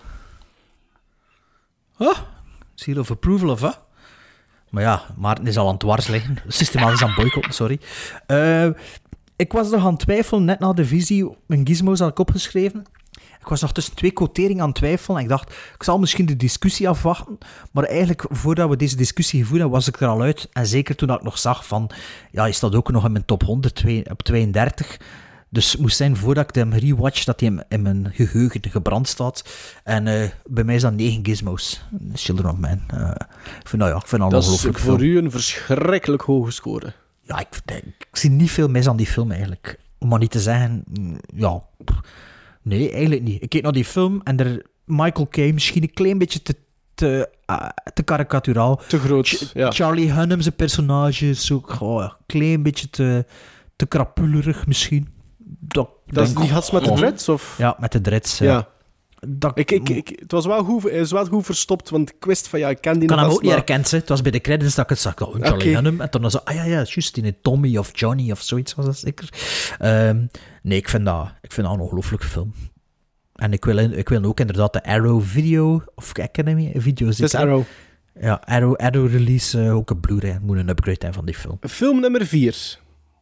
Oh, seal of approval of wat? Maar ja, Maarten is al aan het dwars liggen. Systematisch aan het boycotten, sorry. Eh, ik was nog aan het twijfelen, net na de visie, mijn gizmo's had ik opgeschreven. Ik was nog tussen twee quoteringen aan het twijfelen en ik dacht, ik zal misschien de discussie afwachten. Maar eigenlijk, voordat we deze discussie gevoerd hebben, was ik er al uit. En zeker toen ik nog zag van, ja, is dat ook nog in mijn top honderd, twee- op tweeëndertig. Dus het moest zijn, voordat ik hem rewatch, dat hij in- in mijn geheugen gebrand staat. En eh, bij mij is dat negen gizmos. Children of Men. Uh, ik vind dat, ja, ik vind dat een Dat is ongelooflijk voor film. u een verschrikkelijk hoge score. Ja, ik, ik, ik zie niet veel mis aan die film eigenlijk. Om maar niet te zeggen, mm, ja... Nee, eigenlijk niet. Ik keek naar die film en er Michael Caine misschien een klein beetje te, te, uh, te karikaturaal. Te groot, Ch- ja. Charlie Hunnam, zijn personage, is ook oh, een klein beetje te, te krapulerig misschien. Dat, Dat is denk die ik. gast met de Oh. dreads, of? Ja, met de dreads. Ja. Ja. Dat, Ik, ik, ik, het was wel goed, hij is wel goed verstopt, want ik wist van, ja, ik ken die Ik kan hem gast, ook niet maar- herkend. hè. Het was bij de credits dat ik het zag. Oh, Charlie Oké. Hunnam. En toen was zo, ah ja, ja, juist in Tommy of Johnny of zoiets was dat zeker. Ehm, nee, ik vind, dat, ik vind dat een ongelooflijke film. En ik wil, ik wil ook inderdaad de Arrow video, of Academy video Het is zitten. Arrow. Ja, Arrow, Arrow release, uh, ook een Blu-ray. Moet een upgrade zijn van die film. Film nummer vier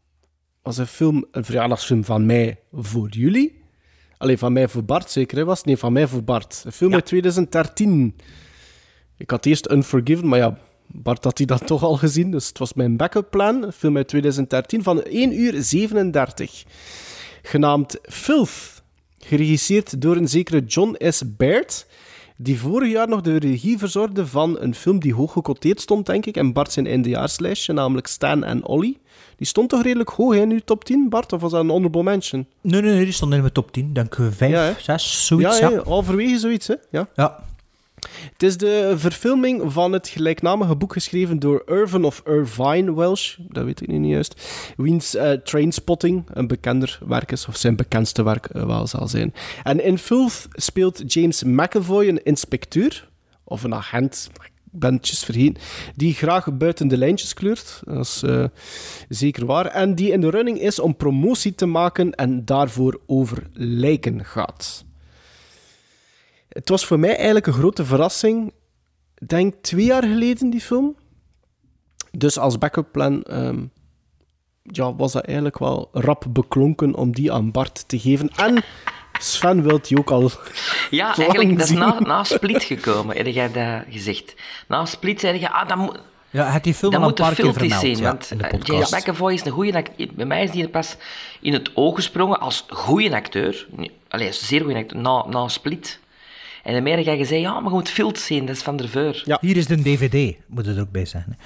was een film, een verjaardagsfilm van mij voor jullie. Alleen van mij voor Bart, zeker hè, was het? Nee, van mij voor Bart. Een film Ja. uit twintig dertien. Ik had eerst Unforgiven, maar ja, Bart had die dan toch al gezien, dus het was mijn backup plan. Een film uit twintig dertien van één uur zevenendertig. Genaamd Filth. Geregisseerd door een zekere John S. Baird, die vorig jaar nog de regie verzorgde van een film die hoog gecoteerd stond, denk ik, en Bart zijn eindejaarslijstje, namelijk Stan en Ollie. Die stond toch redelijk hoog in uw top tien, Bart? Of was dat een honorable mention? Nee, nee, nee, die stond in mijn top tien. Denk ik vijf, Ja, hè? zes, zoiets. Ja, Ja, hè, halverwege zoiets, hè? Ja. ja. Het is de verfilming van het gelijknamige boek geschreven door Irvin of Irvine Welsh, dat weet ik nu niet juist, wiens uh, Trainspotting een bekender werk is, of zijn bekendste werk uh, wel zal zijn. En in Filth speelt James McAvoy een inspecteur, of een agent, ik ben het juist vergeten, die graag buiten de lijntjes kleurt, dat is uh, zeker waar, en die in de running is om promotie te maken en daarvoor over lijken gaat. Het was voor mij eigenlijk een grote verrassing. Ik denk twee jaar geleden, die film. Dus als backup plan um, ja, was dat eigenlijk wel rap beklonken om die aan Bart te geven. En Sven wil die ook al Ja, lang eigenlijk, dat is zien. na, na Split gekomen, heb jij dat gezegd. Na Split zei je, ah, dat moet... Ja, hij heeft die film Dat al een moet paar de keer film eens vermeld zien, ja, want in de eh, podcast. James McAvoy is een goeie acteur. Bij mij is die pas in het oog gesprongen als goeie acteur. Nee, allee, een zeer goeie acteur, na, na Split. En dan meer ga je gezegd, ja, maar je moet Filth zien, dat is Van der Veur. Ja. Hier is de D V D, moet het ook bij zijn. Hè.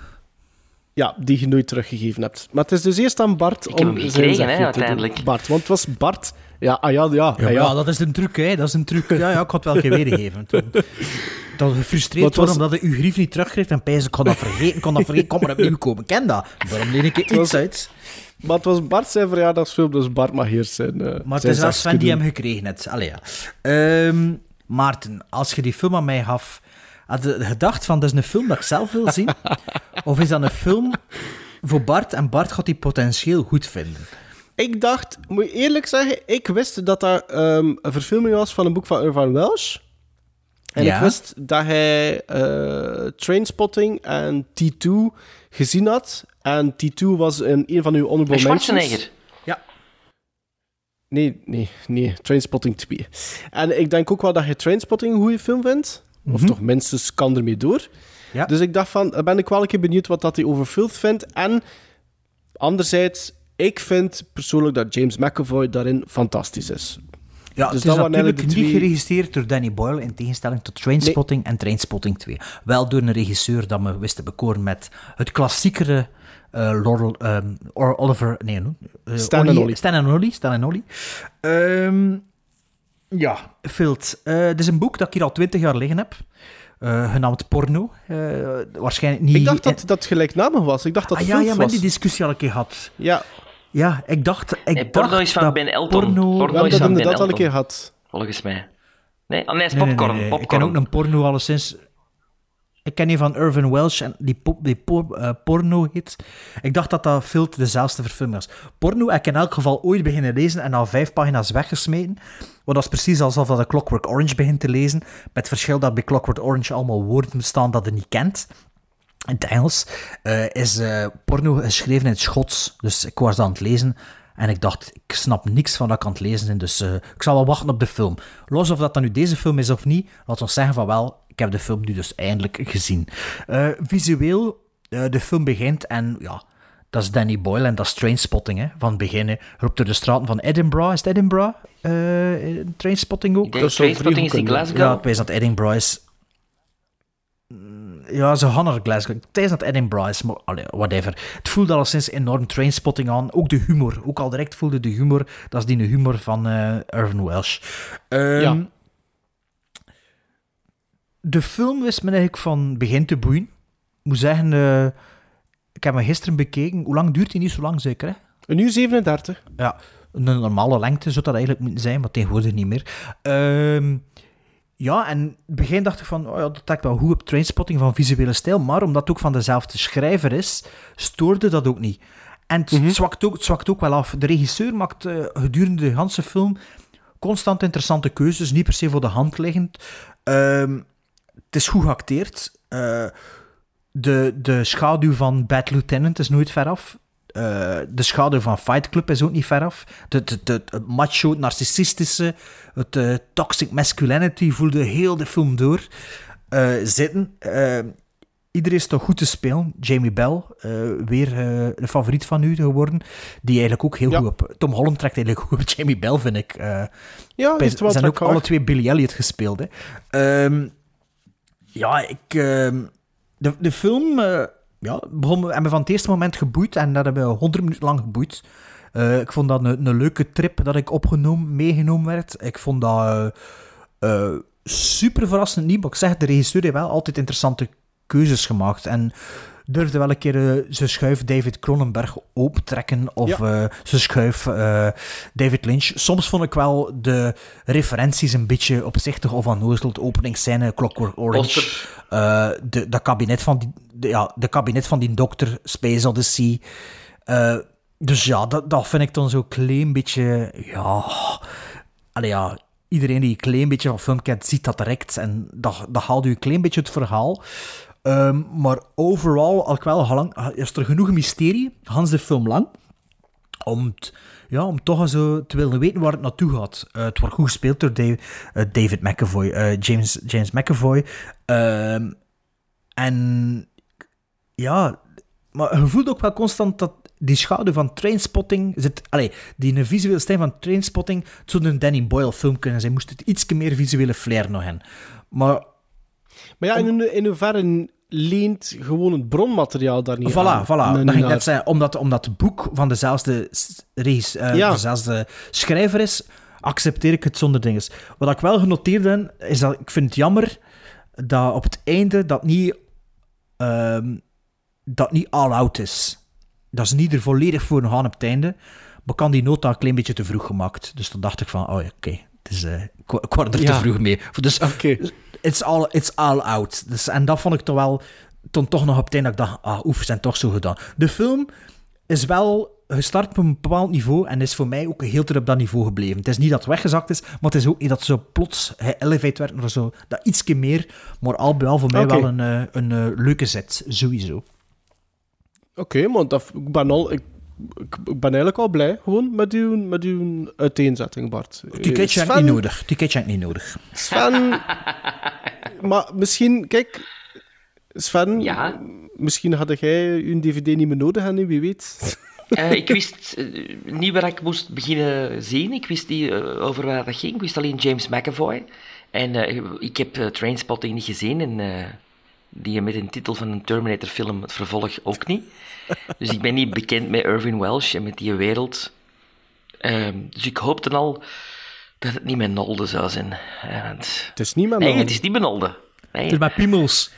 Ja, die je nooit teruggegeven hebt. Maar het is dus eerst aan Bart Ik heb om hem zijn gekregen, zegje hè, te uiteindelijk. doen. Bart, want het was Bart... Ja, ah, ja, ja, Ja, ah, maar ja. ja, dat is een truc, hè. Dat is een truc. Ja, ja, ik had het wel een keer weergegeven. Toen, dat je gefrustreerd Wat was- wordt omdat je uw grief niet terugkrijgt en pijs, ik kon dat vergeten, ik kon dat vergeten, kom maar opnieuw komen. Ik ken dat. Waarom leen ik er Het was- iets uit? Maar het was Bart zijn verjaardagsfilm, dus Bart mag eerst zijn... Uh, Maar het zijn is wel zegje Sven die doen. hem gekregen heeft. Allee, ja. Ehm, Maarten, als je die film aan mij gaf, had je gedacht van, dat is een film dat ik zelf wil zien? Of is dat een film voor Bart en Bart gaat die potentieel goed vinden? Ik dacht, moet je eerlijk zeggen, ik wist dat dat um, een verfilming was van een boek van Irvine Welsh. En Ja. ik wist dat hij uh, Trainspotting en T twee gezien had. En T twee was in een van uw honorable Met mentions. Schwarzenegger. Ja. Nee, nee, nee. Trainspotting twee. En ik denk ook wel dat je Trainspotting een goede film vindt. Of Mhm. toch minstens kan ermee door. Ja. Dus ik dacht van, dan ben ik wel een keer benieuwd wat dat hij over Filth vindt. En anderzijds, ik vind persoonlijk dat James McAvoy daarin fantastisch is. Ja, Dus het dat is waren natuurlijk eigenlijk de niet twee- geregisseerd door Danny Boyle, in tegenstelling tot Trainspotting en Trainspotting twee. Wel door een regisseur dat me wist te bekoren met het klassiekere uh, Laurel, um, or Oliver... Nee, no, uh, Stan en Ollie. Stan en Ollie. Stan en Ollie. Um, ja, Filth. Uh, het is een boek dat ik hier al twintig jaar liggen heb. Uh, genaamd Porno. Uh, waarschijnlijk niet... Ik dacht dat dat gelijknamig was. Ik dacht dat ah, het ja, Filth ja, maar was. die discussie had ik gehad. Ja. Ja, ik dacht... Ik Nee, porno dacht is van dat Ben Elton. Porno... Porno We hebben is dat van Ben inderdaad al een Elton. keer gehad. Volgens mij. Nee, oh, nee, het is Nee, nee, popcorn. nee, nee. Ik popcorn. ken ook een porno alleszins. Ik ken die van Irvin Welsh en die, pop, die po, uh, porno hit. Ik dacht dat dat Filth dezelfde verfilming was. Porno heb ik in elk geval ooit beginnen lezen en al vijf pagina's weggesmeten. Want dat is precies alsof dat ik Clockwork Orange begint te lezen. Met het verschil dat bij Clockwork Orange allemaal woorden bestaan dat je niet kent. In het Engels uh, is uh, porno geschreven in het Schots. Dus ik was aan het lezen. En ik dacht, ik snap niks van wat ik aan het lezen ben, dus uh, ik zal wel wachten op de film. Los of dat dan nu deze film is of niet, laten we zeggen van wel, ik heb de film nu dus eindelijk gezien. Uh, visueel, uh, de film begint en ja, dat is Danny Boyle en dat is Trainspotting, hè, van het begin. Hè. Roept door de straten van Edinburgh, is het Edinburgh? Uh, Trainspotting ook? Ik denk Trainspotting is in Glasgow. Ja, ik weet dat Edinburgh is. Ja, ze gaan naar Glasgow. Tijdens dat Edinburgh is, maar allee, whatever. Het voelde alleszins enorm Trainspotting aan. Ook de humor. Ook al direct voelde de humor. Dat is die humor van uh, Irvin Welsh. Um, ja. De film wist me eigenlijk van begin te boeien. Ik moet zeggen, uh, ik heb hem gisteren bekeken. Hoe lang duurt hij? Niet zo lang zeker, hè? Een uur zevenendertig. Ja, een normale lengte zou dat eigenlijk moeten zijn, maar tegenwoordig niet meer. Um, Ja, en in het begin dacht ik van, oh ja, dat lijkt wel goed op Trainspotting van visuele stijl, maar omdat het ook van dezelfde schrijver is, stoorde dat ook niet. En het, mm-hmm. zwakt, ook, het zwakt ook wel af. De regisseur maakt uh, gedurende de hele film constant interessante keuzes, niet per se voor de hand liggend. Um, het is goed geacteerd. Uh, de, de schaduw van Bad Lieutenant is nooit veraf. Uh, de schaduw van Fight Club is ook niet veraf. De, de, de, het macho, het narcissistische, het uh, toxic masculinity voelde heel de film door uh, zitten. Uh, iedereen is toch goed te spelen. Jamie Bell, uh, weer uh, een favoriet van u geworden, die eigenlijk ook heel ja. goed op... Tom Holland trekt eigenlijk goed op Jamie Bell, vind ik. Uh, ja, Ze zijn ook hard. Alle twee Billy Elliot gespeeld. Hè. Um, ja, ik... Uh, de, de film... Uh, Ja, begon, hebben me van het eerste moment geboeid en dat hebben we honderd minuten lang geboeid. Uh, ik vond dat een, een leuke trip dat ik opgenomen, meegenomen werd. Ik vond dat uh, uh, super verrassend niet, maar ik zeg, de regisseur heeft wel altijd interessante keuzes gemaakt. En durfde wel een keer uh, zijn schuif David Cronenberg opentrekken of ja. uh, zijn schuif uh, David Lynch. Soms vond ik wel de referenties een beetje opzichtig of onnozel. De openingsscène, Clockwork Orange, uh, de, de kabinet van die, de, ja, de kabinet van die dokter, Space Odyssey. Uh, dus ja, dat, dat vind ik dan zo'n klein beetje... Ja... Allee, ja... Iedereen die een klein beetje van film kent, ziet dat direct. En dat, dat haalt u een klein beetje het verhaal. Um, maar overal, al wel lang, is er genoeg mysterie, Hans de film lang, om, t, ja, om toch zo te willen weten waar het naartoe gaat. Uh, het wordt goed gespeeld door Dave, uh, David McAvoy, uh, James, James McAvoy. Um, en ja, maar je voelt ook wel constant dat die schaduw van Trainspotting zit... Allee, die een visuele stijl van Trainspotting, het zou een Danny Boyle film kunnen zijn. Moest het iets meer visuele flair nog in. Maar... Maar ja, in, in hoeverre leent gewoon het bronmateriaal daar niet voilà, aan? Voilà, voilà. Dat ging net zeggen. Omdat, omdat het boek van dezelfde, reis, uh, ja. dezelfde schrijver is, accepteer ik het zonder dinges. Wat ik wel genoteerd heb, is dat ik vind het jammer dat op het einde dat niet, um, dat niet all-out is. Dat is niet er volledig voor gaan op het einde, maar kan die nota een klein beetje te vroeg gemaakt. Dus dan dacht ik van, oh ja, oké, okay. uh, ik, ik word er ja. te vroeg mee. Dus okay. it's, all, it's all out. Dus, en dat vond ik toch wel, toen toch nog op het einde dat ik dacht, ah, oef, zijn toch zo gedaan. De film is wel gestart op een bepaald niveau en is voor mij ook heel ter op dat niveau gebleven. Het is niet dat het weggezakt is, maar het is ook niet dat zo plots geëlevate werd naar zo, dat ietsje meer, maar al bij al voor mij okay. wel een, een, een, een leuke zet, sowieso. Oké, okay, maar dat, ik, ben al, ik, ik ben eigenlijk al blij gewoon met uw, met uw uiteenzetting, Bart. Ticketje heb ik niet nodig. Ticketje heb ik niet nodig. Sven, maar misschien, kijk, Sven, ja? misschien had jij uw D V D niet meer nodig en nu, wie weet... Uh, ik wist uh, niet waar ik moest beginnen zien. Ik wist niet uh, over waar dat ging. Ik wist alleen James McAvoy. En uh, ik heb uh, Trainspotting niet gezien. En uh, die met een titel van een Terminator-film, het vervolg ook niet. Dus ik ben niet bekend met Irving Welsh en met die wereld. Uh, dus ik hoopte al dat het niet met Nolde zou zijn. Uh, want... Het is niet met Nolde. Nee, het is niet met Nolde. Nee. Het is met Piemels.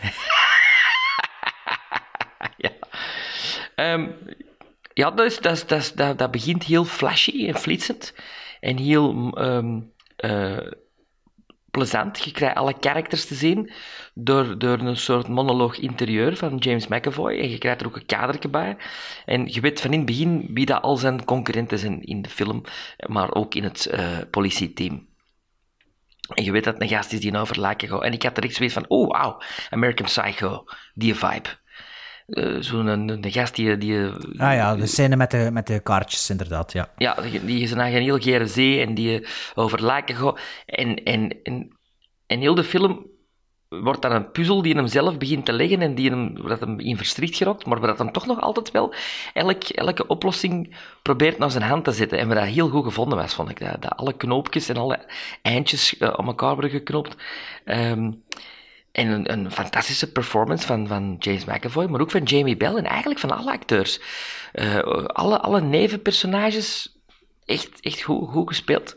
ja. Um, Ja, dat, is, dat, is, dat, is, dat, dat begint heel flashy en flitsend. En heel um, uh, plezant. Je krijgt alle characters te zien door, door een soort monoloog interieur van James McAvoy. En je krijgt er ook een kadertje bij. En je weet van in het begin wie dat al zijn concurrenten zijn in de film, maar ook in het uh, politieteam. En je weet dat het een gast is die nou verlaken gaat. En ik had er echt zoiets van, oh wauw, American Psycho, die vibe. Uh, Zo'n een, een gast die... die ah ja, de scène met de, met de kaartjes, inderdaad, ja. Ja, die, die is een heel gere zee en die over laken gaat. En, en, en, en heel de film wordt dan een puzzel die hem zelf begint te leggen en die hem, waar hem in verstrikt geraakt, maar waar dat hem toch nog altijd wel elk, elke oplossing probeert naar zijn hand te zetten. En waar dat heel goed gevonden was, vond ik. Dat, dat alle knoopjes en alle eindjes uh, om elkaar worden geknoopt. Um, En een, een fantastische performance van, van James McAvoy, maar ook van Jamie Bell en eigenlijk van alle acteurs. Uh, alle, alle nevenpersonages, echt, echt goed, goed gespeeld.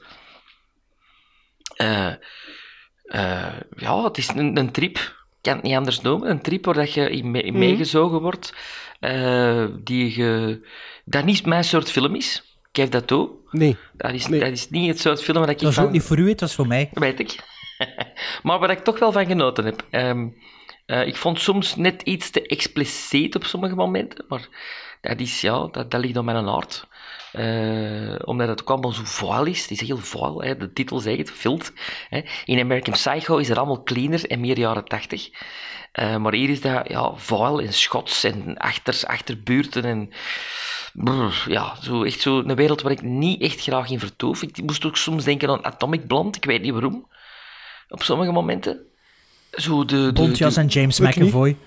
Uh, uh, ja, het is een, een trip, ik kan het niet anders noemen, een trip waar dat je in, me, in meegezogen wordt, uh, die je, dat niet mijn soort film is. Ik geef dat toe. Nee. Dat is, nee. dat is niet het soort film dat ik... Dat is van... ook niet voor u, dat is voor mij. Weet ik. Maar waar ik toch wel van genoten heb. Um, uh, ik vond soms net iets te expliciet op sommige momenten, maar dat, is, ja, dat, dat ligt aan mijn hart. Uh, omdat het ook allemaal zo vuil is. Het is heel vuil, hè. De titel zegt het, vilt. Hè. In American Psycho is het allemaal cleaner en meer jaren tachtig. Uh, maar hier is dat ja, vuil en schots en achter, achterbuurten en... Brr, ja, zo, echt zo een wereld waar ik niet echt graag in vertoef. Ik moest ook soms denken aan Atomic Blonde, ik weet niet waarom. Op sommige momenten. Zo de, de, Bontjas de, en James McAvoy.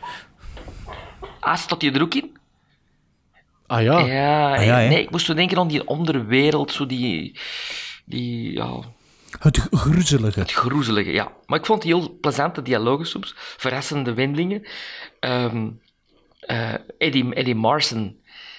Ah, staat die er ook in? Ah ja. Ja, ah, ja nee, ik moest zo denken aan die onderwereld, zo die... die ja... Het groezelige. Het groezelige, ja. Maar ik vond heel plezante dialogen soms, verrassende wendingen. Um, uh, Eddie, Eddie Marsan...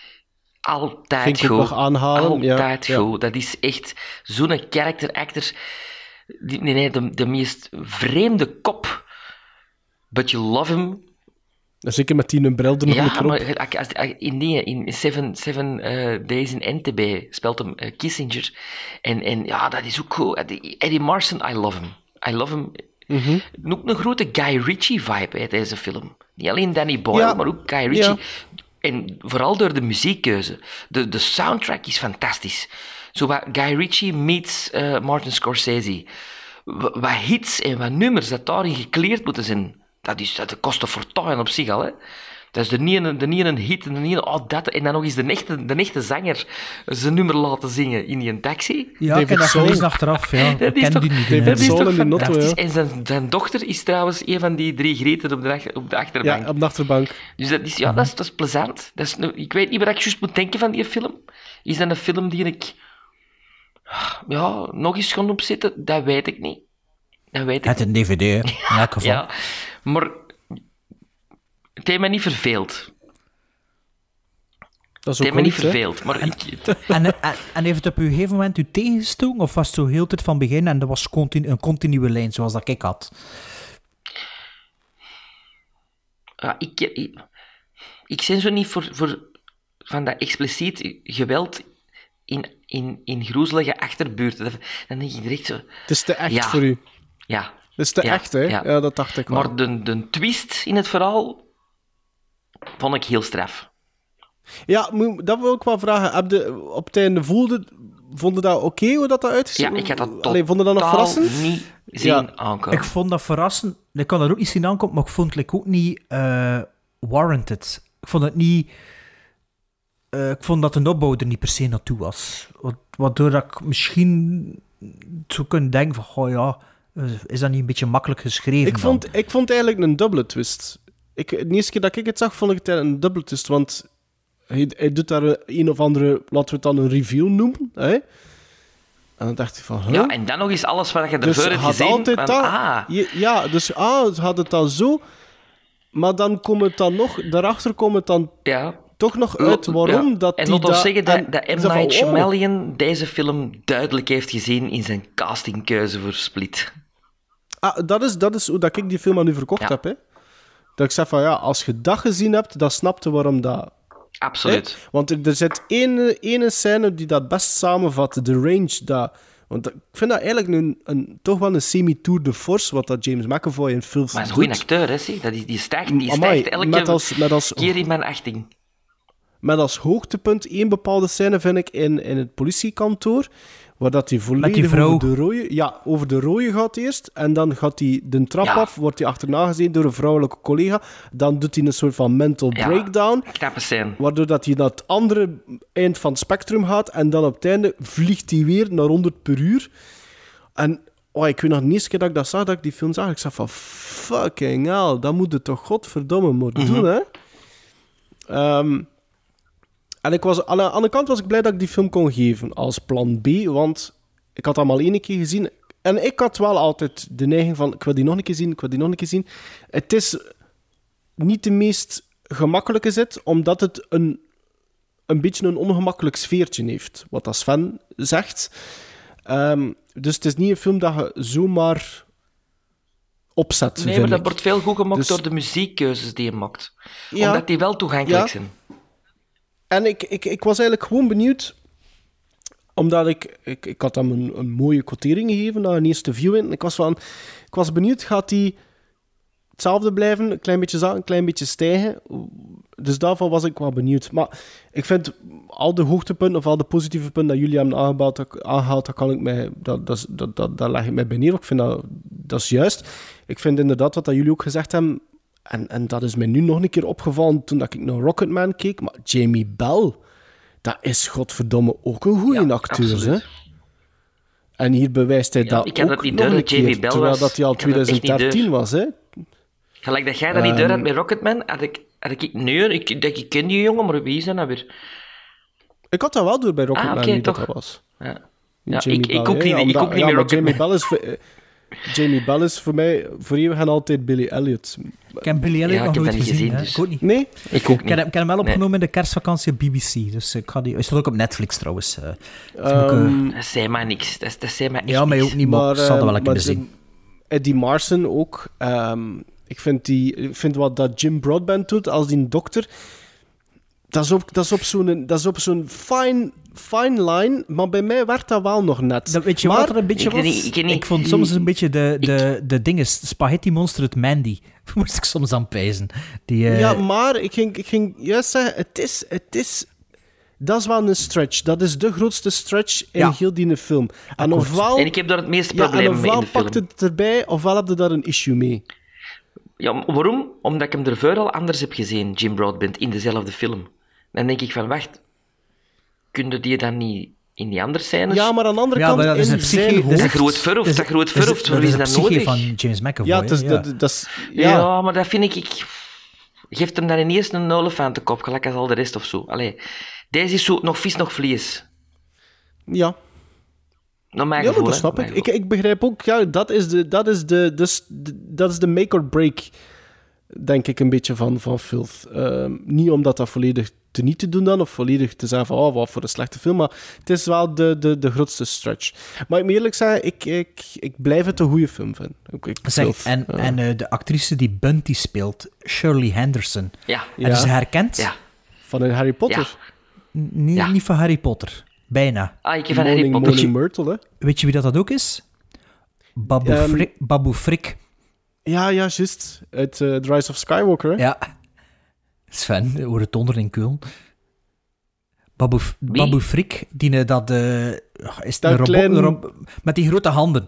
Altijd Ging goed. Nog aanhalen. Altijd ja, goed. ja. Dat is echt zo'n character actor. Die, nee, nee, de, de meest vreemde kop. But you love him. Zeker met die een bril er nog ja, een keer op. maar als, als, in, die, in Seven, seven uh, Days in Entebbe speelt hem uh, Kissinger. En, en ja, dat is ook goed. Eddie Marsan, I love him. I love him. Mm-hmm. Ook een grote Guy Ritchie-vibe uit deze film. Niet alleen Danny Boyle, ja. maar ook Guy Ritchie. Ja. En vooral door de muziekkeuze. De, de soundtrack is fantastisch. Zo wat Guy Ritchie meets uh, Martin Scorsese. W- wat hits en wat nummers dat daarin gekleerd moeten zijn. Dat, is, dat kost een fortuin op zich al. Hè. Dat is de ene, de ene hit en de ene oh, dat. En dan nog eens de echte, de echte zanger zijn nummer laten zingen in die taxi. Ja, ik heb dat gelezen achteraf. Ja. Dat is ken toch, die niet. David Dat is toch in Notto, ja. En zijn, zijn dochter is trouwens een van die drie greten op de, op de achterbank. Ja, op de achterbank. Dus dat is, ja, dat is, dat is plezant. Dat is, ik weet niet wat ik juist moet denken van die film. Is dat een film die ik ja, nog eens kan opzetten? Dat weet ik niet. Dat weet ik het een D V D, hè? In elk geval. Ja, maar het heeft mij niet verveeld. Dat is het ook heeft me niet goed, verveeld. Maar en, ik... en, en, en heeft het op een gegeven moment u tegengestoken? Of was het zo heel tijd van begin en dat was continu, een continue lijn zoals dat ik had? Ja, ik, ik, ik ben zo niet voor, voor van dat expliciet geweld in, in, in groezelige achterbuurten. Dan denk ik direct zo... Het is te echt ja, voor u. Ja. Het is te ja, echt, hè? Ja. ja, dat dacht ik wel. Maar de, de twist in het verhaal vond ik heel straf. Ja, moet- dat wil ik wel vragen. Heb je op het einde voelde, vond je dat oké okay, hoe dat eruit is? Ja, ik had dat Allee, vond je dat nog verrassend? niet zien Ja. aankomen. Ik vond dat verrassend. Ik kan dat ook niet zien aankomen, maar ik vond het like, ook niet uh, warranted. Ik vond het niet... Uh, ik vond dat de opbouw er niet per se naartoe was. Wa- Waardoor dat ik misschien zou kunnen denken van, oh ja, uh, is dat niet een beetje makkelijk geschreven Ik dan? vond, ik vond eigenlijk een dubbele twist. Ik, de eerste keer dat ik het zag, vond ik het eigenlijk een dubbele twist. Want hij, hij doet daar een of andere, laten we het dan een review noemen. Hè? En dan dacht ik van, huh? Ja, en dan nog eens alles wat je Dus ervoor hebt had gezien. altijd van, dat. ah, Ja, ja, dus ah, ze had het dan zo. Maar dan komt het dan nog, daarachter komt het dan ja. toch nog uit waarom Ja. dat En die laat ons dat- zeggen dat, en dat M. ik dacht van, Night oh. Shyamalan deze film duidelijk heeft gezien in zijn castingkeuze voor Split. Ah, dat is, dat is hoe dat ik die film aan u verkocht Ja. heb. Hè? Dat ik zeg van ja, als je dat gezien hebt, dan snapte waarom dat. Absoluut. Hè? Want er, er zit één, ene scène die dat best samenvat, de range. Dat, want dat- ik vind dat eigenlijk een, een, toch wel een semi-tour de force, wat dat James McAvoy in films Maar hij is een doet. goede acteur, hè? Zie. Dat is, die stijgt, die Amai, stijgt elke met als- met als- keer in mijn achting. Met als hoogtepunt één bepaalde scène vind ik in, in het politiekantoor, waar dat hij volledig die vrouw. over de rode... Ja, over de rode gaat eerst, en dan gaat hij de trap Ja. af, wordt hij achterna gezien door een vrouwelijke collega, dan doet hij een soort van mental Ja. breakdown, Knappe scène. waardoor dat hij naar het andere eind van het spectrum gaat, en dan op het einde vliegt hij weer naar honderd per uur. En oh, ik weet nog de eerste keer dat ik dat zag, dat ik die film zag, ik zag van fucking hell, dat moet het toch godverdomme maar Mhm. doen, hè? Ehm, en ik was, aan de andere kant was ik blij dat ik die film kon geven als plan B, want ik had hem al één keer gezien. En ik had wel altijd de neiging van, ik wil die nog een keer zien, ik wil die nog een keer zien. Het is niet de meest gemakkelijke zit, omdat het een, een beetje een ongemakkelijk sfeertje heeft, wat dat Sven zegt. Ehm, dus het is niet een film dat je zomaar opzet, Nee, vind maar dat ik. wordt veel goed gemaakt Dus- door de muziekkeuzes die je maakt. Ja. Omdat die wel toegankelijk Ja. zijn. En ik, ik, ik was eigenlijk gewoon benieuwd, omdat ik, ik, ik had hem een, een mooie quotering gegeven na een eerste viewing. Ik was, van, ik was benieuwd, gaat hij hetzelfde blijven, een klein beetje zakken, een klein beetje stijgen? Dus daarvan was ik wel benieuwd. Maar ik vind al de hoogtepunten of al de positieve punten dat jullie hebben aangehaald, aangehaald dat kan ik mij, dat, dat, dat, dat, dat leg ik mij bij neer. Ik vind dat, dat is juist. Ik vind inderdaad wat dat jullie ook gezegd hebben, en, en dat is mij nu nog een keer opgevallen toen dat ik naar Rocketman keek, maar Jamie Bell, dat is godverdomme ook een goede acteur, hè? absoluut. En hier bewijst hij Ja, dat ik had ook dat niet nog door een dat Jamie keer, Bell terwijl was. dat hij al Ik had dat echt niet twintig dertien door. was, hè? Gelijk dat jij dat niet door Ehm, had bij Rocketman, had ik... Had ik nee, ik, ik, ik ken die jongen, maar wie is dat nou weer? Ik had dat wel door bij Rocketman, Ah, oké, niet dat toch. dat was. Ja. Jamie ik- ik Bell, ook ja, niet- ik omdat- ook niet ja, bij maar Jamie Rocketman. Bell is... voor- eh, Jamie Bell is voor mij voor eeuwig en altijd Billy Elliot. Ik heb Billy Elliot Ja, nog ik heb nooit dat niet gezien. gezien, hè. dus- Ik ook niet. Nee? Ik ook Ik heb, niet. ik heb hem wel Nee. opgenomen in de kerstvakantie op B B C. Dus ik ga die... Hij staat ook op Netflix trouwens. eh. Dus ook, eh, Ehm, Dat zei maar niks. Dat, dat zei maar echt ja, mij niks. ook niet, maar, ik zal dat wel een keer maar bezien. de- Eddie Marson ook. Ehm, ik, vind die, ik vind wat dat Jim Broadbent doet als die dokter... Dat is op, dat is op zo'n, dat is op zo'n fine, fine line, maar bij mij werd dat wel nog net. Dat, weet je maar, wat er een beetje ik was? weet niet- ik weet niet- ik vond soms een beetje de, de, de dinges, spaghetti monster uit Mandy. Moest ik soms aan pijzen. Die, eh, Ja, maar ik ging, ik ging juist zeggen, het is, het is... Dat is wel een stretch. Dat is de grootste stretch in Ja. heel die film. En Akkoord. ofwel, En ik heb daar het meeste ja, en problemen mee in ofwel de film. pakt het erbij, ofwel heb je daar een issue mee. Ja, waarom? Omdat ik hem ervoor al anders heb gezien, Jim Broadbent, in dezelfde film. Dan denk ik van, wacht, kun je die dan niet in die andere scènes? Ja, maar aan de andere Ja, kant, maar dat is in een psyche- zijn dat is Dat hoofd... is een groot verhoofd, dat is een groot verhoofd, voor dat wie is is de dat psyche nodig? van James McAvoy. Ja, het is, hè, dat, dat is... Ja. Ja. maar dat vind ik... ik... Geeft hem dan ineens een olifantenkop, gelijk als al de rest of zo. Allee, deze is zo nog vis, nog vlees. Ja. Naar mijn Ja, maar gevoel, dat hè, snap mijn ik. ik. Ik begrijp ook, ja, dat is de, dat is de, de, de- dat is de make or break, denk ik, een beetje van, van Filth. Ehm, niet omdat dat volledig te niet te doen dan, of volledig te zeggen van, oh, wat voor een slechte film, maar het is wel de, de, de grootste stretch. Maar ik moet eerlijk zeggen, ik, ik, ik blijf het een goede film vinden. Ik, ik, Zeg, Filth, en, ja. en eh, de actrice die Bunty speelt, Shirley Henderson. Ja. Heb je ze herkend? Ja. Van een Harry Potter. N- niet, Ja. niet van Harry Potter. Bijna. Ah, ik heb van Harry Moaning, Potter. Moaning Myrtle, hè. Weet je wie dat, dat ook is? Babu, Ehm, Frik, Babu Frik. Ja, ja, juist. Uit eh, The Rise of Skywalker, hè. Ja. Sven, hoor het onder in Keulen. Babu, Babu Frik, die uh, dat... Uh, is het dat een robot, klein... een robot met die grote handen.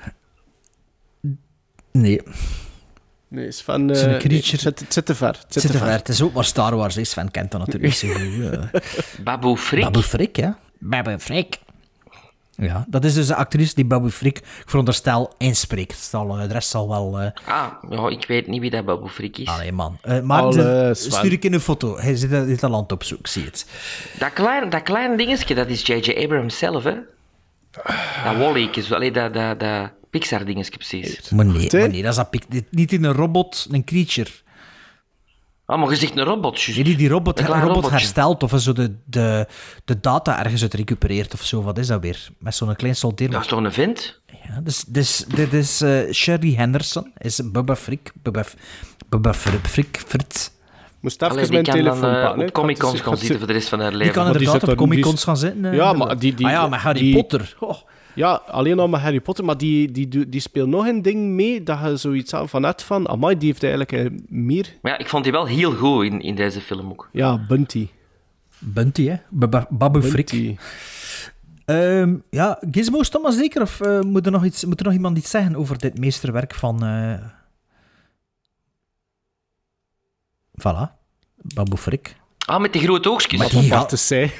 Nee. Nee, is van... Uh, het is een creature. Het zit, het zit te ver. Het zit, zit te ver. ver. Het is ook maar Star Wars. Hè. Sven kent dat natuurlijk zo goed. Uh. Babu Frik? Babu Frik, ja. Babu Frik. Ja, dat is dus de actrice die Babu Frik, ik veronderstel, inspreekt. Zal, uh, de rest zal wel... Uh... Ah, ja, ik weet niet wie dat Babu Frik is. Allee, man. Uh, maar Al, uh, stuur ik in een foto. Hij zit dit land op zoek, zie het. Dat kleine, dat kleine dingetje, dat is J J Abrams zelf, hè? Dat Wall-E, allee, dat, dat, dat Pixar-dingetje precies. Maar nee, maar nee, dat is dat pik- niet in een robot, een creature. Ah, maar je zegt een robot, juist. Nee, die die robot, een een robot robotje. herstelt of zo de, de, de data ergens uit recupereert of zo. Wat is dat weer? Met zo'n klein soldeer. Dat is toch een vent? Ja, dus, dus, dit is uh, Sherry Henderson, is Bubba Frik. Bubba, Bubba Frik, Frik, Frit. Moest even Allee, mijn die kan telefoon dan uh, pakken. op Comic-Cons gaan zitten voor de rest van haar leven. Die kan Maar die inderdaad zit op daar- Comic-Cons die- gaan zitten. Uh, Ja, maar die... die ah ja, met Harry die, Potter. Oh. Ja, alleen al met Harry Potter, maar die, die, die, die speelt nog een ding mee dat je zoiets aan van net van, amai, die heeft eigenlijk uh, meer... Maar ja, ik vond die wel heel goed in, in deze film ook. Ja, Bunty. Bunty, hè? Baba- Babu Frik. Um, ja, Gizmo's Thomas zeker? Of uh, moet, er nog iets, moet er nog iemand iets zeggen over dit meesterwerk van... Uh... Voilà. Babu Frik. Ah, met die grote oogstjes. Met die Wat te zei.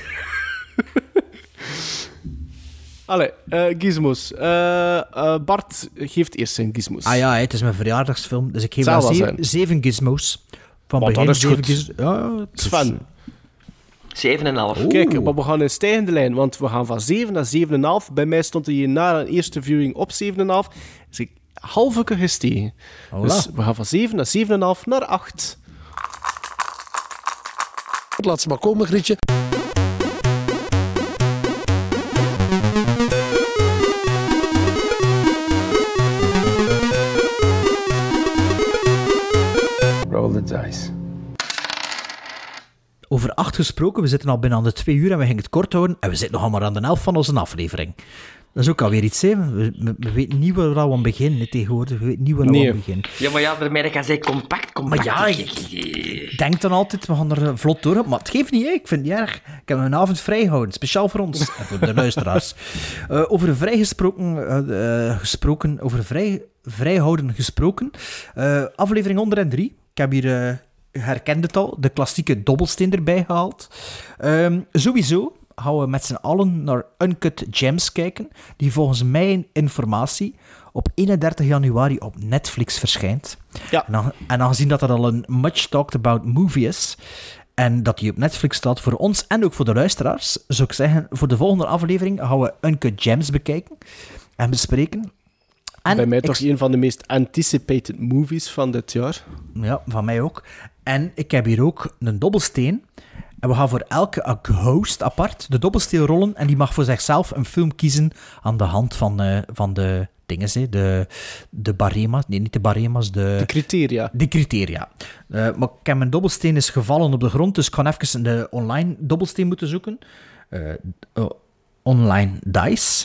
Allee, uh, gizmos. Uh, uh, Bart geeft eerst zijn gizmos. Ah ja, het is mijn verjaardagsfilm, dus ik geef Zal wel wel zeven, zijn. zeven gizmos. Van Want begin dat is zeven goed. giz- Ja, het is- Sven. zeven komma vijf. Kijk, maar we gaan in stijgende lijn, want we gaan van zeven naar zeven komma vijf. Bij mij stond hij hier na een eerste viewing op zeven komma vijf. Dus ik halve keer gestegen. Hola. Dus we gaan van zeven naar zeven komma vijf naar acht. Laat ze maar komen, Grietje. Roll the dice. Over acht gesproken, we zitten al bijna aan de twee uur en we gingen het kort houden. En we zitten nog allemaal aan de helft van onze aflevering. Dat is ook alweer iets, hè. We, we, we weten niet waar we aan beginnen, hè, tegenwoordig. We weten niet waar we Nee. aan beginnen. Ja, maar ja, daarmee dat je zei compact, compact. Maar ja, ik, ik denk dan altijd, we gaan er eh, vlot door. Maar het geeft niet, hè. Ik vind het niet erg. Ik heb een avond vrijgehouden, speciaal voor ons. En voor de luisteraars. Uh, over vrij gesproken, uh, uh, gesproken over vrij, vrijhouden gesproken. Uh, aflevering honderddrie. Ik heb hier... Uh, herkende het al, de klassieke dobbelsteen erbij gehaald. Um, sowieso gaan we met z'n allen naar Uncut Gems kijken, die volgens mijn informatie op eenendertig januari op Netflix verschijnt. Ja. En, dan, en aangezien dat dat al een much talked about movie is, en dat die op Netflix staat voor ons en ook voor de luisteraars, zou ik zeggen, voor de volgende aflevering gaan we Uncut Gems bekijken en bespreken. En Bij mij ik- toch een van de meest anticipated movies van dit jaar. Ja, van mij ook. En ik heb hier ook een dobbelsteen. En we gaan voor elke host apart de dobbelsteen rollen. En die mag voor zichzelf een film kiezen aan de hand van, uh, van de dingen, hè, de, de barema's. Nee, niet de barema's, de... De criteria. De criteria. Uh, maar ik heb mijn dobbelsteen is gevallen op de grond, dus ik kan even de online dobbelsteen moeten zoeken. Uh, uh, online dice.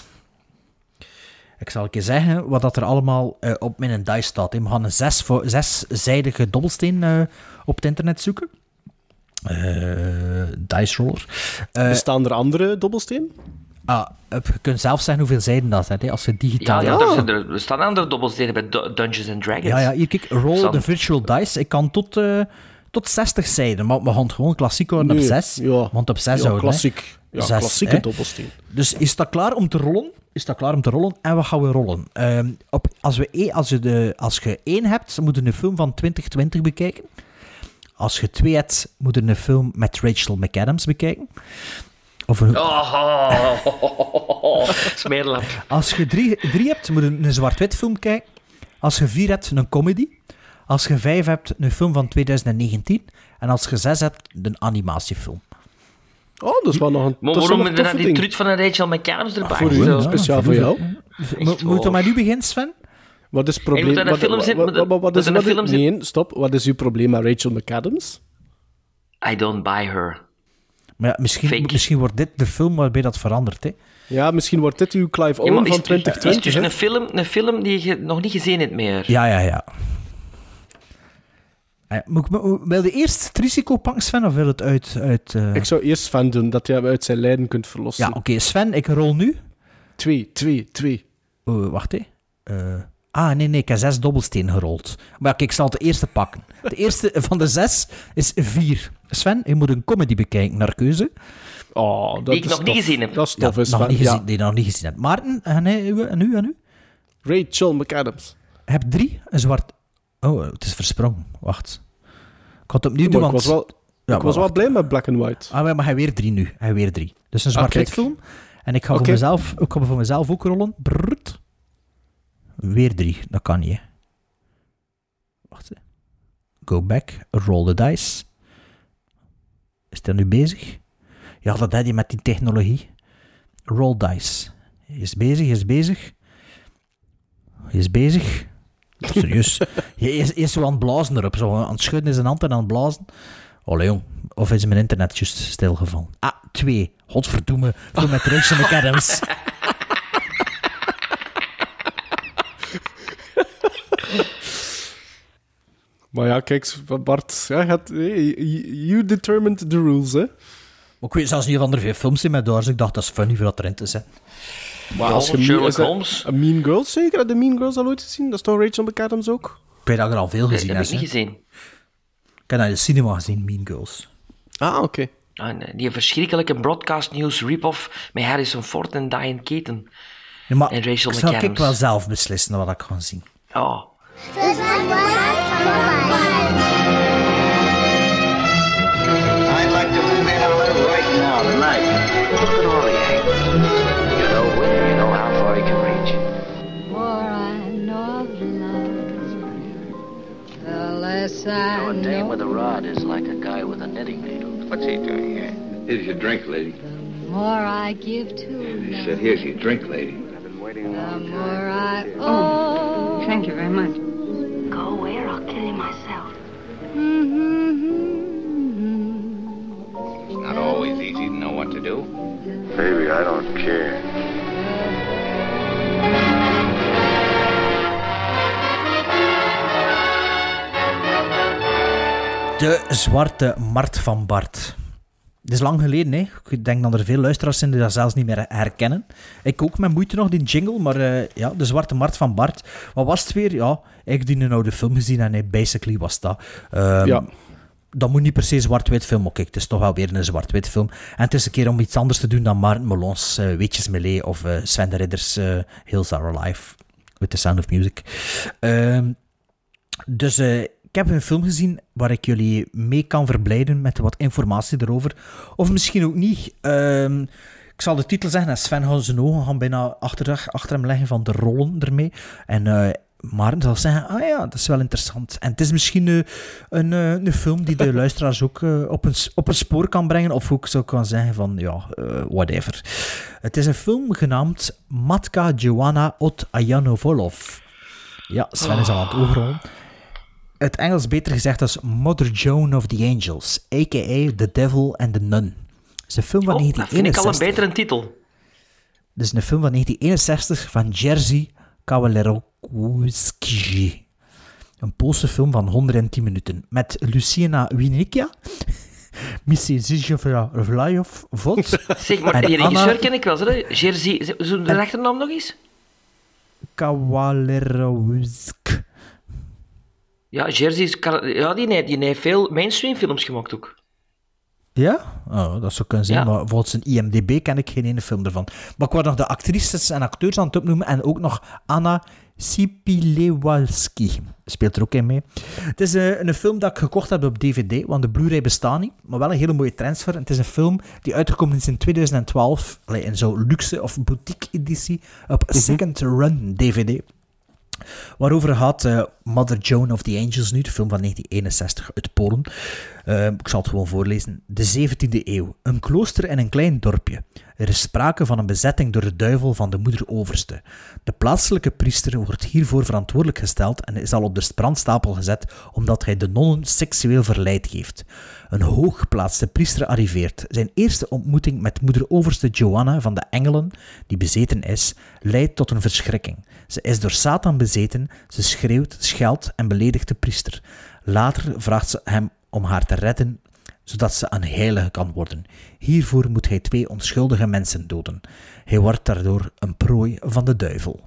Ik zal een keer zeggen wat dat er allemaal uh, op mijn dice staat. We gaan een zes voor, zeszijdige dobbelsteen uh, op het internet zoeken. Uh, dice roller. Uh, Bestaan er andere dobbelsteen? Ah, je kunt zelf zeggen hoeveel zijden dat zijn, hè, als je digitaal... Ja, ja, er, zijn er, er staan andere dobbelstenen bij Du- Dungeons and Dragons. Ja, ja, hier kijk, roll Stand. the virtual dice. Ik kan tot, uh, tot zestig zijden, maar we gaan het gewoon klassiek houden op Nee, zes. ja. We gaan het op zes Ja, houden. klassiek. Hè. Ja, Zes, klassieke hè. dobbelsteen. Dus is dat klaar om te rollen? Is dat klaar om te rollen? En wat gaan we rollen? Um, op, als, we e- als, je de, als je één hebt, dan moet je een film van twintig twintig bekijken. Als je twee hebt, moet je een film met Rachel McAdams bekijken. Of een... Oh, smeerlap. Als je drie, drie hebt, moet je een zwart-wit film kijken. Als je vier hebt, een comedy. Als je vijf hebt, een film van twintig negentien. En als je zes hebt, een animatiefilm. Oh, dat is wel nog een Maar dat is waarom wel heb een je dan toffe die ding. trut van een Rachel McAdams erbij? Voor u, Zo. speciaal voor jou. Mo- Moet je met u beginnen, Sven? Wat is het probleem? moet dat een wat- film wat- zijn- wat- moet dat- wat- wat moet is- dat een wat is- film zijn- Nee, stop. Wat is uw probleem met Rachel McAdams? I don't buy her. Maar ja, misschien, Fake. misschien wordt dit de film waarbij dat verandert. Hè? Ja, misschien wordt dit uw Clive Ja, maar Owen is, van twintig is twintig. dus hè? een film, een film die je nog niet gezien hebt meer. Ja, ja, ja. Ah, ja, moet ik, wil je eerst het risico pakken, Sven, of wil het uit... uit uh... Ik zou eerst Sven doen, dat je hem uit zijn lijden kunt verlossen. Ja, oké. Okay. Sven, ik rol nu. Twee, twee, twee. Oh, wacht, hè. Uh... Ah, nee, nee, ik heb zes dobbelsteen gerold. Maar ja, kijk, ik zal de eerste pakken. De eerste van de zes is vier. Sven, je moet een comedy bekijken naar keuze. Oh, dat die ik is nog tof. niet gezien heb. Dat is tof, ja, is nog Sven. niet gezien, Ja. die nog niet gezien hebt. Maarten, en, en, en u, en u? Rachel McAdams. Je hebt drie, een zwart... Oh, het is versprongen. Wacht. Ik had het opnieuw Ja, doen, ik want... was wel, ja, ik was wel blij met Black and White. Ah, maar hij weer drie nu. Hij weer drie. Dus een zwart-wit ah, film. En ik ga, okay. voor mezelf, ik ga voor mezelf ook rollen. Brrrt. Weer drie. Dat kan niet, hè. Wacht even. Go back. Roll the dice. Is hij nu bezig? Ja, dat had je met die technologie. Roll dice. Hij is bezig, hij is bezig. Hij is bezig. Serieus. Hij is, hij is zo aan het blazen erop. Zo aan het schudden in zijn hand en aan het blazen. Allee, jong. Of is mijn internet juist stilgevallen? Ah, twee. Godverdomme. Voor met Rachel McAdams. Maar ja, kijk, Bart, ja, gaat, you determined the rules, hè. Maar ik weet zelfs niet of er veel films zijn met doors. Ik dacht, dat is funny voor dat erin te zetten. Maar als je Sherlock Holmes... Een Mean Girls, zeker? Heb je Mean Girls al ooit gezien? Dat is toch Rachel McAdams ook? Ik weet dat ik er al veel gezien heb. Dat heb ik niet gezien. Ik heb naar de cinema gezien, Mean Girls. Ah, oké. Okay. Ah, die verschrikkelijke broadcast news rip-off met Harrison Ford en Diane Keaton. Ja, maar en Rachel ik McAdams. zal ik wel zelf beslissen wat ik ga zien. Oh. I'd like to move in on her right now, tonight. Look at all the angles. You know when, you know how far you can reach. More I know of love, the less I You know, a dame know. with a rod is like a guy with a knitting needle. What's he doing here? Here's your drink, lady. The more I give to He love, said, here's your drink, lady. I've been waiting a the long time. more I owe. Thank you very much. Go away or I'll kill you myself. It's not always easy to know what to do. Baby, I don't care. De Zwarte Markt van Bart. Het is lang geleden, hè. Ik denk dat er veel luisteraars zijn die dat zelfs niet meer herkennen. Ik ook met moeite nog, die jingle, maar uh, ja, De Zwarte Markt van Bart. Wat was het weer? Ja, ik heb een oude film gezien en hey, basically was dat. Um, ja. Dat moet niet per se zwart-wit film, maar kijk, het is toch wel weer een zwart-wit film. En het is een keer om iets anders te doen dan Maarten Melons, uh, Weetjes Melee of uh, Sven de Ridders, uh, Hills Are Alive, with the Sound of Music. Um, dus... Uh, Ik heb een film gezien waar ik jullie mee kan verblijden met wat informatie erover. Of misschien ook niet. Um, ik zal de titel zeggen en Sven gaat zijn ogen gaan bijna achter, achter hem leggen van de rollen ermee. En uh, Maarten zal zeggen, ah ja, dat is wel interessant. En het is misschien uh, een, uh, een film die de luisteraars ook uh, op, een, op een spoor kan brengen. Of ook zou kan zeggen van, ja, uh, whatever. Het is een film genaamd Matka Joanna od Ajanovolov. Ja, Sven is al aan het overrollen. Het Engels beter gezegd als Mother Joan of the Angels, a k a. The Devil and the Nun. Het is een film van oh, negentien eenenzestig. Dat vind ik al een betere titel. Het is een film van negentien eenenzestig van Jerzy Kawalerowski. Een Poolse film van honderdtien minuten. Met Luciana Winicka, Missy Zizjevlajov-Vod. Zeg maar, die regisseur Anna... ken ik wel. Hè? Jerzy, zullen de rechternaam nog eens? Kawalerowski. Ja, Jerzy is... Ja, die heeft, die heeft veel mainstream films gemaakt ook. Ja? Oh, dat zou kunnen zijn, ja. Maar volgens een I M D B ken ik geen ene film ervan. Maar ik word nog de actrices en acteurs aan het opnoemen en ook nog Anna Sipilewalski speelt er ook in mee. Het is uh, een film dat ik gekocht heb op D V D, want de Blu-ray bestaat niet, maar wel een hele mooie transfer. En het is een film die uitgekomen is in twintig twaalf, allee, in zo'n luxe of boutique editie op mm-hmm. Second Run D V D. Waarover gaat uh, Mother Joan of the Angels nu, de film van negentien eenenzestig uit Polen. Uh, ik zal het gewoon voorlezen. De zeventiende eeuw. Een klooster in een klein dorpje. Er is sprake van een bezetting door de duivel van de moeder-overste. De plaatselijke priester wordt hiervoor verantwoordelijk gesteld en is al op de brandstapel gezet omdat hij de nonnen seksueel verleid heeft. Een hooggeplaatste priester arriveert. Zijn eerste ontmoeting met moeder-overste Joanna van de Engelen, die bezeten is, leidt tot een verschrikking. Ze is door Satan bezeten, ze schreeuwt, scheldt en beledigt de priester. Later vraagt ze hem om haar te redden, zodat ze een heilige kan worden. Hiervoor moet hij twee onschuldige mensen doden. Hij wordt daardoor een prooi van de duivel.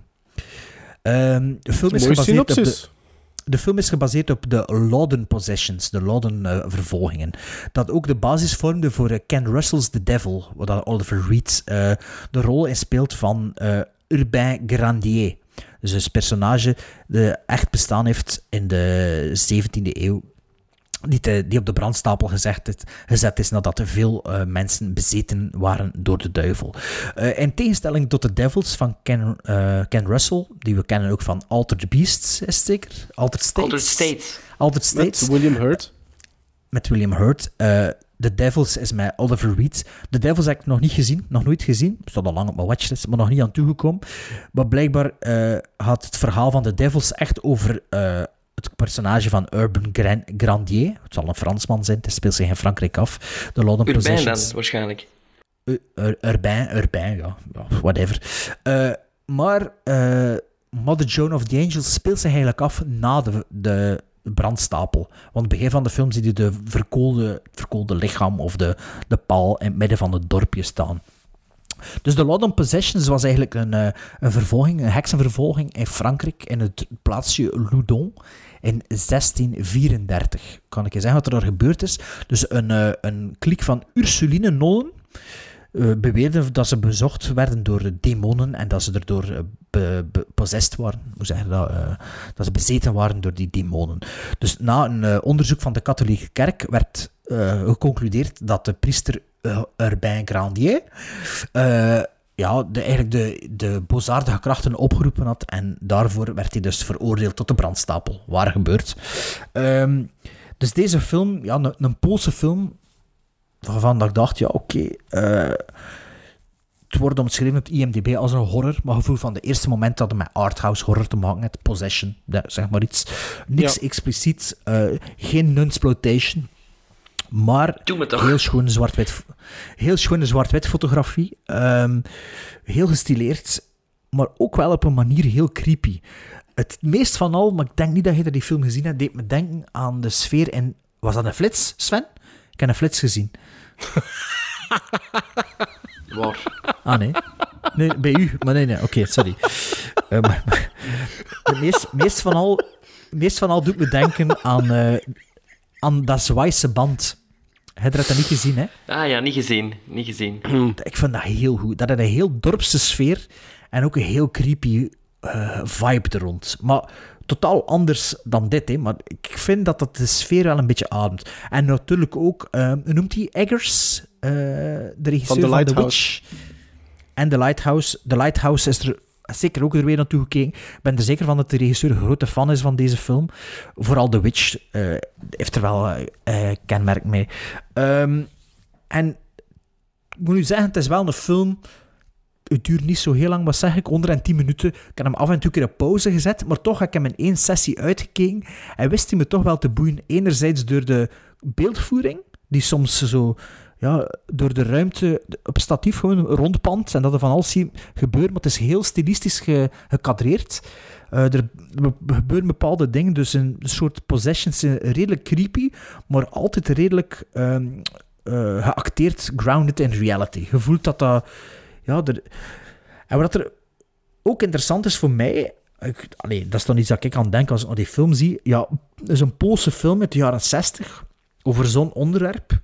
Um, de, film is gebaseerd op de, de film is gebaseerd op de Loudon Possessions, de Loudon-vervolgingen. Uh, dat ook de basis vormde voor uh, Ken Russell's The Devil, waar Oliver Reed uh, de rol in speelt van uh, Urbain Grandier. Dus een personage die echt bestaan heeft in de zeventiende eeuw. Die, te, die op de brandstapel gezegd het, gezet is nadat er veel uh, mensen bezeten waren door de duivel. Uh, in tegenstelling tot de Devils van Ken, uh, Ken Russell, die we kennen ook van Altered Beasts, is het zeker? Altered States. Altered States. Altered States. Met William Hurt. Met William Hurt. Uh, The Devils is met Oliver Reed. The Devils heb ik nog niet gezien, nog nooit gezien. Staat al lang op mijn watchlist, maar nog niet aan toegekomen. Maar blijkbaar uh, had het verhaal van The Devils echt over... Uh, het personage van Urbain Gran- Grandier. Het zal een Fransman zijn, het speelt zich in Frankrijk af. De Loudon Urbain Possessions. dan, waarschijnlijk. Uh, Ur- Urbain, Urbain, ja. Whatever. Uh, maar uh, Mother Joan of the Angels speelt zich eigenlijk af na de, de brandstapel. Want aan het begin van de film zie je de verkoolde, verkoolde lichaam of de, de paal in het midden van het dorpje staan. Dus de Loudon Possessions was eigenlijk een, uh, een vervolging, een heksenvervolging in Frankrijk, in het plaatsje Loudon, in zestien vierendertig. Kan ik je zeggen wat er daar gebeurd is? Dus een, uh, een kliek van Ursuline nonnen uh, beweerden dat ze bezocht werden door demonen en dat ze erdoor uh, be, be, possessed waren. Hoe zeg je dat? Uh, dat ze bezeten waren door die demonen. Dus na een uh, onderzoek van de katholieke kerk werd uh, geconcludeerd dat de priester Uh, Urbain Grandier uh, ja, de, eigenlijk de, de boosaardige krachten opgeroepen had en daarvoor werd hij dus veroordeeld tot de brandstapel. Waar gebeurt. Um, dus deze film, ja, een, een Poolse film waarvan dat ik dacht, ja oké, okay, uh, het wordt omschreven op I M D B als een horror, maar gevoel van de eerste moment dat het met arthouse horror te maken had, Possession, zeg maar iets. Niks ja. expliciet, uh, geen nunsploitation. Maar heel schone zwart-wit, heel schone zwart-wit fotografie. Um, heel gestileerd, maar ook wel op een manier heel creepy. Het meest van al, maar ik denk niet dat je die film gezien hebt, deed me denken aan de sfeer in... Was dat een flits, Sven? Ik heb een flits gezien. Waar? Ah, nee. Nee, bij u. Maar nee, nee. Oké, okay, sorry. Um, het meest, meest, van al, meest van al doet me denken aan... Uh, aan dat Zweedse band. Heb je dat niet gezien, hè? Ah ja, niet gezien. Niet gezien. Ik vind dat heel goed. Dat had een heel dorpse sfeer en ook een heel creepy uh, vibe er rond. Maar totaal anders dan dit, hè. Maar ik vind dat dat de sfeer wel een beetje ademt. En natuurlijk ook, uh, hoe noemt hij? Eggers? Uh, de regisseur van, van The Witch. En The Lighthouse. The Lighthouse is er... Zeker ook er weer naartoe gekeken. Ik ben er zeker van dat de regisseur een grote fan is van deze film. Vooral The Witch uh, heeft er wel uh, kenmerk mee. Um, en ik moet u zeggen, het is wel een film... Het duurt niet zo heel lang, maar zeg ik, onder en tien minuten. Ik heb hem af en toe een keer op pauze gezet, maar toch heb ik hem in één sessie uitgekeken. En wist hij me toch wel te boeien. Enerzijds door de beeldvoering, die soms zo... Ja, door de ruimte op statief gewoon rondpand en dat er van alles zie gebeuren, maar het is heel stilistisch ge, gekadreerd. Uh, er gebeuren bepaalde dingen, dus een soort possessions zijn redelijk creepy, maar altijd redelijk um, uh, geacteerd, grounded in reality. Je voelt dat dat... Ja, er, en wat er ook interessant is voor mij... Ik, allee, dat is dan iets dat ik aan denk als ik die film zie. Ja, het is een Poolse film uit de jaren zestig over zo'n onderwerp.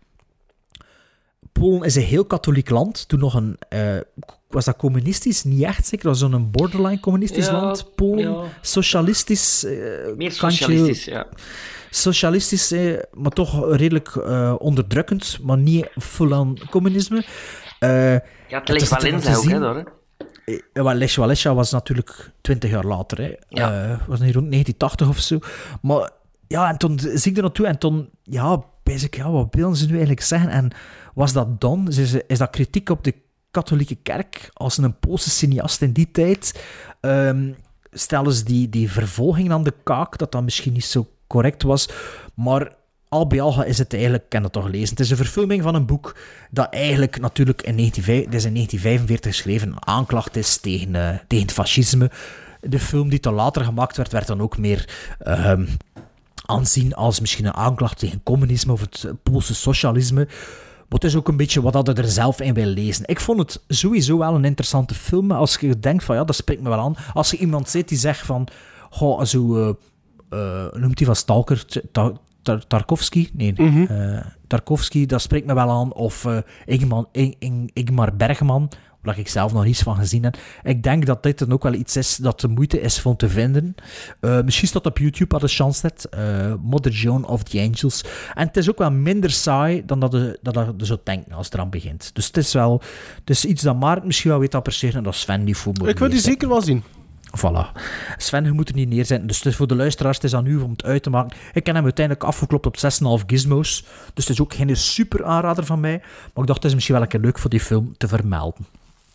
Polen is een heel katholiek land. Toen nog een... Uh, was dat communistisch? Niet echt zeker. Dat was zo'n borderline communistisch ja, land. Polen. Ja. Socialistisch. Uh, Meer socialistisch, ja. Socialistisch, uh, maar toch redelijk uh, onderdrukkend. Maar niet full-on communisme. Uh, ja, het Lech Walesa ook, hè, daar, hè? Uh, Lech Walesa was natuurlijk twintig jaar later. Hè. Ja. Uh, was niet rond negentien tachtig of zo. Maar ja, en toen zie ik er naartoe en toen... Ja, basic, ja, wat willen ze nu eigenlijk zeggen? En was dat dan? Is, is dat kritiek op de katholieke kerk als een Poolse cineast in die tijd? Um, stellen ze die, die vervolging aan de kaak, dat dat misschien niet zo correct was. Maar al bij al is het eigenlijk, ik heb dat toch gelezen, het is een verfilming van een boek dat eigenlijk natuurlijk in, negentien, dat is in negentien vijfenveertig geschreven, een aanklacht is tegen, uh, tegen het fascisme. De film die te later gemaakt werd, werd dan ook meer... Um, aanzien als misschien een aanklacht tegen communisme of het Poolse socialisme. Maar het is ook een beetje wat dat er zelf in wil lezen. Ik vond het sowieso wel een interessante film. Als je denkt van, ja, dat spreekt me wel aan. Als je iemand ziet die zegt van, goh, zo, uh, uh, noemt hij van Stalker, Tar- Tar- Tarkovsky? Nee, Mm-hmm. uh, Tarkovsky, dat spreekt me wel aan. Of uh, Ingmar, Ing- Ingmar Bergman, waar ik zelf nog niets van gezien heb. Ik denk dat dit dan ook wel iets is dat de moeite is van te vinden. Uh, misschien staat op YouTube, als de chance hebt. Uh, Mother Joan of the Angels. En het is ook wel minder saai dan dat je, dat je zo denkt als het eraan begint. Dus het is wel... Het is iets dat Maarten misschien wel weet appreciëren en dat Sven niet voor moet Ik wil die zeker wel zien. Voilà. Sven, je moet er niet neerzetten. Dus het is voor de luisteraars, het is aan u om het uit te maken. Ik heb hem uiteindelijk afgeklopt op zes komma vijf gizmos. Dus het is ook geen super aanrader van mij. Maar ik dacht, het is misschien wel een keer leuk voor die film te vermelden.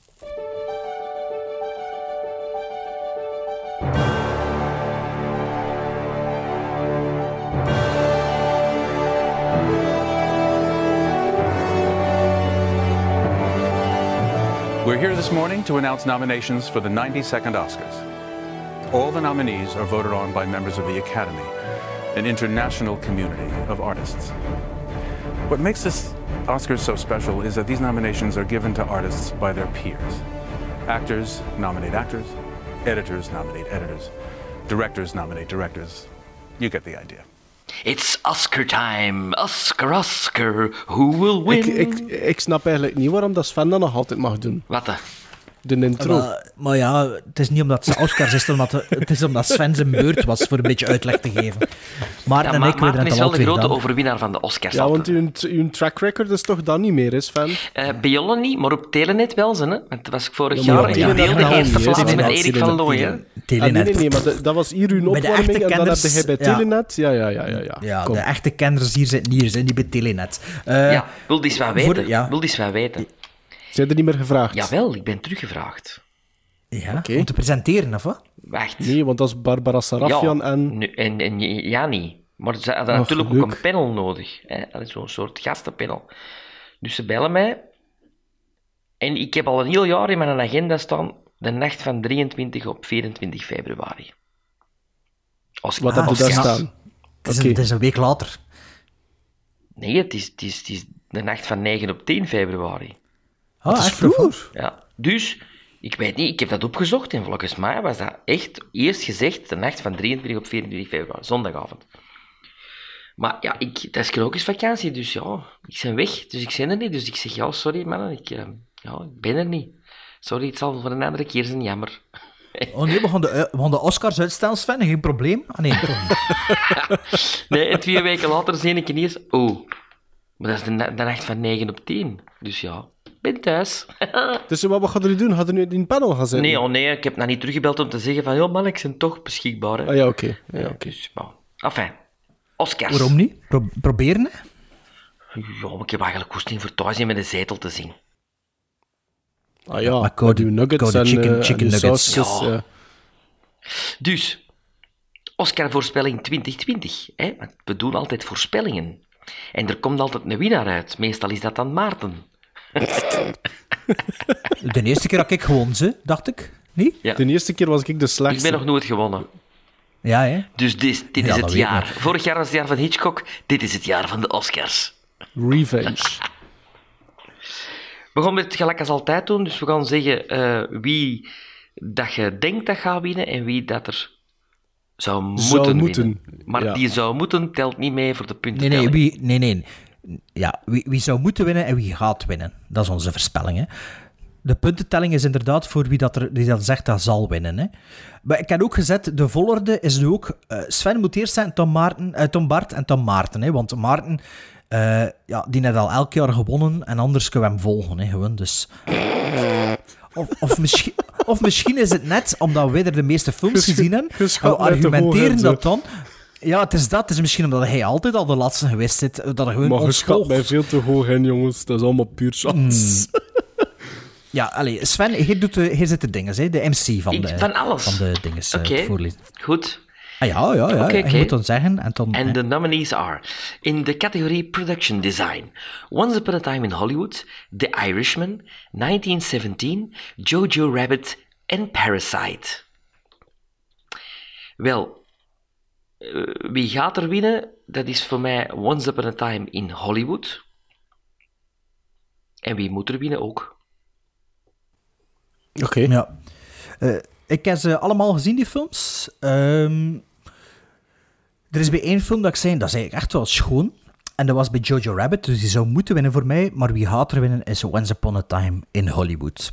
We're here this morning to announce nominations for the ninety-second Oscars. All the nominees are voted on by members of the Academy, an international community of artists. What makes this Oscars so special is that these nominations are given to artists by their peers. Actors nominate actors, editors nominate editors, directors nominate directors. You get the idea. It's Oscar time. Oscar, Oscar. Who will win? Ik, ik, ik snap eigenlijk niet waarom dat Sven dat nog altijd mag doen. Wat dan? De intro. Maar, maar ja, het is niet omdat ze Oscars is, omdat het, het is omdat Sven zijn beurt was voor een beetje uitleg te geven. Maar Ja, dan Ma- ik Maarten is wel de grote dan. overwinnaar van de Oscars. Ja, want altijd. uw, uw track record is toch dan niet meer, is Sven? Uh, bij jullie niet, maar op Telenet wel, ze, hè? Want dat was ik vorig Ja, maar jaar. ja, Ik deelde Telenet eerste niet, hè. plaats met Telenet, Erik van Looy, hè? Telenet. Ah, nee, nee, nee, maar de- dat was hier uw Bij de opwarming echte en dan heb kenners, je bij ja. Telenet... Ja, ja, ja, ja. ja. Ja, Kom. de echte kenners hier zitten hier, zijn niet bij Telenet. Uh, Ja, wil die eens wat voor- weten? ja. Wil die eens wat weten? Zijn er niet meer gevraagd? Jawel, ik ben teruggevraagd. Ja, Oké. om te presenteren, of wat? Wacht. Nee, want dat is Barbara Sarafian ja, en... nu- en, en ja, niet. Maar ze hadden Och, natuurlijk leuk. ook een panel nodig. Hè? Dat is zo'n soort gastenpanel. Dus ze bellen mij. En ik heb al een heel jaar in mijn agenda staan de nacht van drieëntwintig op vierentwintig februari. Oscar. Wat heb je daar Oscars. staan? Het is, Oké. een, het is een week later. Nee, het is, het, is, het is de nacht van negen op tien februari. Ah, Dat is echt vroeger. Ja, dus, ik weet niet, ik heb dat opgezocht en volgens mij was dat echt eerst gezegd de nacht van drieëntwintig op vierentwintig februari, zondagavond. Maar ja, ik, dat is krokusvakantie, dus ja, ik ben weg, dus ik ben er niet. Dus ik zeg, ja, sorry mannen, ik, eh, ja, ik ben er niet. Sorry, het zal voor een andere keer zijn, jammer. Oh nee, we gaan de, we gaan de Oscars uitstellen, Sven, geen probleem. Ah nee, toch niet. Nee, en twee weken later zie ik ineens, oh, maar dat is de, na- de nacht van negen op tien. Dus ja, ik ben thuis. Dus wat wat gaat er nu doen? Gaat er nu in een panel gaan zitten? Nee, oh nee, ik heb nog niet teruggebeld om te zeggen van, joh man, ik ben toch beschikbaar. Hè. Ah ja, oké. Ja, oké. Dus, bon. Enfin, Oscars. Waarom niet? Pro- proberen, hè? Ja, maar ik heb eigenlijk goesting voor thuis in met een zetel te zien. Ah ja, Maar koude- met uw nuggets koude en, chicken- eh, en chicken uw nuggets. sausjes, Ja. eh. Dus, Oscar-voorspelling twintig twintig. Hè? Want we doen altijd voorspellingen. En er komt altijd een winnaar uit. Meestal is dat dan Maarten. De eerste keer had ik gewonnen, ze, dacht ik. Niet? Ja. De eerste keer was ik de Ik slechtste. ben nog nooit gewonnen. Ja, hè? Dus dit, dit Ja, is dat het weet jaar. ik. Vorig jaar was het jaar van Hitchcock. Dit is het jaar van de Oscars. Revenge. We gaan het gelijk als altijd doen. Dus we gaan zeggen eh, wie dat je denkt dat gaat winnen en wie dat er zou moeten Zou winnen. moeten, Maar ja. die zou moeten telt niet mee voor de punten. Nee, nee, wie, nee, nee. Ja, wie, wie zou moeten winnen en wie gaat winnen. Dat is onze voorspelling, hè. De puntentelling is inderdaad voor wie dat, er, die dat zegt dat zal winnen. Hè. Maar ik heb ook gezet, de volgorde is nu ook... eh, Sven moet eerst zijn, Tom, Maarten, eh, Tom Bart en Tom Maarten. Hè, want Maarten, eh, ja, die heeft al elk jaar gewonnen en anders kunnen we hem volgen. Hè, gewoon, dus... Of, of, misschien, of misschien is het net, omdat wij er de meeste films Gesch- gezien hebben, geschat we met de argumenteren hoogheid, dat dan... Ja, het is dat. Het is misschien omdat hij altijd al de laatste geweest zit, dat hij gewoon Maar ons geschat volgt. mij veel te hoog in, jongens. Dat is allemaal puur chance. Ja, allee, Sven, jij, doet de, jij zit de dingen, hè, de M C van Ik- de, van alles. van de dinges eh, Oké. voorlezen. Goed. Ah ja, ja, ja. Oké, En oké. je moet dan zeggen en dan... And eh, the nominees are, in the category Production Design, Once Upon a Time in Hollywood, The Irishman, nineteen seventeen, Jojo Rabbit en Parasite. Wel, uh, wie gaat er winnen? Dat is voor mij Once Upon a Time in Hollywood. En wie moet er winnen ook? Oké. Okay. Ja. Uh, ik heb ze allemaal gezien, die films. Um, er is bij één film dat ik zei, dat is eigenlijk echt wel schoon. En dat was bij Jojo Rabbit, dus die zou moeten winnen voor mij. Maar wie gaat er winnen is Once Upon a Time in Hollywood.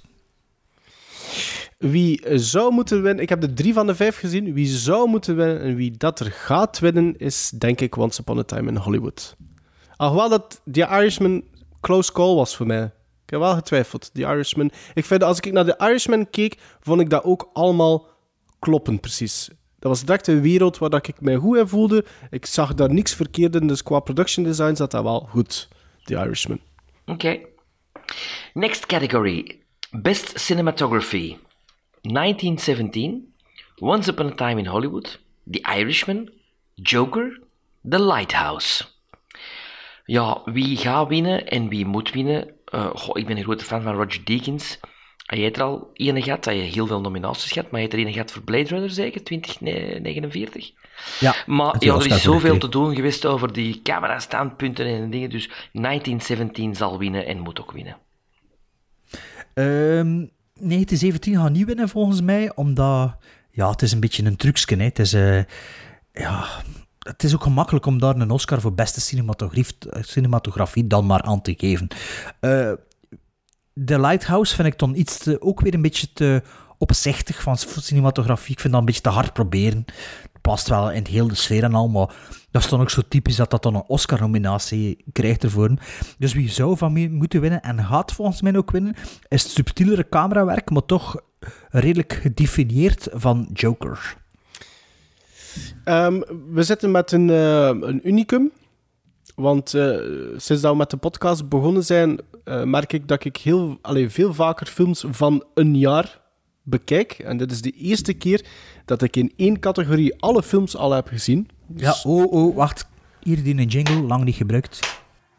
Wie zou moeten winnen... Ik heb de drie van de vijf gezien. Wie zou moeten winnen en wie dat er gaat winnen, is denk ik Once Upon a Time in Hollywood. Alhoewel dat The Irishman close call was voor mij. Ik heb wel getwijfeld, The Irishman. Ik vind, als ik naar The Irishman keek, vond ik dat ook allemaal kloppend, precies. Dat was direct een wereld waar ik mij goed in voelde. Ik zag daar niks verkeerd in, dus qua production design zat dat wel goed, The Irishman. Oké. Okay. Next category. Best Cinematography. negentien zeventien, Once Upon a Time in Hollywood, The Irishman, Joker, The Lighthouse. Ja, wie gaat winnen en wie moet winnen? Uh, goh, ik ben een grote fan van Roger Deakins. Hij heeft er al ene gehad, hij heeft heel veel nominaties gehad, maar hij heeft er ene gehad voor Blade Runner zeker, twintig negenenveertig. Ja, maar ja, er is zoveel te doen geweest over die camera-standpunten en dingen, dus negentien zeventien zal winnen en moet ook winnen. Um, negentien zeventien gaat niet winnen volgens mij, omdat ja, het is een beetje een trucje. Hè. Het is, uh, ja, het is ook gemakkelijk om daar een Oscar voor beste cinematografie, cinematografie dan maar aan te geven. Uh, The Lighthouse vind ik dan iets te, ook weer een beetje te opzichtig van cinematografie. Ik vind dat een beetje te hard proberen. Het past wel in heel de sfeer en al, maar dat is dan ook zo typisch dat dat dan een Oscar-nominatie krijgt ervoor. Dus wie zou van mij moeten winnen en gaat volgens mij ook winnen, is het subtielere camerawerk, maar toch redelijk gedefinieerd van Joker. Um, we zitten met een, uh, een unicum. Want uh, sinds dat we met de podcast begonnen zijn, uh, merk ik dat ik heel, allee, veel vaker films van een jaar bekijk. En dit is de eerste keer dat ik in één categorie alle films al heb gezien. Dus... Ja, oh, oh, wacht. Hier die een jingle, lang niet gebruikt.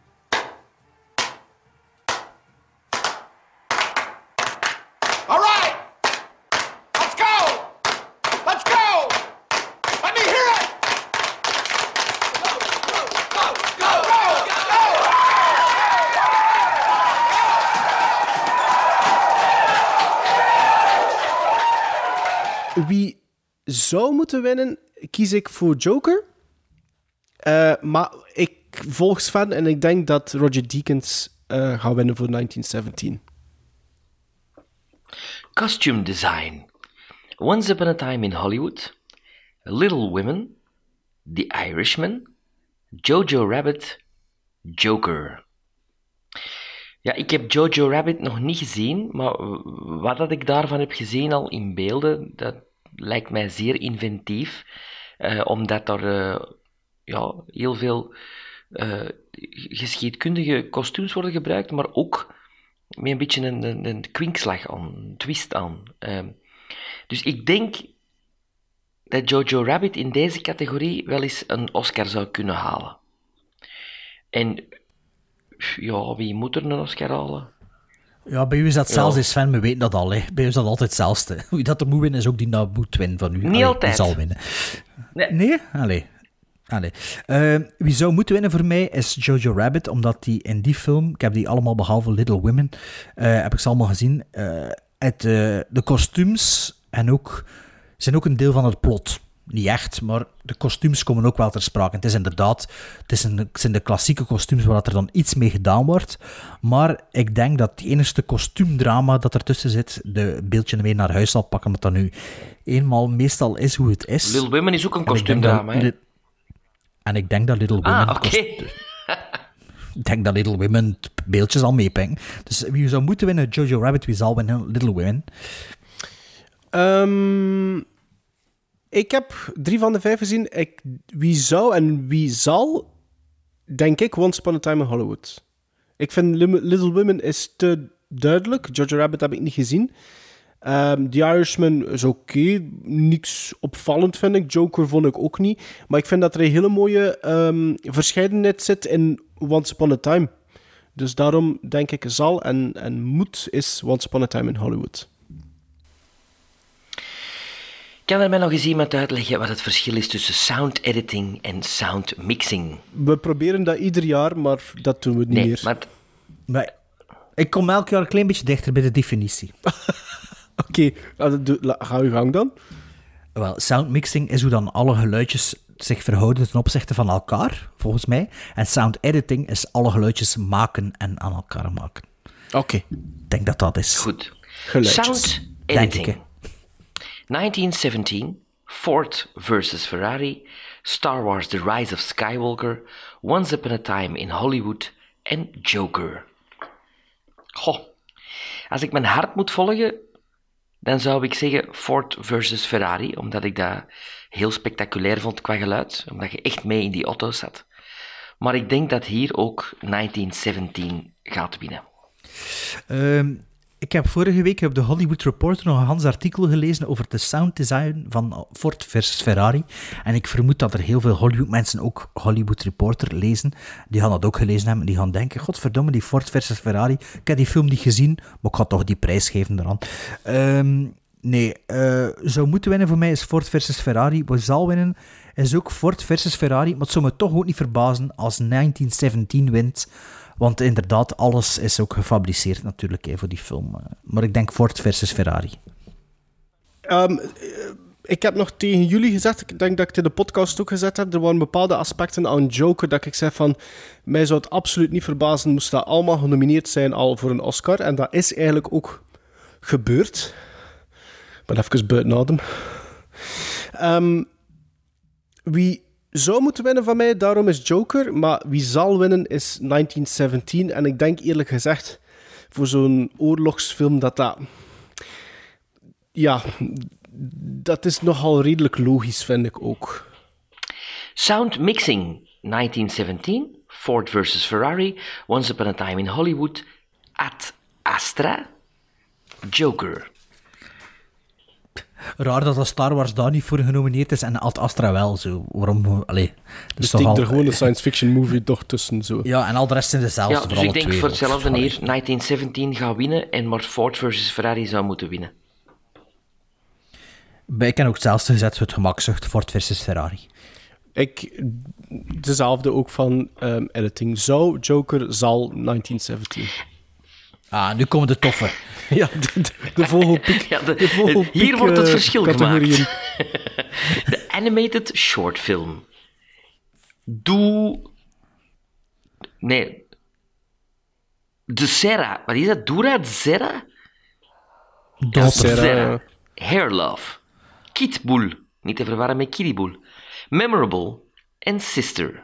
All right! Let's go! Let's go! Let me hear it! Go, go, go, go, go, go! Wie zou moeten winnen, kies ik voor Joker. Uh, maar ik volg Sven en ik denk dat Roger Deakins uh, gaat winnen voor negentien zeventien. Costume design. Once Upon a Time in Hollywood, Little Women, The Irishman, Jojo Rabbit, Joker. Ja, ik heb Jojo Rabbit nog niet gezien, maar wat dat ik daarvan heb gezien al in beelden, dat lijkt mij zeer inventief, uh, omdat er uh, ja, heel veel uh, geschiedkundige kostuums worden gebruikt, maar ook met een beetje een, een, een kwinkslag aan, een twist aan. Uh, dus ik denk dat Jojo Rabbit in deze categorie wel eens een Oscar zou kunnen halen. En ja, wie moet er een Oscar halen? Ja, bij u is dat zelfs, ja. Sven, we weten dat al. Hè. Bij u is dat altijd hetzelfde. Wie dat er moet winnen, is ook die dat moet winnen van u. Niet Allee, altijd. Die zal winnen. Nee? Nee? Allee. Allee. Uh, wie zou moeten winnen voor mij is Jojo Rabbit, omdat die in die film, ik heb die allemaal behalve Little Women, uh, heb ik ze allemaal gezien, uh, het, uh, de kostuums en ook, zijn ook een deel van het plot. Niet echt, maar de kostuums komen ook wel ter sprake. Het is inderdaad, het, is een, het zijn de klassieke kostuums waar er dan iets mee gedaan wordt. Maar ik denk dat het enigste kostuumdrama dat ertussen zit, de beeldje mee naar huis zal pakken, omdat dat nu eenmaal meestal is hoe het is. Little Women is ook een kostuumdrama, hè? En ik denk dat Little Women... Ah, oké. Okay. Ik denk dat Little Women beeldjes al meepikken. Dus wie zou moeten winnen? Jojo Rabbit. Wie zal winnen? Little Women. Um, ik heb drie van de vijf gezien. Ik, wie zou en wie zal, denk ik, Once Upon a Time in Hollywood. Ik vind Little Women is te duidelijk. Jojo Rabbit heb ik niet gezien. Um, The Irishman is oké. Okay. Niks opvallend, vind ik. Joker vond ik ook niet. Maar ik vind dat er een hele mooie um, verscheidenheid zit in Once Upon a Time. Dus daarom denk ik zal en, en moet is Once Upon a Time in Hollywood. Kan er mij nog eens iemand uitleggen wat het verschil is tussen sound editing en sound mixing? We proberen dat ieder jaar, maar dat doen we niet nee, meer. Maar... maar ik kom elk jaar een klein beetje dichter bij de definitie. Oké, okay, ga je gang dan. Wel, sound mixing is hoe dan alle geluidjes zich verhouden ten opzichte van elkaar, volgens mij. En sound editing is alle geluidjes maken en aan elkaar maken. Oké. Okay. Ik denk dat dat is. Goed. Geluidjes. Sound editing. Denk ik, negentien zeventien, Ford versus Ferrari, Star Wars The Rise of Skywalker, Once Upon a Time in Hollywood en Joker. Goh, als ik mijn hart moet volgen, dan zou ik zeggen Ford versus Ferrari, omdat ik dat heel spectaculair vond qua geluid, omdat je echt mee in die auto zat. Maar ik denk dat hier ook negentien zeventien gaat winnen. Um, ik heb vorige week op de Hollywood Reporter nog een Hans artikel gelezen over de sound design van Ford versus Ferrari. En ik vermoed dat er heel veel Hollywood mensen ook Hollywood Reporter lezen. Die gaan dat ook gelezen hebben. Die gaan denken, godverdomme, die Ford versus Ferrari. Ik heb die film niet gezien, maar ik ga toch die prijs geven eraan. Um, nee, uh, zou moeten winnen voor mij is Ford versus Ferrari. Wat zal winnen is ook Ford versus Ferrari. Maar het zou me toch ook niet verbazen als negentien zeventien wint. Want inderdaad, alles is ook gefabriceerd natuurlijk hè, voor die film. Maar ik denk Ford versus Ferrari. Um, ik heb nog tegen jullie gezegd, ik denk dat ik het in de podcast ook gezet heb, er waren bepaalde aspecten aan Joker dat ik zeg van, mij zou het absoluut niet verbazen moest dat allemaal genomineerd zijn al voor een Oscar. En dat is eigenlijk ook gebeurd. Ik ben even buiten adem. Um, wie... zou moeten winnen van mij, daarom is Joker. Maar wie zal winnen is negentien zeventien. En ik denk eerlijk gezegd, voor zo'n oorlogsfilm, dat dat... Ja, dat is nogal redelijk logisch, vind ik ook. Sound mixing, negentien zeventien. Ford versus Ferrari. Once Upon a Time in Hollywood. Ad Astra. Joker. Raar dat dat Star Wars daar niet voor genomineerd is en Ad Astra wel. Zo. Waarom? Allee, dus steek al... er gewoon een science fiction movie toch tussen. Zo. Ja, en al de rest zijn dezelfde. Ja, dus ik denk twee, voor hetzelfde neer negentien zeventien gaat winnen en maar Ford versus Ferrari zou moeten winnen. Ik heb ook hetzelfde gezet, het gemakzucht, Ford versus Ferrari. Ik, dezelfde ook van um, editing. Zou, Joker, zal, negentien zeventien. Ah, nu komen de toffe. Ja, de, de, de vogelpiek. Ja, de, de vogelpiek, hier wordt het verschil categorieën. gemaakt. De animated short film. Doe... Nee. De Serra. Wat is dat? Dura Zera? Ja, Serra. Hair Love. Kid Bull. Niet te verwarren met Kitty Bull. Memorable. En Sister.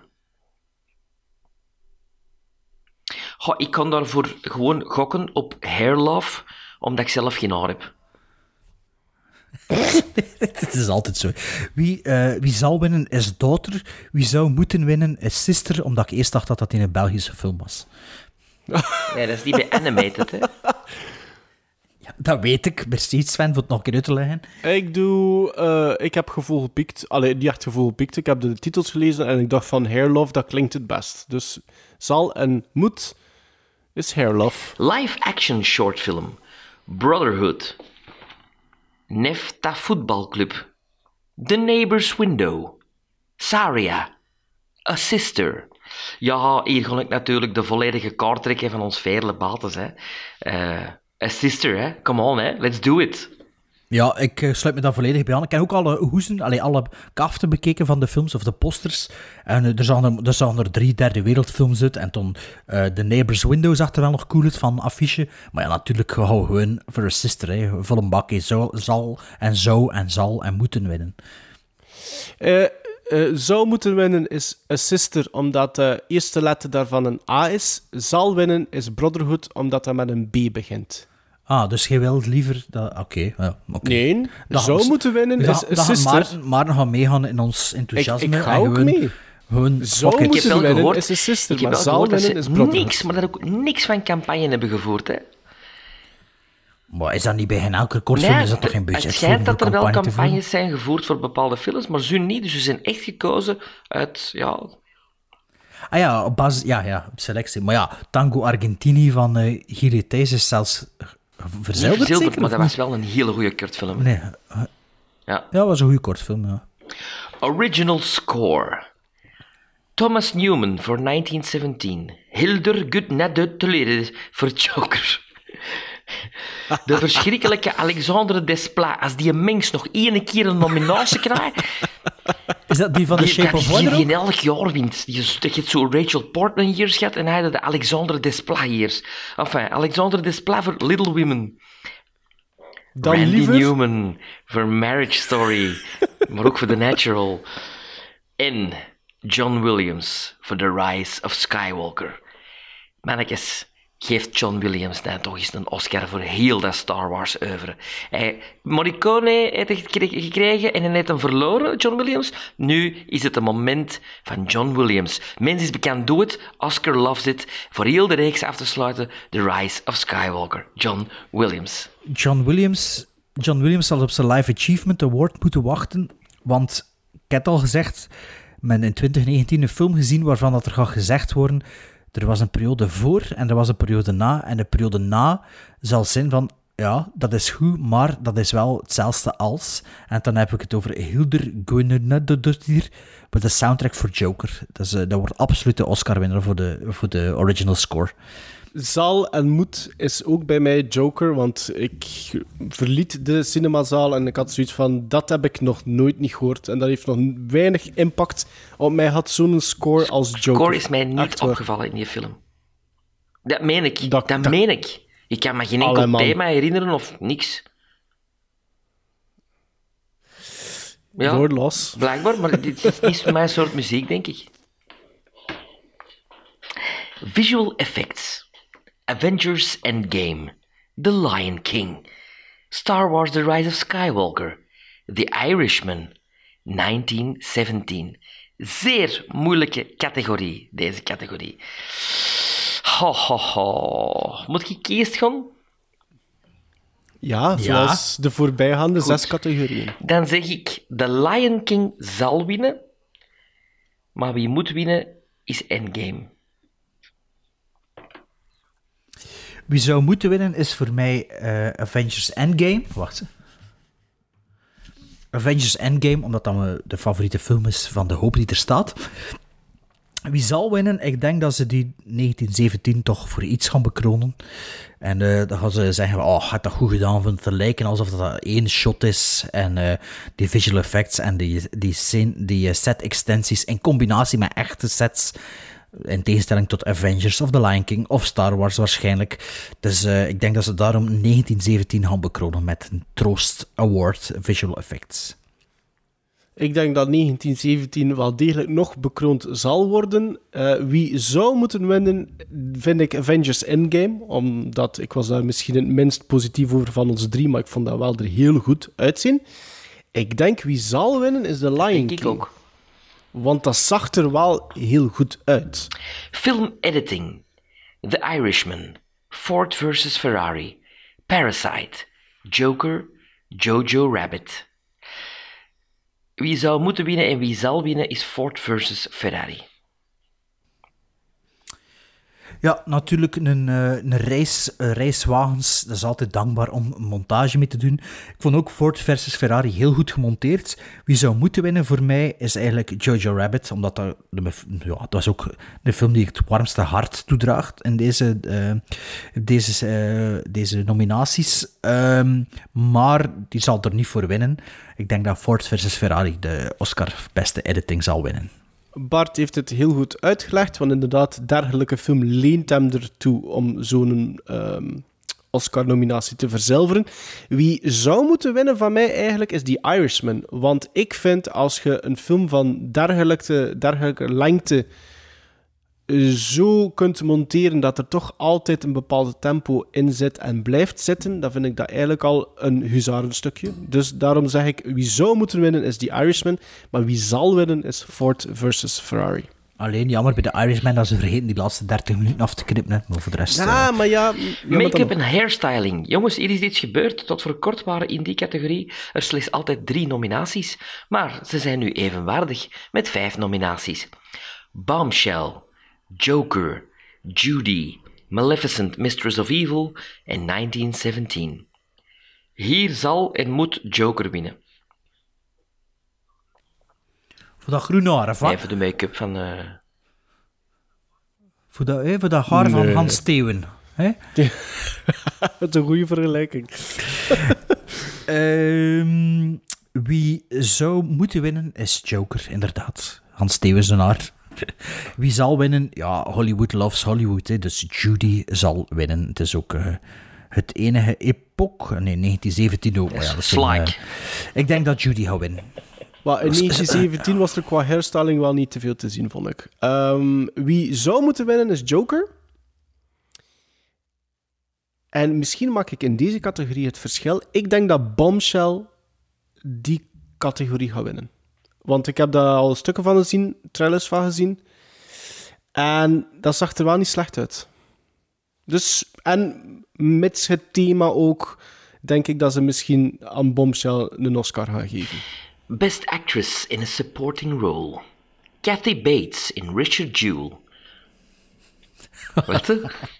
Goh, ik kan daarvoor gewoon gokken op Hair Love, omdat ik zelf geen haar heb. Het is altijd zo. Wie, uh, wie zal winnen is Daughter. Wie zou moeten winnen is Sister, omdat ik eerst dacht dat dat in een Belgische film was. Nee, dat is niet bij animated, hè. Ja, dat weet ik. Merci Sven, voor het nog een keer uit te leggen. Ik doe... Uh, ik heb gevoel gepiekt. Allee, niet echt gevoel gepiekt. Ik heb de titels gelezen en ik dacht van Hair Love, dat klinkt het best. Dus zal en moet is Hair Love. Live-action shortfilm. Brotherhood. Nefta Voetbalclub. The Neighbor's Window. Saria. A Sister. Ja, hier ga ik natuurlijk de volledige kaart trekken van ons Veerle Bates, hè. Uh, A Sister, hè. Come on, hè. Let's do it. Ja, ik uh, sluit me daar volledig bij aan. Ik heb ook alle hoezen, allee, alle kaften bekeken van de films, of de posters. En uh, er zagen er, er zagen er drie derde wereldfilms uit. En toen uh, The Neighbor's Window zag er wel nog cool uit van affiche. Maar ja, natuurlijk gewoon gewoon voor A Sister, hè. Vol een bakje zal, zal en zou en zal en moeten winnen. Uh, uh, zou moeten winnen is A Sister, omdat de eerste letter daarvan een A is. Zal winnen is Brotherhood, omdat dat met een B begint. Ah, dus jij wilt liever dat... Oké, okay, ja, okay. Nee, dat zou moeten winnen is dat, A dat Sister. Maar, maar gaan meegaan in ons enthousiasme. Ik, ik ga ook gewoon, mee. Gewoon zou moeten winnen gehoord, is A Sister, maar zal winnen is Brotherhood. Niks, maar dat ook niks van campagne hebben gevoerd, hè. Maar is dat niet bij geen elke recordfilm? Nee, is dat toch geen budget? Het schijnt dat er wel campagnes zijn gevoerd voor bepaalde films, maar ze niet. Dus ze zijn echt gekozen uit, ja... Ah ja, op basis... Ja, ja, op selectie. Maar ja, Tango Argentini van uh, Giri Thijs is zelfs verzilverd, verzilverd, zeker? Maar dat was wel een hele goede kurtfilm. Nee. Uh, Ja, ja dat was een goede kortfilm, ja. Original score. Thomas Newman voor negentien zeventien. Hildur Gudnadottir voor Joker. De verschrikkelijke Alexandre Desplat. Als die mens nog één keer een nominatie krijgt... Is dat die van The Shape of Water? Die die elk jaar wint. Die heeft zo Rachel Portman hier gehad en hij had de Alexandre Desplat hier. Enfin, Alexandre Desplat voor Little Women. Dan Randy liever... Newman voor Marriage Story. Maar ook voor The Natural. En John Williams voor The Rise of Skywalker. Mannetjes, geeft John Williams dan toch eens een Oscar voor heel dat Star Wars oeuvre. Hij, Morricone heeft het gekregen en hij heeft hem verloren, John Williams. Nu is het een moment van John Williams. Mens is bekend, doe het. Oscar loves it. Voor heel de reeks af te sluiten, The Rise of Skywalker. John Williams. John Williams, John Williams zal op zijn Life Achievement Award moeten wachten, want ik heb al gezegd, men in twintig negentien een film gezien waarvan dat er gaat gezegd worden, er was een periode voor en er was een periode na, en de periode na zal zijn van, ja, dat is goed, maar dat is wel hetzelfde als, en dan heb ik het over Hildur Guðnadóttir met de soundtrack voor Joker. Dus, uh, dat wordt absoluut de Oscar-winnaar voor de, voor de original score. Zal en moet is ook bij mij Joker, want ik verliet de cinemazaal en ik had zoiets van, dat heb ik nog nooit niet gehoord. En dat heeft nog weinig impact op mij, had zo'n score als Joker. Score is mij niet Echt opgevallen in die film. Dat meen ik. Dat, dat, dat meen ik. Ik kan me geen enkel thema herinneren of niks. Ja, Woordloos. Blijkbaar, maar dit is niet mijn soort muziek, denk ik. Visual effects. Avengers Endgame. The Lion King. Star Wars The Rise of Skywalker. The Irishman. negentien zeventien. Zeer moeilijke categorie, deze categorie. Ho, ho, ho. Moet ik eerst gaan? Ja, zoals ja. de voorbijgaande Goed. zes categorieën. Dan zeg ik, The Lion King zal winnen, maar wie moet winnen is Endgame. Wie zou moeten winnen is voor mij uh, Avengers Endgame. Wacht. Avengers Endgame, omdat dat de favoriete film is van de hoop die er staat. Wie zal winnen? Ik denk dat ze die negentien zeventien toch voor iets gaan bekronen. En uh, dan gaan ze zeggen, oh, had dat goed gedaan, van te lijken alsof dat één shot is. En uh, die visual effects en die, die, scene, die set extensies in combinatie met echte sets, in tegenstelling tot Avengers of The Lion King of Star Wars waarschijnlijk. Dus uh, ik denk dat ze daarom negentien zeventien gaan bekronen met een Troost Award Visual Effects. Ik denk dat negentien zeventien wel degelijk nog bekroond zal worden. Uh, wie zou moeten winnen, vind ik Avengers Endgame. Omdat ik was daar misschien het minst positief over van ons drie, maar ik vond dat wel er heel goed uitzien. Ik denk wie zal winnen is The Lion King. Ik ook. Want dat zag er wel heel goed uit. Film editing. The Irishman. Ford versus Ferrari. Parasite. Joker. Jojo Rabbit. Wie zou moeten winnen en wie zal winnen is Ford versus Ferrari. Ja, natuurlijk een, een race, racewagens. Dat is altijd dankbaar om een montage mee te doen. Ik vond ook Ford versus Ferrari heel goed gemonteerd. Wie zou moeten winnen voor mij is eigenlijk Jojo Rabbit. Omdat dat, ja, dat was ook de film die ik het warmste hart toedraagt in deze, uh, deze, uh, deze nominaties. Um, maar die zal er niet voor winnen. Ik denk dat Ford versus Ferrari de Oscar beste editing zal winnen. Bart heeft het heel goed uitgelegd, want inderdaad, dergelijke film leent hem ertoe om zo'n um, Oscar-nominatie te verzilveren. Wie zou moeten winnen van mij eigenlijk is The Irishman. Want ik vind, als je een film van dergelijke, dergelijke lengte zo kunt monteren dat er toch altijd een bepaald tempo in zit en blijft zitten, dan vind ik dat eigenlijk al een huzarenstukje. Dus daarom zeg ik, wie zou moeten winnen is The Irishman, maar wie zal winnen is Ford versus Ferrari. Alleen jammer bij The Irishman dat ze vergeten die laatste dertig minuten af te knippen, hè. Maar voor de rest... Ja, uh... maar ja... ja Make-up en hairstyling. Jongens, hier is iets gebeurd. Tot voor kort waren in die categorie er slechts altijd drie nominaties. Maar ze zijn nu evenwaardig met vijf nominaties. Bombshell, Joker, Judy, Maleficent, Mistress of Evil en negentien zeventien. Hier zal en moet Joker winnen. Voor dat groene haar, of wat? Nee, voor de make-up van... Uh... Voor, dat, eh, voor dat haar nee. van Hans Steeuwen. Hè? Dat is een goede vergelijking. um, wie zou moeten winnen is Joker, inderdaad. Hans Steeuwen zijn haar. Wie zal winnen? Ja, Hollywood loves Hollywood. Hè. Dus Judy zal winnen. Het is ook uh, het enige epoch... Nee, negentien zeventien ook. Maar ja, dat is een, uh, ik denk dat Judy gaat winnen. Maar in negentien zeventien was er qua hairstyling wel niet te veel te zien, vond ik. Um, wie zou moeten winnen is Joker. En misschien maak ik in deze categorie het verschil. Ik denk dat Bombshell die categorie gaat winnen. Want ik heb daar al stukken van gezien, trailers van gezien. En dat zag er wel niet slecht uit. Dus, en met het thema ook, denk ik dat ze misschien aan Bombshell een Oscar gaan geven. Best Actress in a Supporting Role. Kathy Bates in Richard Jewell. Wat?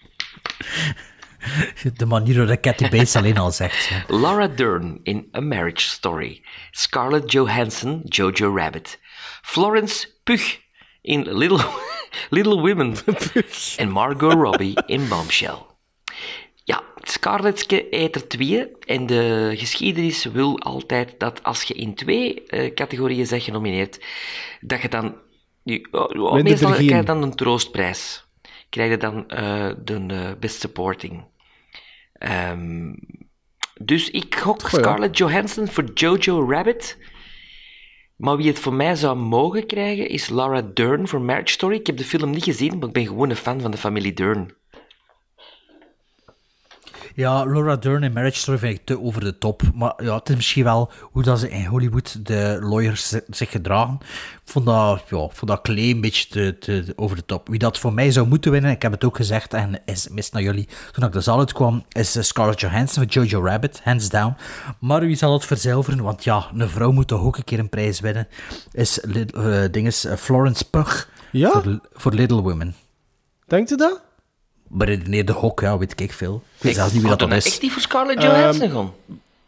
De manier waarop Kathy Bates alleen al zegt. Ja. Laura Dern in A Marriage Story. Scarlett Johansson, Jojo Rabbit. Florence Pugh in Little, Little Women. En Margot Robbie in Bombshell. Ja, Scarlettske eet er twee. En de geschiedenis wil altijd dat als je in twee uh, categorieën bent genomineerd, dat je dan... Oh, oh, meestal krijg je dan een troostprijs. Krijg je dan uh, de uh, Best Supporting. Um, dus ik gok Goeie. Scarlett Johansson voor Jojo Rabbit. Maar wie het voor mij zou mogen krijgen is Laura Dern voor Marriage Story. Ik heb de film niet gezien, maar ik ben gewoon een fan van de familie Dern. Ja, Laura Dern in Marriage Story vind ik te over de top. Maar ja, het is misschien wel hoe dat ze in Hollywood de lawyers zich gedragen. Ik vond dat, ja, vond dat klein een beetje te, te over de top. Wie dat voor mij zou moeten winnen, ik heb het ook gezegd en is mis naar jullie toen ik de zaal uitkwam, is Scarlett Johansson voor Jojo Rabbit, hands down. Maar wie zal het verzilveren? Want ja, een vrouw moet toch ook een keer een prijs winnen. Is uh, dinges, uh, Florence Pugh ja? voor, voor Little Women. Denkt u dat? Beredeneerde hok, ja, weet ik veel. Ik weet zelfs niet wie dat dan is. Ik die voor Scarlett Johansson um, gaan.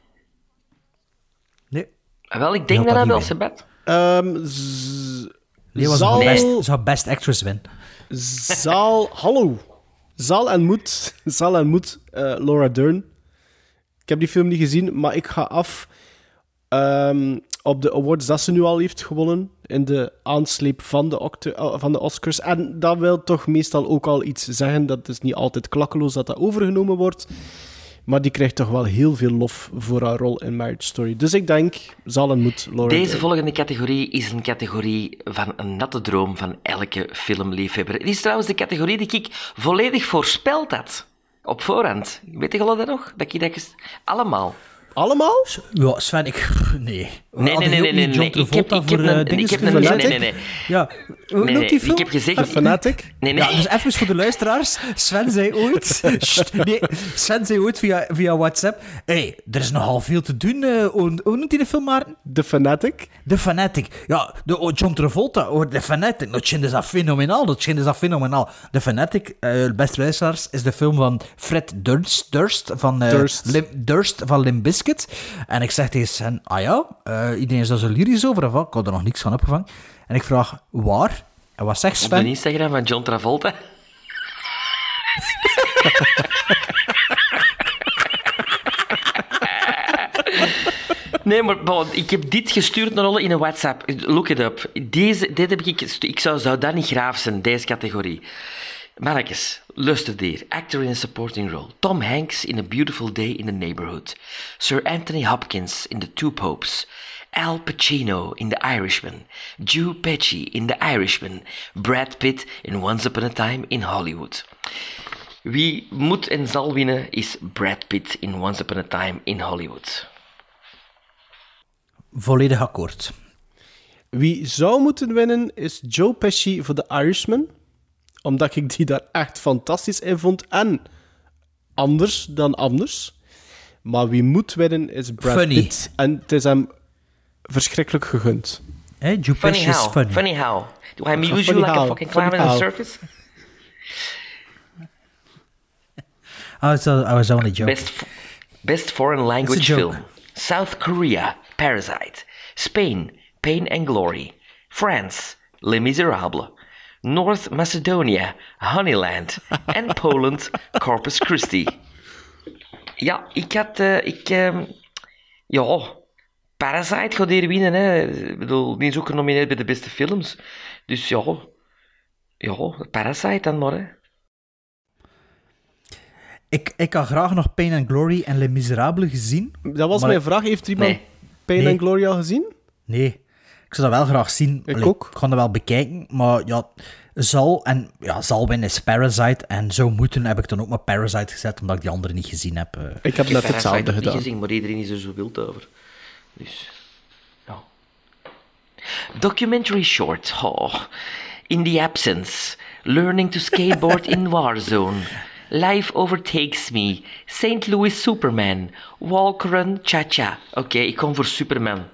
Nee. Wel, ik denk dat dat wel ze bed. Um, z- nee, was zal... best, zou best actress winnen. Zal... Hallo. Zal en moet... Zal en moet uh, Laura Dern. Ik heb die film niet gezien, maar ik ga af um, op de awards dat ze nu al heeft gewonnen in de aansleep van de, octo- van de Oscars. En dat wil toch meestal ook al iets zeggen. Dat is niet altijd klakkeloos dat dat overgenomen wordt. Maar die krijgt toch wel heel veel lof voor haar rol in Marriage Story. Dus ik denk, zal en moet Laura Deze Dern. volgende categorie is een categorie van een natte droom van elke filmliefhebber. Het is trouwens de categorie die ik volledig voorspeld had. Op voorhand. Weet je dat nog? Dat ik dat gest... Allemaal. Allemaal? Ja, Sven, ik... Nee. Nee, nee, nee, nee, nee, nee. Ik heb, ik heb een... Ik heb een... Nee, nee, nee, nee. Ja, hoe nee, noemt die nee. film? Ik heb gezegd... Fanatic? Nee, nee. Ja, dus even voor de luisteraars. Sven zei ooit... nee, Sven zei ooit via, via WhatsApp... Hé, hey, er is nogal veel te doen. Uh, hoe, hoe noemt hij de film, Maarten? The Fanatic? The Fanatic. Ja, de, oh, John Travolta over The Fanatic. Dat is dat fenomenaal. Dat is dat fenomenaal. The Fanatic, uh, beste luisteraars, is de film van Fred Durst, Durst van, uh, Durst. Lim, Durst van Limp Bizkit. En ik zeg tegen Sven, ah ja, uh, iedereen is daar zo lyrisch over, of wat? Ik had er nog niks van opgevangen. En ik vraag, waar? En wat zegt Sven? Op de Instagram van John Travolta. Nee, maar bon, ik heb dit gestuurd naar alle in een WhatsApp. Look it up. Deze, dit heb ik, ik zou, zou dat niet graaf zijn, deze categorie. Marcus, luister hier. Actor in a supporting role. Tom Hanks in A Beautiful Day in the Neighborhood. Sir Anthony Hopkins in The Two Popes. Al Pacino in The Irishman. Joe Pesci in The Irishman. Brad Pitt in Once Upon a Time in Hollywood. Wie moet en zal winnen is Brad Pitt in Once Upon a Time in Hollywood. Volledig akkoord. Wie zou moeten winnen is Joe Pesci voor The Irishman. Omdat ik die daar echt fantastisch in vond. En anders dan anders. Maar wie moet winnen is Brad funny. Pitt. En het is hem verschrikkelijk gegund. Hey, Joe funny Pesci is how? funny. Funny how? Do I amuse you funny like how? a fucking clown in a circus? I was, I was only joking. Best, best foreign language film. South Korea, Parasite. Spain, Pain and Glory. France, Les Miserables. North Macedonia, Honeyland. En Poland, Corpus Christi. Ja, ik had... Uh, ik, uh, ja... Parasite gaat hier winnen, hè. Ik bedoel, die is ook genomineerd bij de beste films. Dus ja... Ja, Parasite dan maar, hè. Ik, ik had graag nog Pain and Glory en Les Miserables gezien. Dat was mijn ik... vraag. Heeft iemand nee. Pain nee. and Glory al gezien? Nee. Ik zou dat wel graag zien. Ik Allee, ook. Ik ga dat wel bekijken, maar ja... Zal, en ja, zal winnen is Parasite. En Zo Moeten heb ik dan ook maar Parasite gezet, omdat ik die andere niet gezien heb. Uh. Ik heb ik net heb hetzelfde Parasite gedaan. niet gezien, maar iedereen is er zo wild over. Dus... Ja. Documentary short. Oh. In the absence... Learning to skateboard in Warzone. Life overtakes me. Saint Louis Superman. Walk, run, cha-cha. Oké, okay, ik kom voor Superman.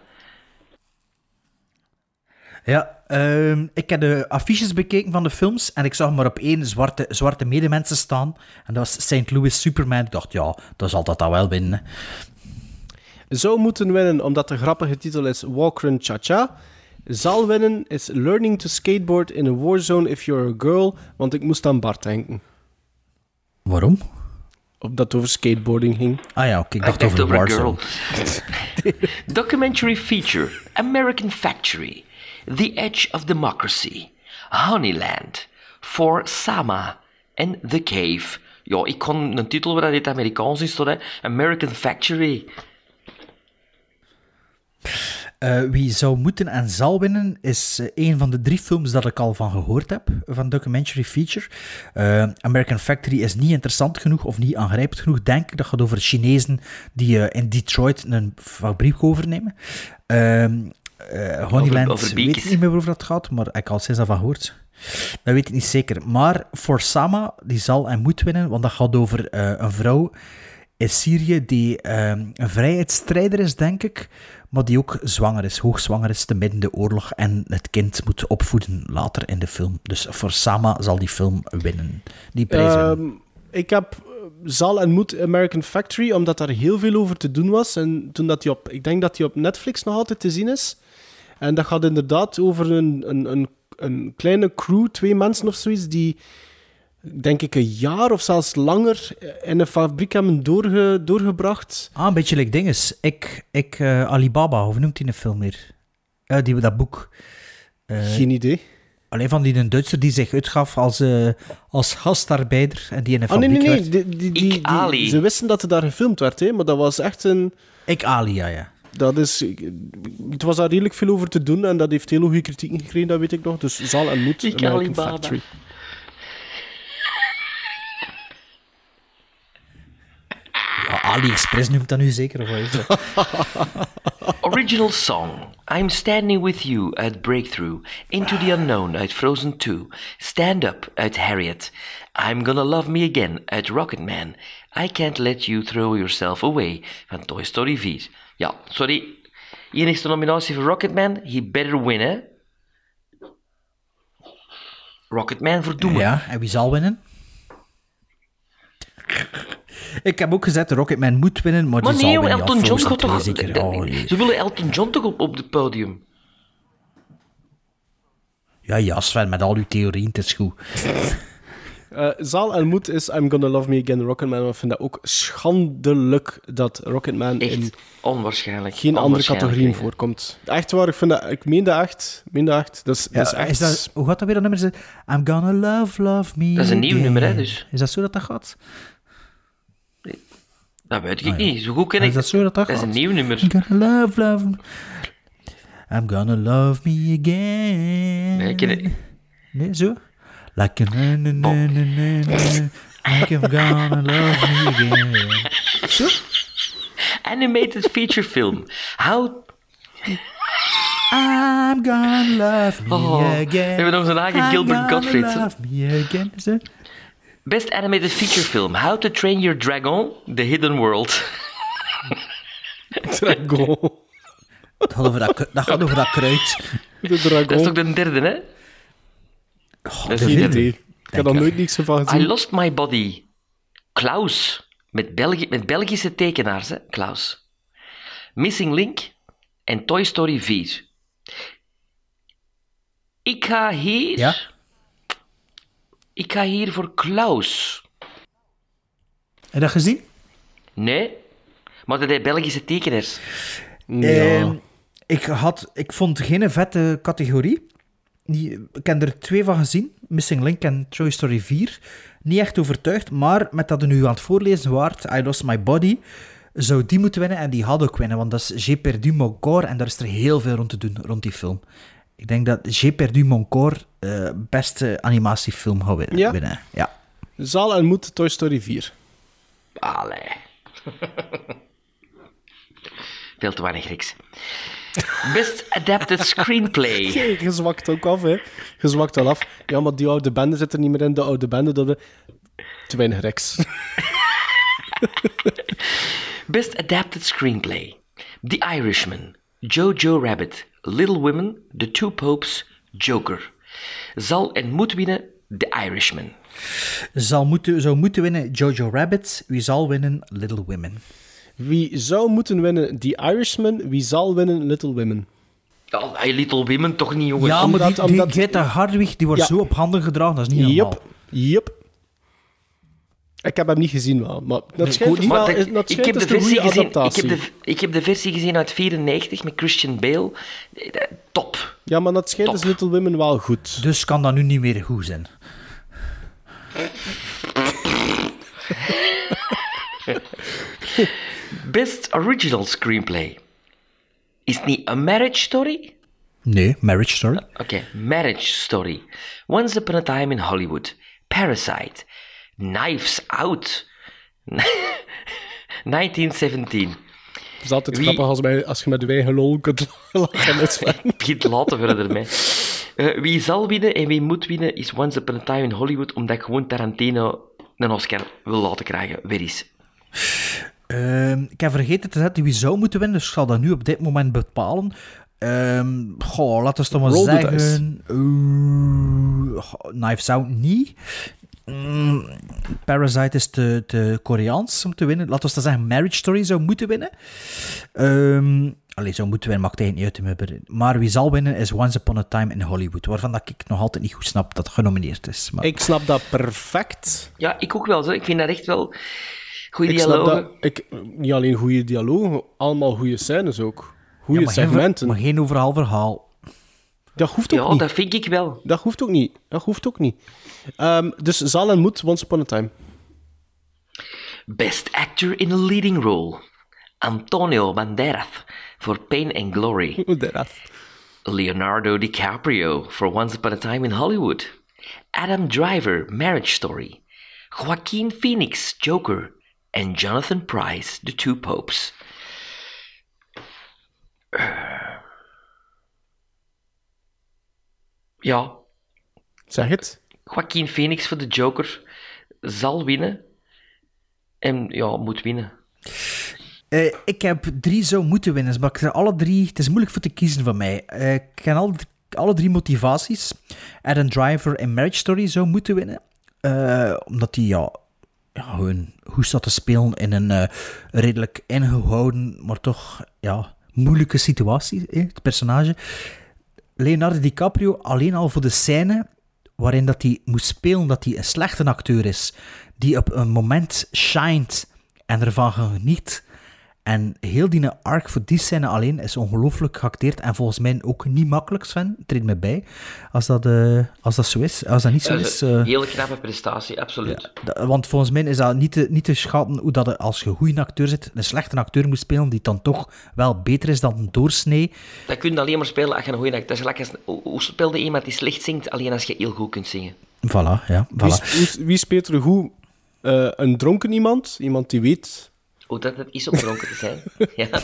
Ja, uh, ik heb de affiches bekeken van de films en ik zag maar op één zwarte, zwarte medemensen staan. En dat was Saint Louis Superman. Ik dacht, ja, dat zal dat dan wel winnen. Zou moeten winnen, omdat de grappige titel is Walk, run, cha-cha. Zal winnen is Learning to Skateboard in a Warzone if you're a girl, want ik moest aan Bart denken. Waarom? Omdat het over skateboarding ging. Ah ja, oké, okay, ik dacht over, over Warzone. Documentary feature, American Factory, The Edge of Democracy, Honeyland, For Sama en The Cave. Ja, ik kon een titel waar dit Amerikaans is, hè? American Factory. Uh, wie zou moeten en zal winnen is uh, een van de drie films dat ik al van gehoord heb, van documentary feature. Uh, American Factory is niet interessant genoeg of niet aangrijpend genoeg, denk ik. Dat gaat over Chinezen die uh, in Detroit een fabriek overnemen. Uh, uh, Honeyland, over, over weet ik niet meer waarover dat gaat, maar ik heb al sinds dat van gehoord. Dat weet ik niet zeker. Maar voor Sama, die zal en moet winnen, want dat gaat over uh, een vrouw in Syrië die uh, een vrijheidsstrijder is, denk ik, maar die ook zwanger is, hoogzwanger is, te midden de oorlog en het kind moet opvoeden later in de film. Dus voor Sama zal die film winnen, die prijs winnen. Um, ik heb zal en moet American Factory, omdat daar heel veel over te doen was. En toen dat die op, ik denk dat die op Netflix nog altijd te zien is. En dat gaat inderdaad over een, een, een, een kleine crew, twee mensen of zoiets, die denk ik een jaar of zelfs langer in een fabriek hebben doorge, doorgebracht. Ah, een beetje like dinges. Ik, ik uh, Alibaba, hoe noemt hij een film meer? Uh, die, dat boek. Uh, Geen idee. Alleen van die een Duitser die zich uitgaf als, uh, als gastarbeider en die in een ah, fabriek nee, nee, nee. werd. Die, die, die, die, die, ze wisten dat er daar gefilmd werd, hè? Maar dat was echt een... Ik Ali, ja, ja. Dat is... Het was daar redelijk veel over te doen en dat heeft heel goede kritiek gekregen, dat weet ik nog. Dus zal en moet Ik American Alibaba. Factory. Ja, AliExpress noemt dat nu zeker, of wat is dat? Original song. I'm Standing With You uit Breakthrough. Into the Unknown uit Frozen two. Stand Up uit Harriet. I'm Gonna Love Me Again uit Rocketman. I Can't Let You Throw Yourself Away van Toy Story vier. Ja, sorry. Enigste nominatie voor Rocketman. He better win, hè? Rocketman voor Doemen. Ja, en wie zal winnen? Ik heb ook gezegd, Rocketman moet winnen, maar, maar die nee, zal winnen. Elton ja, John gaat toch... Zeker. Oh, nee. Ze willen Elton John toch op, op het podium? Ja, ja, Sven, met al uw theorieën, het is goed. Uh, zal en moet is I'm Gonna Love Me Again, Rocketman. Ik vind dat ook schandelijk dat Rocketman echt in onwaarschijnlijk. geen andere categorieën voorkomt. Echt waar, ik, vind dat, ik meen dat echt. Meen dat echt. Dat is, Ja, dat is echt... is dat, hoe gaat dat weer, dat nummer? I'm gonna love, love me Dat is een nieuw again. nummer, hè, dus. Is dat zo dat dat gaat? Dat weet ik Ah, ja. niet. Zo goed ken Ah, ik... is dat zo dat dat Dat is gaat? een nieuw nummer. I'm gonna love, love me. I'm gonna love me again. Nee, ik ken het. Nee, zo? Like a na na na na na na. Like I'm gonna love me again. Zo? Animated feature film. How... I'm gonna love me Oh, again. we hebben nog zijn eigen I'm Gilbert gonna Gottfried. love me again. Is dat? Best animated feature film. How to Train Your Dragon, The Hidden World. Dragon. Dat gaat over dat, ku- dat, gaat over dat kruid. De Dragon. Dat is toch de derde, hè? Oh, Dat is de geen vierde. idee. Ik heb Denk er ik. nooit niks van gezien. I Lost My Body. Klaus. Met, Belgi- met Belgische tekenaars, hè? Klaus. Missing Link en Toy Story vier. Ik ga hier... Ja? Ik ga hier voor Klaus. Heb je dat gezien? Nee. Maar dat zijn Belgische tekenaars. Ja. Uh, ik, had, ik vond geen vette categorie. Die, ik heb er twee van gezien. Missing Link en Toy Story vier. Niet echt overtuigd, maar met dat er nu aan het voorlezen waard, I Lost My Body, zou die moeten winnen en die had ook winnen, want dat is J'ai perdu mon corps en daar is er heel veel rond te doen, rond die film. Ik denk dat J'ai perdu mon corps uh, beste animatiefilm gaat winnen. Ja. winnen. Ja. Zal en moet Toy Story vier. Allee. Veel te weinig Grieks. Best Adapted Screenplay. Je zwakt ook af, hè. Je zwakt al af. Ja, maar die oude bende zit er niet meer in. De oude bende, dat we... Te weinig Rex. Best Adapted Screenplay. The Irishman, Jojo Rabbit, Little Women, The Two Popes, Joker. Zal en moet winnen The Irishman. Zal moeten, zou moeten winnen Jojo Rabbit. Wie zal winnen Little Women? Wie zou moeten winnen The Irishman? Wie zal winnen Little Women? Oh, hey, Little Women toch niet, jongens? Ja, maar omdat, die, die omdat... Greta Hardwig die wordt ja. zo op handen gedragen, dat is niet normaal. Yep, yep. Ik heb hem niet gezien wel, maar dat Nee, schijnt, niet, wel, Maar de- dat ik, schijnt heb de dus een versie goede gezien, ik, adaptatie. heb de, ik heb de versie gezien uit vierennegentig met Christian Bale. Eh, Top. Ja, maar dat schijnt Top. dus Little Women wel goed. Dus kan dat nu niet meer goed zijn. Best Original Screenplay. Is het niet A Marriage Story? Nee, Marriage Story. Oké, okay. Marriage Story. Once Upon a Time in Hollywood. Parasite. Knives Out. negentien zeventien. Het is altijd Wie... grappig als, wij, als je met je eigen lol kunt lachen. Ik begin te laten verder ermee. Uh, wie zal winnen en wie moet winnen is Once Upon a Time in Hollywood, omdat ik gewoon Tarantino een Oscar wil laten krijgen. Weer eens. Uh, ik heb vergeten te zetten wie zou moeten winnen, dus ik zal dat nu op dit moment bepalen. Um, goh, laten we het maar Roll zeggen. Uh, Knives Out niet. Mm, Parasite is te, te Koreaans om te winnen. Laten we dan zeggen, Marriage Story zou moeten winnen. Um, allee, zou moeten winnen, maakt eigenlijk niet uit. Maar wie zal winnen is Once Upon a Time in Hollywood. Waarvan dat ik nog altijd niet goed snap dat het genomineerd is. Maar... Ik snap dat perfect. Ja, ik ook wel. Zo. Ik vind dat echt wel goede ik dialogen. Snap dat, ik, niet alleen goede dialogen, allemaal goede scènes ook. Goede ja, maar segmenten. Geen, maar geen overal verhaal. Dat hoeft ook ja, niet. dat vind ik wel. Dat hoeft ook niet. Dat hoeft ook niet. Um, dus zal en moet Once Upon a Time. Best Actor in a Leading Role. Antonio Banderas voor Pain and Glory. Banderas. Leonardo DiCaprio voor Once Upon a Time in Hollywood. Adam Driver, Marriage Story. Joaquin Phoenix, Joker. En Jonathan Pryce, The Two Popes. Ja. Zeg het. Joaquin Phoenix voor de Joker zal winnen. En ja, moet winnen. Uh, ik heb drie zou moeten winnen, maar ik zeg alle drie... Het is moeilijk voor te kiezen van mij. Uh, ik ken alle, alle drie motivaties. Adam Driver en Marriage Story zou moeten winnen. Uh, omdat die, ja... ja gewoon goed staat te spelen in een uh, redelijk ingehouden, maar toch, ja... moeilijke situatie, hè, het personage. Leonardo DiCaprio, alleen al voor de scène waarin dat hij moet spelen dat hij een slechte acteur is, die op een moment shined en ervan geniet. En heel die arc voor die scène alleen is ongelooflijk geacteerd en volgens mij ook niet makkelijk, Sven. Treed me bij. Als dat, uh, als dat zo is. Als dat niet zo dat is... is een uh, hele knappe prestatie, absoluut. Ja, dat, want volgens mij is dat niet te, niet te schatten hoe dat als je een goede acteur zit, een slechte acteur moet spelen die dan toch wel beter is dan een doorsnee. Dat kun je alleen maar spelen als je een goede acteur... Dat is gelijk als, hoe speelde iemand die slecht zingt alleen als je heel goed kunt zingen? Voilà, ja. Voilà. Wie, wie speelt er goed? Uh, een dronken iemand? Iemand die weet... Hoe dat het is om dronken te zijn. Ja.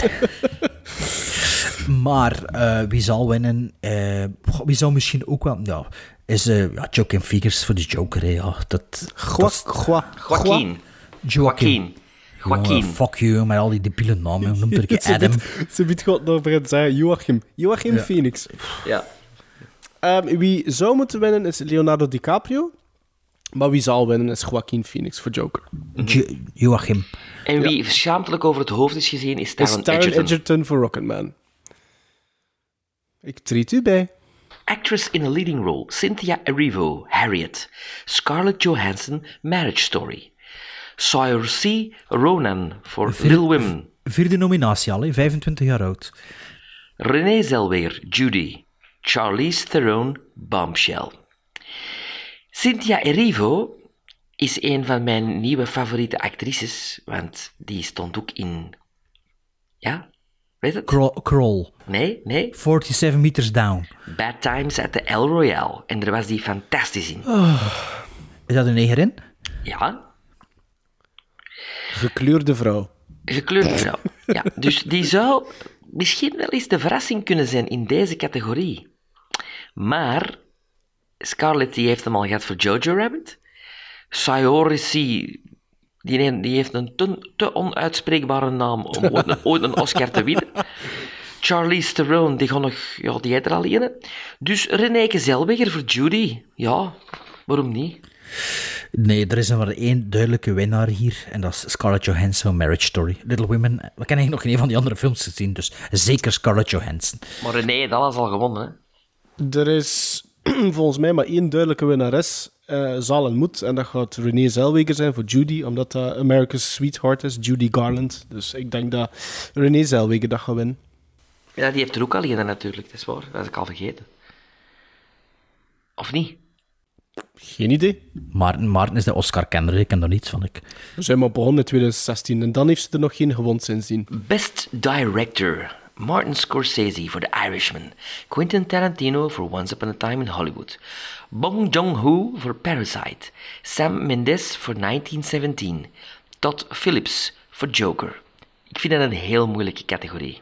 Maar uh, wie zal winnen? Uh, wie zou misschien ook wel... Ja, is uh, ja, Joaquin Phoenix voor de Joker. Hè, ja. dat, Gua, gua, Joaquin. Joaquin. Joaquin. Jongen, fuck you, met al die debiele namen. Noem er een Adam. Ze biedt God nog begint zeggen. Joachim. Joachim ja. Phoenix. Ja. Um, wie zou moeten winnen is Leonardo DiCaprio. Maar wie zal winnen is Joaquin Phoenix voor Joker. Jo- Joachim. En wie ja. schaamtelijk over het hoofd is gezien is Taron, is Taron Egerton. Egerton voor Rocketman. Ik treed u bij. Actress in a leading role, Cynthia Erivo, Harriet. Scarlett Johansson, Marriage Story. Saoirse Ronan voor Vier, Little Women. Vierde nominatie al, hè? vijfentwintig jaar oud. Renée Zellweger, Judy. Charlize Theron, Bombshell. Cynthia Erivo is een van mijn nieuwe favoriete actrices, want die stond ook in... Ja, weet het? Crawl. Crawl. Nee, nee. forty-seven Meters Down. Bad Times at the El Royale. En daar was die fantastisch in. Oh. Is dat een negerin? Ja. Gekleurde vrouw. Gekleurde vrouw, ja. Dus die zou misschien wel eens de verrassing kunnen zijn in deze categorie. Maar Scarlett die heeft hem al gehad voor Jojo Rabbit. Saoirse, die, die heeft een te, te onuitspreekbare naam om ooit een, ooit een Oscar te winnen. Charlize Theron, die, nog, ja, die heeft er al een. Dus Renée Zellweger voor Judy. Ja, waarom niet? Nee, er is er maar één duidelijke winnaar hier. En dat is Scarlett Johansson, Marriage Story. Little Women, we kennen eigenlijk nog geen van die andere films gezien, dus zeker Scarlett Johansson. Maar Renée heeft alles al gewonnen, hè? Er is volgens mij maar één duidelijke winnares, uh, Zaal en Moed. En dat gaat Renée Zellweger zijn voor Judy, omdat dat America's Sweetheart is, Judy Garland. Dus ik denk dat Renée Zellweger dat gaat winnen. Ja, die heeft er ook al een natuurlijk, dat is waar. Dat had ik al vergeten. Of niet? Geen idee. Maarten, Maarten is de Oscar-kenner, ik ken daar niets van. Ik. We zijn maar begonnen in twintig zestien en dan heeft ze er nog geen gewonnen sindsdien. Best Director. Martin Scorsese voor The Irishman. Quentin Tarantino voor Once Upon a Time in Hollywood. Bong Joon-ho voor Parasite. Sam Mendes voor negentien zeventien. Todd Phillips voor Joker. Ik vind dat een heel moeilijke categorie.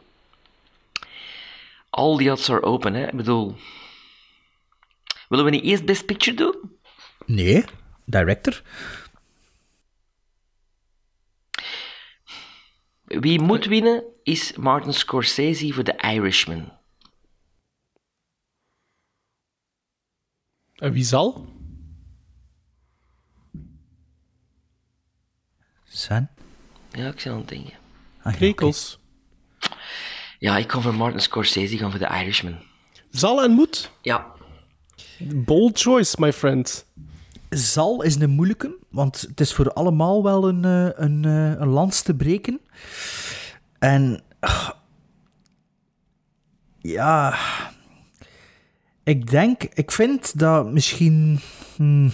All the odds are open, hè. Ik bedoel... Willen we niet eerst Best Picture doen? Nee, Director. Wie moet winnen is Martin Scorsese voor The Irishman. En wie zal? Sven? Ja, ik zou aan het denken. Ah, Krekels. Ja, okay. Ja, ik kom voor Martin Scorsese, gaan voor The Irishman. Zal en moet? Ja. Bold choice, my friend. Zal is een moeilijke, want het is voor allemaal wel een, een, een lans te breken. En... Uh, ja... Ik denk... Ik vind dat misschien... Hmm,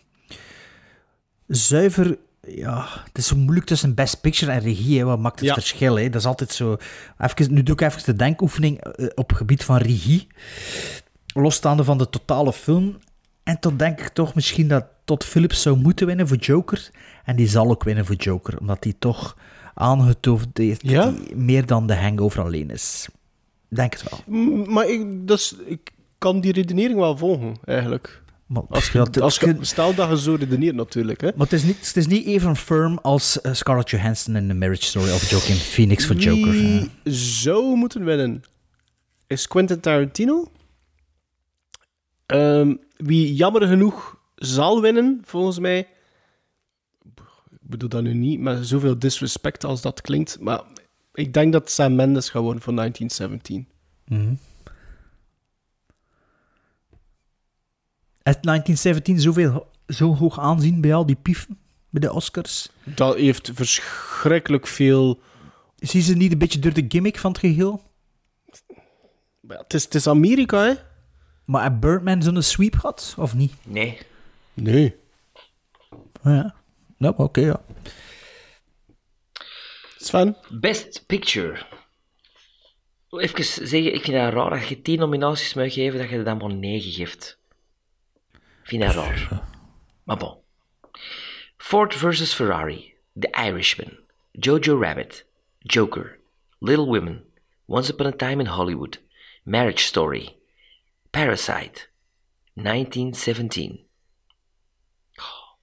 zuiver... Ja, het is zo moeilijk tussen Best Picture en regie. Hè. Wat maakt het ja. verschil? Hè? Dat is altijd zo... Even, nu doe ik even de denkoefening op het gebied van regie. Losstaande van de totale film. En toen denk ik toch misschien dat Todd Phillips zou moeten winnen voor Joker. En die zal ook winnen voor Joker. Omdat hij toch aangetoond heeft ja? dat hij meer dan de Hangover alleen is. Denk het wel. Maar ik, dus, ik kan die redenering wel volgen, eigenlijk. Maar, als je, dat, als je, stel dat je zo redeneert natuurlijk. Hè. Maar het is, niet, het is niet even firm als uh, Scarlett Johansson in The Marriage Story of Joaquin Phoenix voor Joker. Wie uh. zou moeten winnen is Quentin Tarantino. Um, wie jammer genoeg zal winnen, volgens mij... Ik bedoel dat nu niet met zoveel disrespect als dat klinkt, maar ik denk dat Sam Mendes gaat worden voor negentien zeventien. Mm-hmm. Heeft negentien zeventien zoveel, zo hoog aanzien bij al die pieven, bij de Oscars? Dat heeft verschrikkelijk veel... Zie ze niet een beetje door de gimmick van het geheel? Ja, het, is, het is Amerika, hè? Maar heeft Birdman zo'n sweep gehad, of niet? Nee. Nee. Ja, nou, oké, okay, ja. Sven? Best Picture. Even zeggen, ik vind het raar dat je tien nominaties mag geven, dat je er dan maar negen geeft. Ik vind dat raar. Maar bon. Ford versus Ferrari. The Irishman. Jojo Rabbit. Joker. Little Women. Once Upon a Time in Hollywood. Marriage Story. Parasite. negentien zeventien. Oh.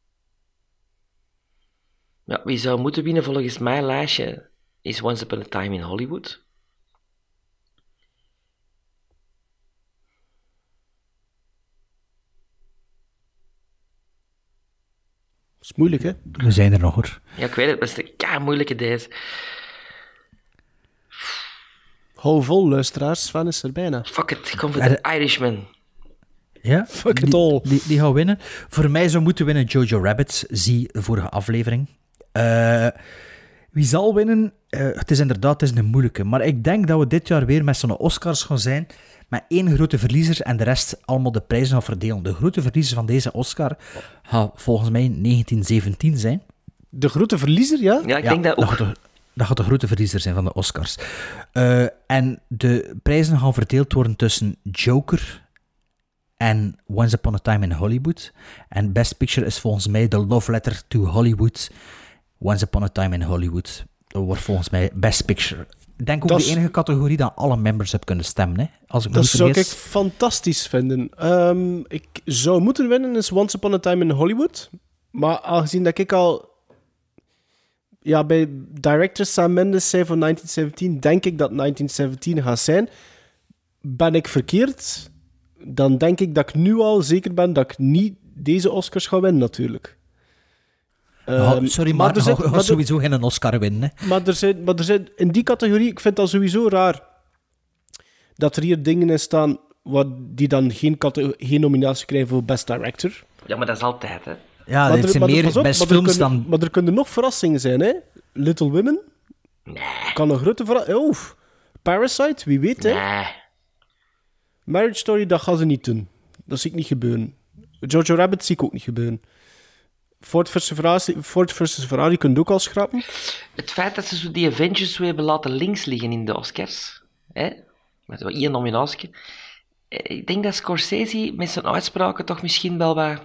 Ja, wie zou moeten winnen volgens mijn lijstje is Once Upon a Time in Hollywood. Dat is moeilijk, hè? We zijn er nog, hoor. Ja, ik weet het. Dat is een kei moeilijke deze. Hou vol, luisteraars. Sven is er bijna. Fuck it, ik kom voor de Irishman. Ja, Fuck it die, all. Die, die gaat winnen. Voor mij zou moeten winnen Jojo Rabbit. Zie de vorige aflevering. Uh, wie zal winnen? Uh, het is inderdaad het is een moeilijke. Maar ik denk dat we dit jaar weer met zo'n Oscars gaan zijn. Met één grote verliezer en de rest allemaal de prijzen gaan verdelen. De grote verliezer van deze Oscar gaat volgens mij negentien zeventien zijn. De grote verliezer, ja? Ja, ik ja, denk dat ook. Dat gaat, de, dat gaat de grote verliezer zijn van de Oscars. Uh, en de prijzen gaan verdeeld worden tussen Joker en Once Upon a Time in Hollywood. En Best Picture is volgens mij The Love Letter to Hollywood. Once Upon a Time in Hollywood. Dat wordt volgens mij Best Picture. Ik denk ook dat de is... enige categorie dat alle members hebben kunnen stemmen. Hè? Als ik dat niet zou vergis. ik fantastisch vinden. Um, ik zou moeten winnen is Once Upon a Time in Hollywood. Maar aangezien dat ik al... Ja, bij director Sam Mendes zei van negentien zeventien, denk ik dat negentien zeventien gaat zijn. Ben ik verkeerd? Dan denk ik dat ik nu al zeker ben dat ik niet deze Oscars ga winnen, natuurlijk. Oh, Um, sorry, maar er je gaat sowieso geen Oscar winnen. Hè? Maar, er zijn, maar er zijn in die categorie, ik vind dat sowieso raar dat er hier dingen in staan wat, die dan geen, geen nominatie krijgen voor Best Director. Ja, maar dat is altijd, hè. Ja, maar dit er, zijn maar meer op, best maar films kunnen, dan... Maar er kunnen nog verrassingen zijn, hè. Little Women. Nee. Kan een grote verrassing... Oh, Parasite, wie weet, hè. Nee. Marriage Story, dat gaan ze niet doen. Dat zie ik niet gebeuren. Jojo Rabbit zie ik ook niet gebeuren. Ford versus. Ferrari, Ford versus Ferrari kun je ook al schrappen. Het feit dat ze zo die Avengers zo hebben laten links liggen in de Oscars, hè, met wel één nominatie, ik denk dat Scorsese met zijn uitspraken toch misschien wel wat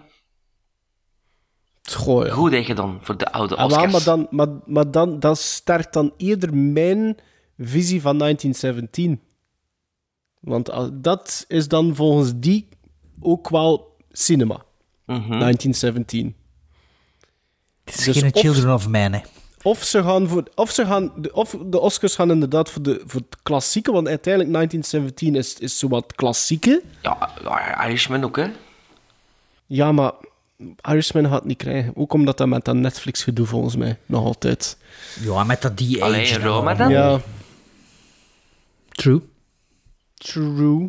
Goh, ja. goed heeft gedaan voor de oude Ah, Oscars. maar dan, maar, maar dan, dat sterkt dan eerder mijn visie van negentien zeventien. Want dat is dan volgens die ook wel cinema. Mm-hmm. negentien zeventien. Het is dus geen Children of Man, hè. Of ze gaan voor, of ze gaan, de, of de Oscars gaan inderdaad voor, de, voor het klassieke, want uiteindelijk negentien zeventien is, is zowat klassieke. Ja, Irishman ook, hè. Ja, maar Irishman gaat het niet krijgen. Ook omdat dat met dat Netflix-gedoe volgens mij nog altijd. Ja, met dat die Allee, Roma dan? Ja. True. True.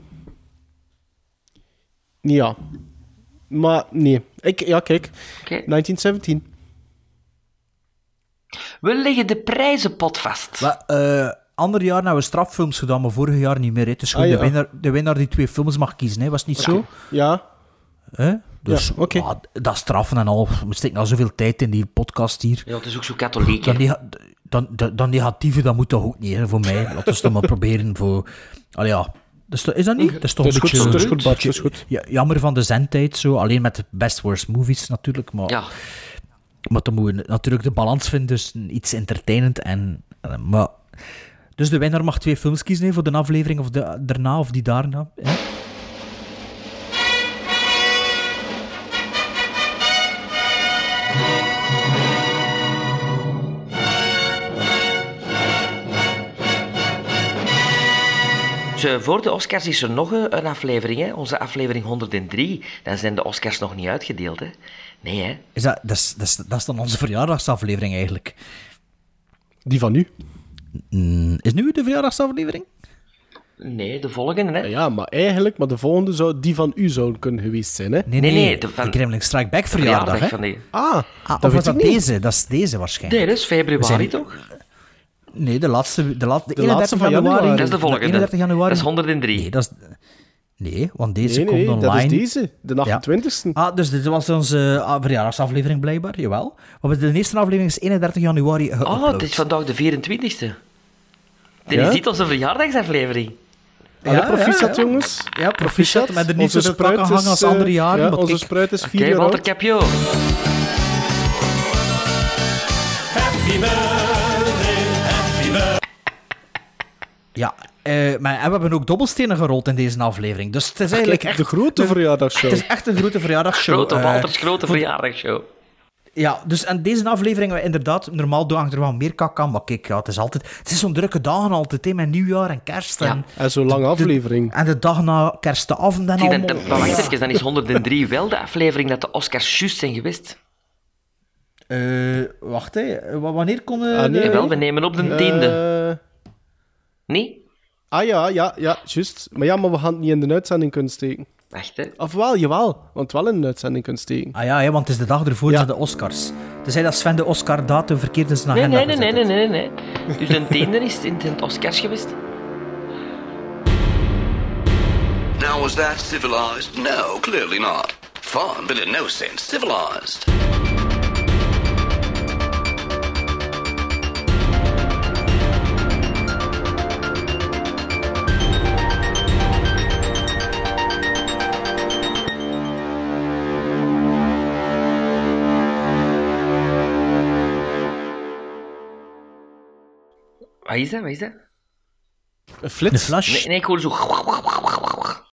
Ja. Maar nee. Ik, ja, kijk. Okay. negentien zeventien. We leggen de prijzenpot vast. Maar, uh, ander jaar hebben we strafilms gedaan, maar vorig jaar niet meer. Hè. Dus ah, ja. de, winnaar, de winnaar die twee films mag kiezen, hè. Was het niet okay. zo? Ja. Hè? Dus ja, okay. ja, dat straffen en al. We steken al zoveel tijd in die podcast hier. Ja, het is ook zo katholiek. Dan, nega- dan, dan, dan negatieve, dat moet toch ook niet, hè, voor mij. Laten we het dan maar proberen voor... Allee, ja. Dus, is dat niet? Dat is toch dat een is beetje... Goed, dat is goed, Bart, dat is goed. Ja, jammer van de zendtijd, zo. Alleen met de best worst movies natuurlijk, maar... Ja. Maar dan moeten we natuurlijk de balans vinden, dus iets entertainend en... Maar... Dus de winnaar mag twee films kiezen, hè, voor de aflevering, of de, daarna, of die daarna. Hè. Voor de Oscars is er nog een aflevering, hè? Onze aflevering honderddrie. Dan zijn de Oscars nog niet uitgedeeld, hè? Nee, hè? Is dat, dat, is, dat, is, dat is dan onze verjaardagsaflevering eigenlijk? Die van nu? Mm, is nu de verjaardagsaflevering? Nee, de volgende, hè? Ja, maar eigenlijk, maar de volgende zou die van u zou kunnen geweest zijn, hè? Nee, nee, nee de, van, de Gremlin Strike Back verjaardag, hè? Van die... Ah, ah dat was dat deze? Dat is deze waarschijnlijk. Nee, dat is februari, zijn... toch? Nee, de laatste, de laatste, de de laatste van januari. januari. Dat is de volgende. eenendertig januari. Dat is honderddrie. Nee, dat is... Nee, want deze nee, komt nee, online. dat is deze, de achtentwintigste. Ja. Ah, dus dit was onze uh, verjaardagsaflevering blijkbaar, jawel. Maar de eerste aflevering is eenendertig januari geüpload. Oh, het is vandaag de vierentwintigste. Dit ja? is niet onze verjaardagsaflevering. Ja, ja, proficiat, ja, ja. jongens. Ja, proficiat. Met er niet zo de pakken hangen als andere jaren. Ja, onze kijk... spruit is vier okay, jaar oud. Oké, Walter Capio. Happy birthday, happy birthday. Ja, uh, maar we hebben ook dobbelstenen gerold in deze aflevering. Dus het is eigenlijk Kijk, echt... de grote verjaardagsshow. Het is echt een grote verjaardagsshow. Grote Walters, uh, grote voor... verjaardagsshow. Ja, dus en deze aflevering, we inderdaad, normaal hangt er wel meer kak aan, maar kijk, ja, het is altijd... Het is zo'n drukke dagen altijd, hè, met nieuwjaar en kerst. En, ja, en zo'n lange aflevering. De, en de dag na kerstavond en Zie, allemaal. Dan, dan, wacht even, dan is honderddrie wel de aflevering dat de Oscars juist zijn geweest. Uh, wacht, hè. W- wanneer kon... Uh, ah, nee, de... Wel, we nemen op de tiende. Uh... Nee? Ah ja, ja, ja, juist. Maar ja, maar we gaan het niet in de uitzending kunnen steken. Echt, hè? Of wel, jawel. Want wel in de uitzending kunnen steken. Ah ja, ja, want het is de dag ervoor Ja. zijn de Oscars. Dus hij dat Sven de Oscar-datum verkeerd in zijn Nee, agenda nee, nee, gezet nee, heeft. nee, nee, nee. Dus een teender is in het Oscars geweest. Now, was that civilized? No, clearly not. Fun, but in no sense civilized. Wat is dat? Wat is dat? Een flits? Een flash? Nee, nee, ik hoor zo...